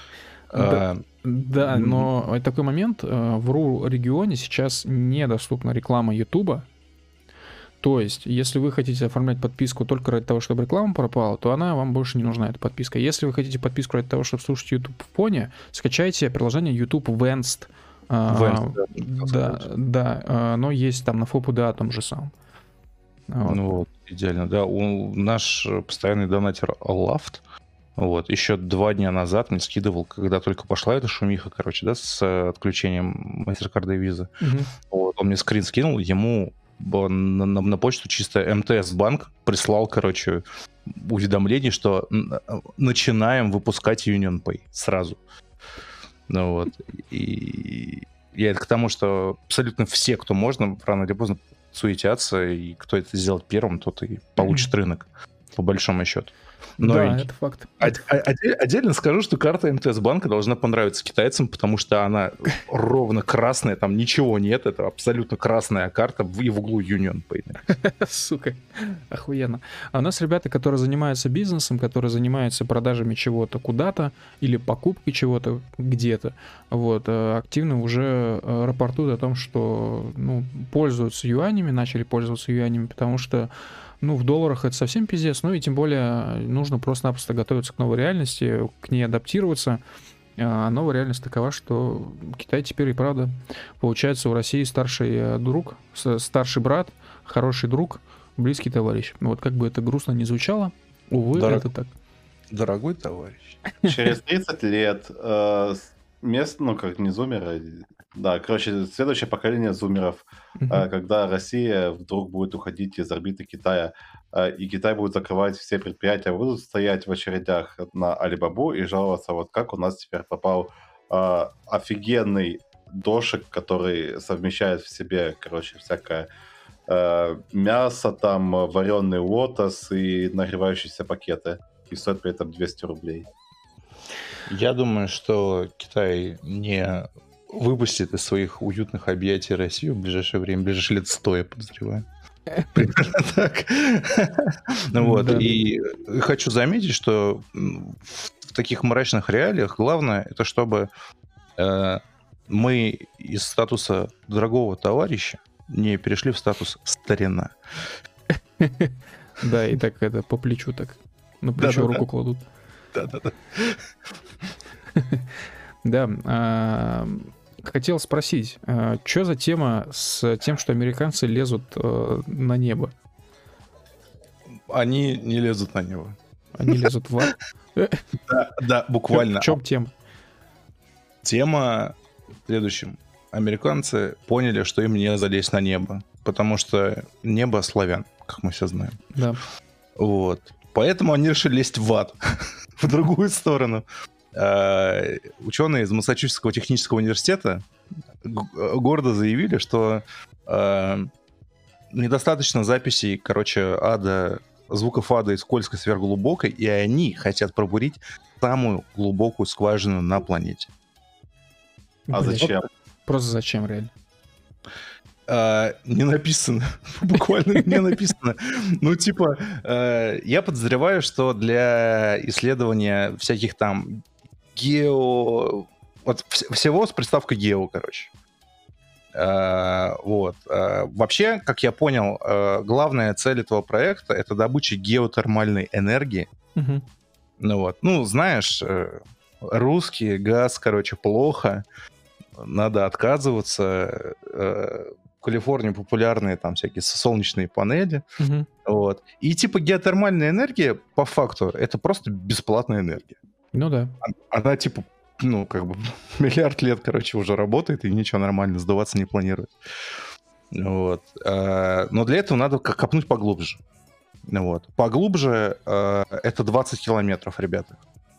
Да, но такой момент. В РУ-регионе сейчас недоступна реклама Ютуба. То есть, если вы хотите оформлять подписку только ради того, чтобы реклама пропала, то она вам больше не нужна, эта подписка. Если вы хотите подписку ради того, чтобы слушать YouTube в фоне, скачайте приложение YouTube Vanced. Да, но есть там на Фопу.да том же самом. Вот. Ну вот, идеально, да. Наш постоянный донатер Лафт Вот. Еще 2 дня назад мне скидывал, когда только пошла эта шумиха, короче, да, с отключением MasterCard и Visa. Вот. Он мне скрин скинул, ему на почту чисто МТС банк прислал, короче, уведомление, что начинаем выпускать UnionPay сразу. Ну вот. И я это к тому, что абсолютно все, кто можно, рано или поздно суетятся, и кто это сделает первым, тот и получит рынок, по большому счету. Но да, это факт. Отдельно скажу, что карта МТС банка должна понравиться китайцам, потому что она ровно красная, там ничего нет, это абсолютно красная карта и в углу UnionPay. Сука, охуенно. А у нас ребята, которые занимаются бизнесом, которые занимаются продажами чего-то куда-то или покупкой чего-то где-то, вот, активно уже рапортуют о том, что, ну, пользуются юанями, начали пользоваться юанями, потому что, ну, в долларах это совсем пиздец, ну и тем более нужно просто-напросто готовиться к новой реальности, к ней адаптироваться. А новая реальность такова, что Китай теперь и правда получается у России старший друг, старший брат, хороший друг, близкий товарищ. Вот как бы это грустно ни звучало, увы, это так. Дорогой товарищ. Через 30 лет ну, как не зумеры, да, короче, следующее поколение зумеров, когда Россия вдруг будет уходить из орбиты Китая, и Китай будет закрывать все предприятия, будут стоять в очередях на Алибабу и жаловаться, вот как у нас теперь попал офигенный дошик, который совмещает в себе, короче, всякое мясо, там, вареный лотос и нагревающиеся пакеты, и стоит при этом 200 рублей. Я думаю, что Китай не выпустит из своих уютных объятий Россию в ближайшее время, в ближайшие лет 100, я подозреваю. Примерно так. Вот. И хочу заметить, что в таких мрачных реалиях главное, это чтобы мы из статуса дорогого товарища не перешли в статус старина. Да, и так это по плечу так, на плечо руку кладут. Да-да-да. Да, хотел спросить, что за тема с тем, что американцы лезут на небо? Они не лезут на небо. Они лезут в ад? Да, буквально. В чем тема? Тема в следующем. Американцы поняли, что им не залезть на небо, потому что небо славян, как мы все знаем. Да. Вот. Поэтому они решили лезть в ад, в другую сторону. Ученые из Массачусетского технического университета гордо заявили, что недостаточно записей, короче, ада, звуков ада из Кольской сверхглубокой, и они хотят пробурить самую глубокую скважину на планете. А зачем? Просто зачем, реально? Не написано. Буквально не написано. Ну, типа, я подозреваю, что для исследования всяких там вот всего с приставкой гео, короче. Вот. Вообще, как я понял, главная цель этого проекта — это добыча геотермальной энергии. Ну, вот. Ну, знаешь, русский газ, короче, плохо. Надо отказываться. В Калифорнии популярные там всякие солнечные панели. Вот. И типа геотермальная энергия, по факту, это просто бесплатная энергия. Ну да. Она типа, ну, как бы миллиард лет, короче, уже работает, и ничего нормально, сдуваться не планирует. Вот. Но для этого надо копнуть поглубже. Вот. Поглубже это 20 километров, ребята.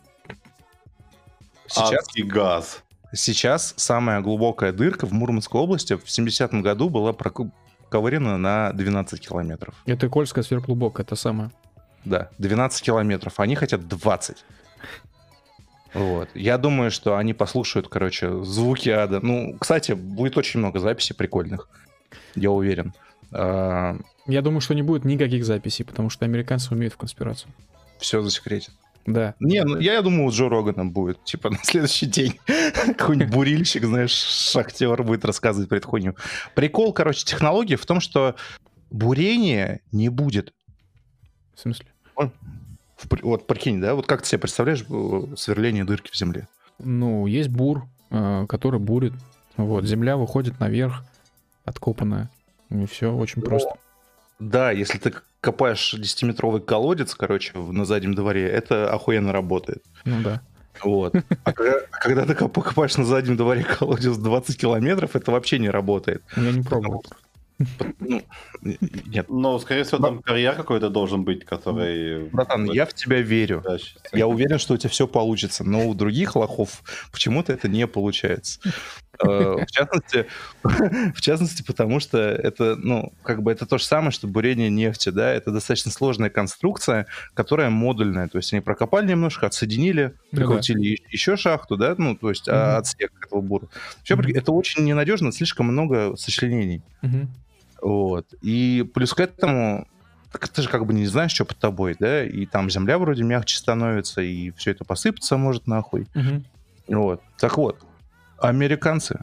Адский газ. Сейчас самая глубокая дырка в Мурманской области в 70-м году была проковырена на 12 километров. Это Кольская сверхглубокая, это самое. Да, 12 километров. Они хотят 20. Вот. Я думаю, что они послушают, короче, звуки ада. Ну, кстати, будет очень много записей прикольных. Я уверен. Я думаю, что не будет никаких записей, потому что американцы умеют в конспирацию. Все засекретят. Да. Не, ну я думаю, у Джо Рогана будет, типа, на следующий день какой-нибудь бурильщик, знаешь, шахтер будет рассказывать про эту хуйню. Прикол, короче, технологии в том, что бурения не будет. В смысле? Вот прикинь, да, вот как ты себе представляешь сверление дырки в земле? Ну, есть бур, который бурит. Вот, земля выходит наверх, откопанная. И все очень просто. Да, если ты копаешь 10-метровый колодец, короче, на заднем дворе, это охуенно работает. Ну да. Вот. А когда ты копаешь на заднем дворе колодец 20 километров, это вообще не работает. Я не пробовал. Ну, нет. Ну, скорее всего, там карьер какой-то должен быть, который... Братан, я в тебя верю. Тащится. Я уверен, что у тебя все получится, но у других лохов почему-то это не получается. В частности, потому что это, ну, как бы это то же самое, что бурение нефти, да, это достаточно сложная конструкция, которая модульная, то есть они прокопали немножко, отсоединили, прикрутили еще шахту, да, ну, то есть отсек этого бура. Это очень ненадежно, слишком много сочленений. Вот. И плюс к этому, ты же как бы не знаешь, что под тобой, да, и там земля вроде мягче становится, и все это посыпаться может нахуй. Вот. Так вот, американцы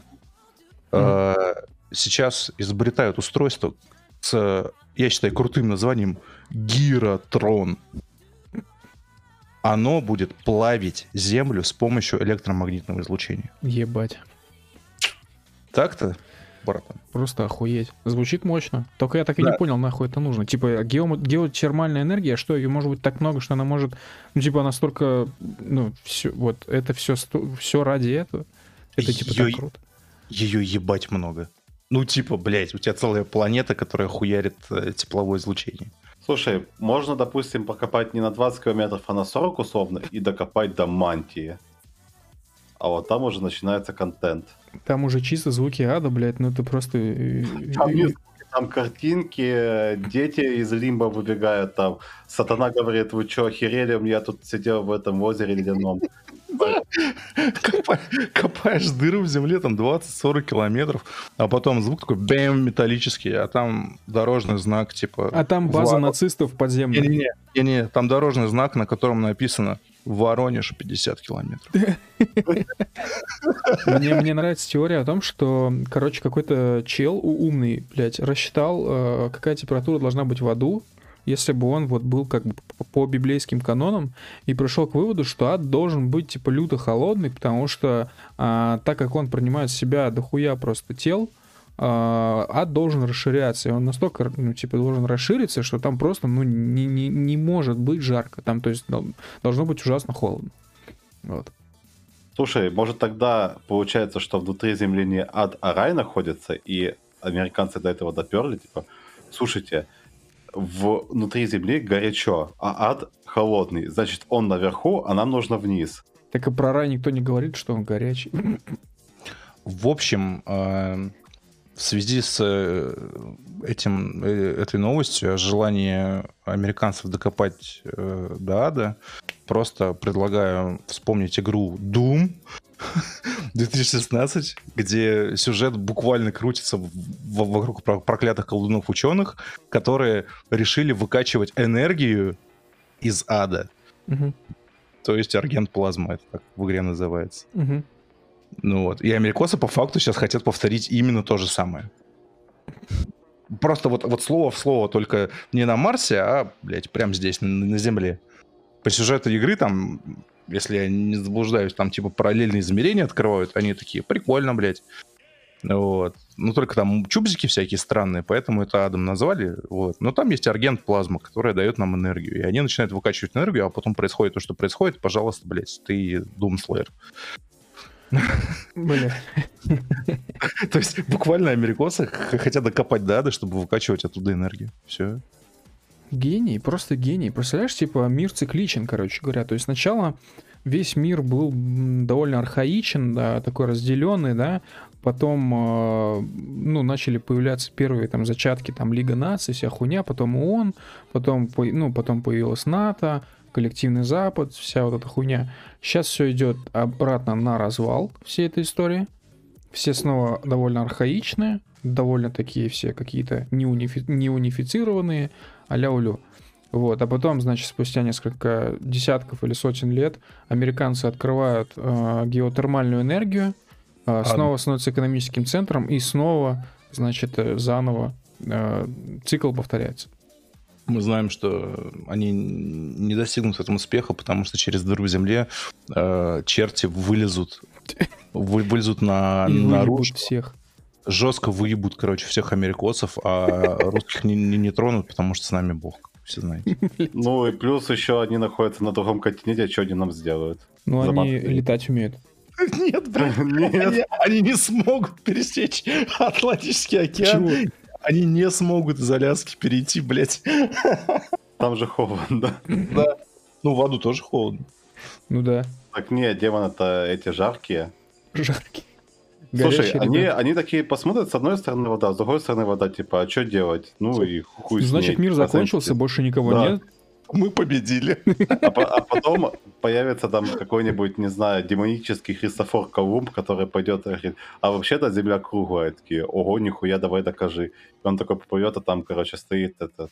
сейчас изобретают устройство с, я считаю, крутым названием Гиротрон. Оно будет плавить землю с помощью электромагнитного излучения. Ебать. Так-то, братан? Просто охуеть. Звучит мощно. Только я так и не понял, нахуй это нужно. Типа, геотермальная энергия, что ее может быть так много, что она может... Ну, типа, настолько... Ну, все, вот, это все ради этого. Это, типа, так круто. Ее ебать много. Ну, типа, блядь, у тебя целая планета, которая хуярит тепловое излучение. Слушай, можно, допустим, покопать не на 20 километров, а на 40 условно, и докопать до мантии. А вот там уже начинается контент. Там уже чисто звуки ада, блядь, ну это просто... Там картинки, дети из лимба выбегают, там сатана говорит, вы что, охерели, я тут сидел в этом озере ледяном. Копаешь дыру в земле, там 20-40 километров, а потом звук такой бэм, металлический, а там дорожный знак, типа... А там база нацистов подземная. Не-не, там дорожный знак, на котором написано Воронеж 50 километров. Мне нравится теория о том, что, короче, какой-то чел умный, блядь, рассчитал, какая температура должна быть в аду, если бы он вот был как бы по библейским канонам, и пришел к выводу, что ад должен быть типа люто холодный, потому что так как он принимает в себя дохуя просто тел, ад должен расширяться, и он настолько, ну, типа, должен расшириться, что там просто, ну, не может быть жарко, там, то есть, должно быть ужасно холодно. Вот. Слушай, может тогда получается, что внутри Земли не ад, а рай находится, и американцы до этого доперли, типа, слушайте, внутри Земли горячо, а ад холодный, значит, он наверху, а нам нужно вниз. Так и про рай никто не говорит, что он горячий. В общем, в связи с этой новостью о желании американцев докопать до ада, просто предлагаю вспомнить игру Doom 2016, где сюжет буквально крутится вокруг проклятых колдунов-ученых, которые решили выкачивать энергию из ада. То есть аргент плазма, это так в игре называется. Ну вот. И америкосы по факту сейчас хотят повторить именно то же самое. Просто вот слово в слово, только не на Марсе, а, блядь, прямо здесь, на Земле. По сюжету игры там, если я не заблуждаюсь, там типа параллельные измерения открывают, они такие, прикольно, блядь. Вот. Ну только там чубзики всякие странные, поэтому это адом назвали. Вот. Но там есть аргент плазма, которая дает нам энергию. И они начинают выкачивать энергию, а потом происходит то, что происходит. Пожалуйста, блядь, ты Doomslayer. Бля. То есть буквально америкосы хотят докопать до ада, чтобы выкачивать оттуда энергию. Все. Гений, просто гений. Представляешь, типа мир цикличен, короче говоря. То есть сначала весь мир был довольно архаичен, да, такой разделенный, да. Потом, ну, начали появляться первые там зачатки, там Лига наций, вся хуйня, потом ООН, потом появилась НАТО, коллективный Запад, вся вот эта хуйня. Сейчас все идет обратно на развал всей этой истории. Все снова довольно архаичные, довольно такие все какие-то неунифицированные, а-ля улю. Вот. А потом, значит, спустя несколько десятков или сотен лет американцы открывают геотермальную энергию, снова становятся экономическим центром, и снова, значит, заново цикл повторяется. Мы знаем, что они не достигнут этого успеха, потому что через дыру в земле черти вылезут наружу. Всех. жестко выебут, короче, всех америкосов, а русских не тронут, потому что с нами Бог, как вы все знаете. Ну и плюс еще они находятся на другом континенте, что они нам сделают? Ну, они Заманывают. летать умеют. Нет, блядь, Нет. они не смогут пересечь Атлантический океан. Почему? Они не смогут из Аляски перейти, блядь. Там же холодно. Да. Ну, в аду тоже холодно. Ну да, Так нет, демоны-то эти жаркие. жаркий. Слушай, Горячий, ребят. они такие посмотрят, с одной стороны вода, с другой стороны вода, типа, а что делать? Ну и хуй с ней. Значит, мир закончился, больше никого Да. нет. Мы победили. А потом появится там какой-нибудь, не знаю, демонический Христофор Колумб, который пойдет и говорит, а вообще-то земля круглая. Такие, ого, нихуя, давай докажи. И он такой поплывет, а там, короче, стоит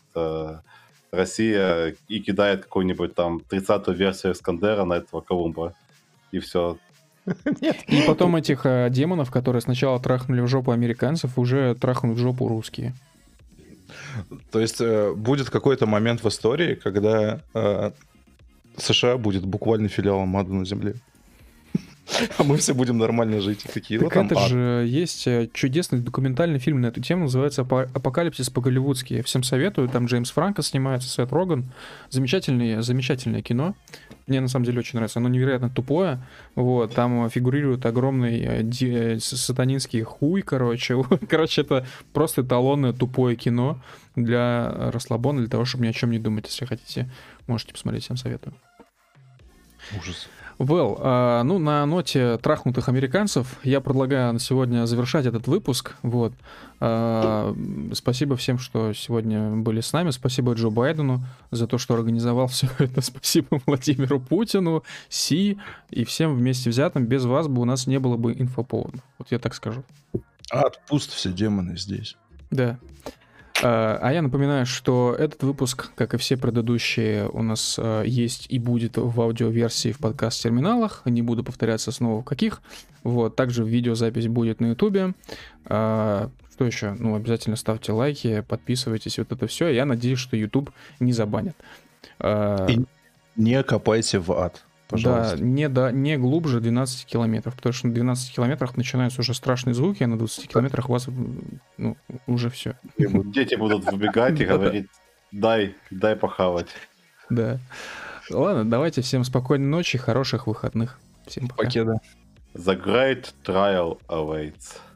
Россия и кидает какую-нибудь там 30-ю версию Искандера на этого Колумба. И все. И потом этих демонов, которые сначала трахнули в жопу американцев, уже трахнут в жопу русские. То есть будет какой-то момент в истории, когда США будет буквально филиалом ада на Земле. А мы все будем нормально жить. И такие, Так там это ад. же есть чудесный документальный фильм на эту тему, называется «Апокалипсис по-голливудски». Я всем советую, там Джеймс Франко снимается, Сет Роган. Замечательное кино. Мне на самом деле очень нравится. Оно невероятно тупое. Вот, там фигурирует огромный сатанинский хуй, короче. Короче, это просто эталонное тупое кино для расслабона, для того, чтобы ни о чем не думать. Если хотите, можете посмотреть, всем советую. Ужас. Well, ну, на ноте трахнутых американцев я предлагаю на сегодня завершать этот выпуск. Вот. Спасибо всем, что сегодня были с нами. Спасибо Джо Байдену за то, что организовал все это. Спасибо Владимиру Путину, Си и всем вместе взятым. Без вас бы у нас не было бы инфоповода. Вот я так скажу. Ад, пуст, все демоны здесь. Да. А я напоминаю, что этот выпуск, как и все предыдущие, у нас есть и будет в аудиоверсии в подкаст-терминалах. Не буду повторяться снова в каких. Вот. Также видеозапись будет на Ютубе. Что еще? Ну, обязательно ставьте лайки, подписывайтесь, вот это все. Я надеюсь, что YouTube не забанит. И не копайте в ад, пожалуйста. Да, не глубже 12 километров, потому что на 12 километрах начинаются уже страшные звуки, а на 20 километрах у вас уже все. Дети будут выбегать и говорить, дай похавать. Да. Ладно, давайте всем спокойной ночи, хороших выходных. Всем пока. Покеда. The great trial awaits.